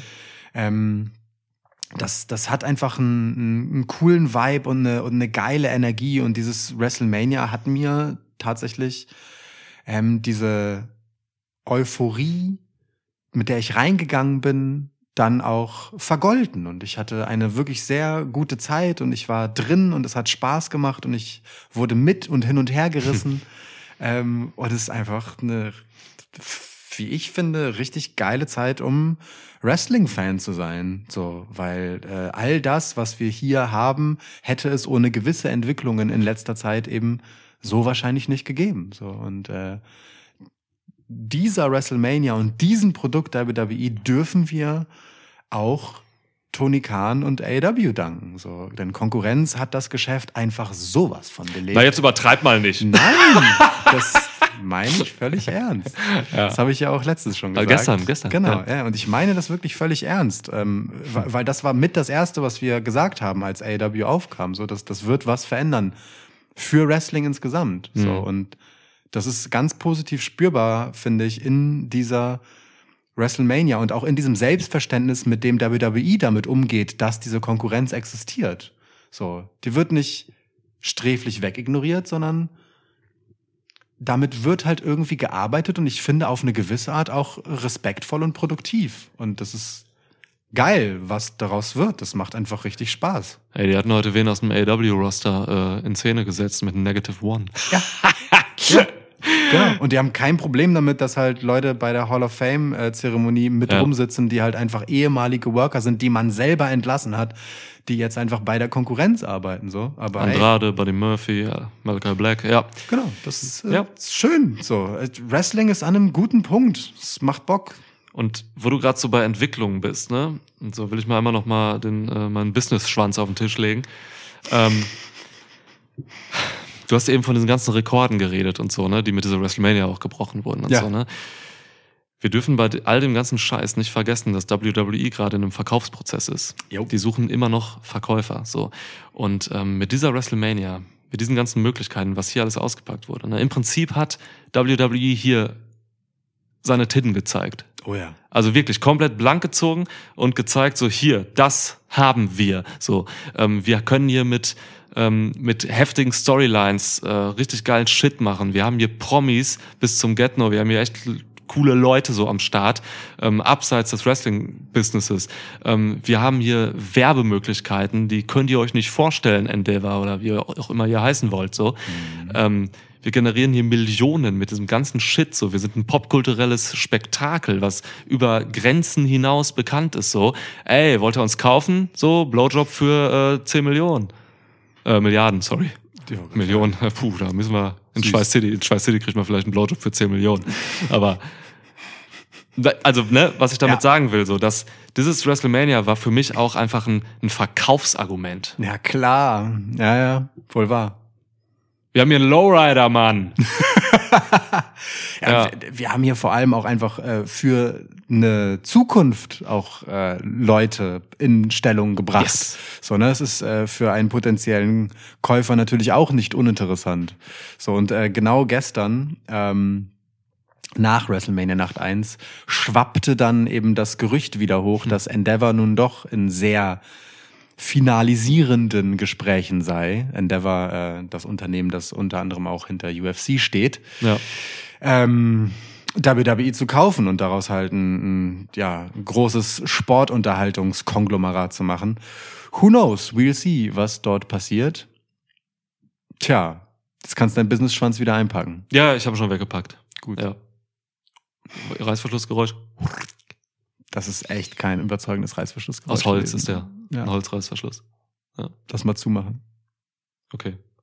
Das hat einfach einen coolen Vibe und eine geile Energie, und dieses WrestleMania hat mir tatsächlich diese Euphorie, mit der ich reingegangen bin, dann auch vergolden, und ich hatte eine wirklich sehr gute Zeit und ich war drin und es hat Spaß gemacht und ich wurde mit und hin und her gerissen und es ist einfach eine, wie ich finde, richtig geile Zeit, um Wrestling-Fan zu sein, so, weil all das, was wir hier haben, hätte es ohne gewisse Entwicklungen in letzter Zeit eben so wahrscheinlich nicht gegeben, so, und dieser WrestleMania und diesem Produkt WWE dürfen wir auch Tony Khan und AEW danken. So, denn Konkurrenz hat das Geschäft einfach sowas von belegt. Na, jetzt übertreib mal nicht. Nein, das meine ich völlig ernst. Ja. Das habe ich ja auch letztens schon gesagt. Gestern. Genau, ja. Und ich meine das wirklich völlig ernst. Weil das war mit das Erste, was wir gesagt haben, als AEW aufkam. So, das wird was verändern für Wrestling insgesamt. So, und das ist ganz positiv spürbar, finde ich, in dieser WrestleMania und auch in diesem Selbstverständnis, mit dem WWE damit umgeht, dass diese Konkurrenz existiert. So, die wird nicht sträflich wegignoriert, sondern damit wird halt irgendwie gearbeitet, und ich finde auf eine gewisse Art auch respektvoll und produktiv. Und das ist geil, was daraus wird. Das macht einfach richtig Spaß. Ey, die hatten heute wen aus dem AEW-Roster in Szene gesetzt mit einem -1. Ja. Ja. Genau. Und die haben kein Problem damit, dass halt Leute bei der Hall of Fame-Zeremonie mit rumsitzen, die halt einfach ehemalige Worker sind, die man selber entlassen hat, die jetzt einfach bei der Konkurrenz arbeiten. So. Aber Andrade, Buddy Murphy, Malachi Black, ja. Genau, das ist schön. So. Wrestling ist an einem guten Punkt. Es macht Bock. Und wo du gerade so bei Entwicklungen bist, ne? Und so will ich mal einmal noch mal meinen Business-Schwanz auf den Tisch legen. Du hast eben von diesen ganzen Rekorden geredet und so, ne, die mit dieser WrestleMania auch gebrochen wurden und so, ne. Wir dürfen bei all dem ganzen Scheiß nicht vergessen, dass WWE gerade in einem Verkaufsprozess ist. Jo. Die suchen immer noch Verkäufer, so. Und mit dieser WrestleMania, mit diesen ganzen Möglichkeiten, was hier alles ausgepackt wurde, ne, im Prinzip hat WWE hier seine Titten gezeigt. Oh ja. Also wirklich komplett blank gezogen und gezeigt, so hier, das haben wir. So, wir können hier mit heftigen Storylines richtig geilen Shit machen. Wir haben hier Promis bis zum Get-No. Wir haben hier echt coole Leute so am Start, abseits des Wrestling-Businesses. Wir haben hier Werbemöglichkeiten, die könnt ihr euch nicht vorstellen, Endeavor oder wie ihr auch immer ihr heißen wollt. So. Wir generieren hier Millionen mit diesem ganzen Shit. So, wir sind ein popkulturelles Spektakel, was über Grenzen hinaus bekannt ist. So, ey, wollt ihr uns kaufen? So, Blowjob für 10 Millionen. Milliarden, sorry. Ja, Millionen, puh, da müssen wir in Schweiß City kriegt man vielleicht einen Blowjob für 10 Millionen. Aber, also, ne, was ich damit sagen will, so, dass dieses WrestleMania war für mich auch einfach ein Verkaufsargument. Ja, klar. Ja, voll wahr. Wir haben hier einen Lowrider, Mann. Wir haben hier vor allem auch einfach für eine Zukunft auch Leute in Stellung gebracht. Yes. So, ne, es ist für einen potenziellen Käufer natürlich auch nicht uninteressant. So, und genau gestern, nach WrestleMania Nacht 1, schwappte dann eben das Gerücht wieder hoch, dass Endeavor nun doch in sehr finalisierenden Gesprächen sei. Endeavor, das Unternehmen, das unter anderem auch hinter UFC steht, WWE zu kaufen und daraus halt ein großes Sportunterhaltungskonglomerat zu machen. Who knows? We'll see, was dort passiert. Tja, jetzt kannst du deinen Business-Schwanz wieder einpacken. Ja, ich habe schon weggepackt. Gut. Ja. Reißverschlussgeräusch. Das ist echt kein überzeugendes Reißverschlussgeräusch. Aus Holz ist der. Ja. Ein Holzreißverschluss. Ja. Lass mal zumachen. Okay.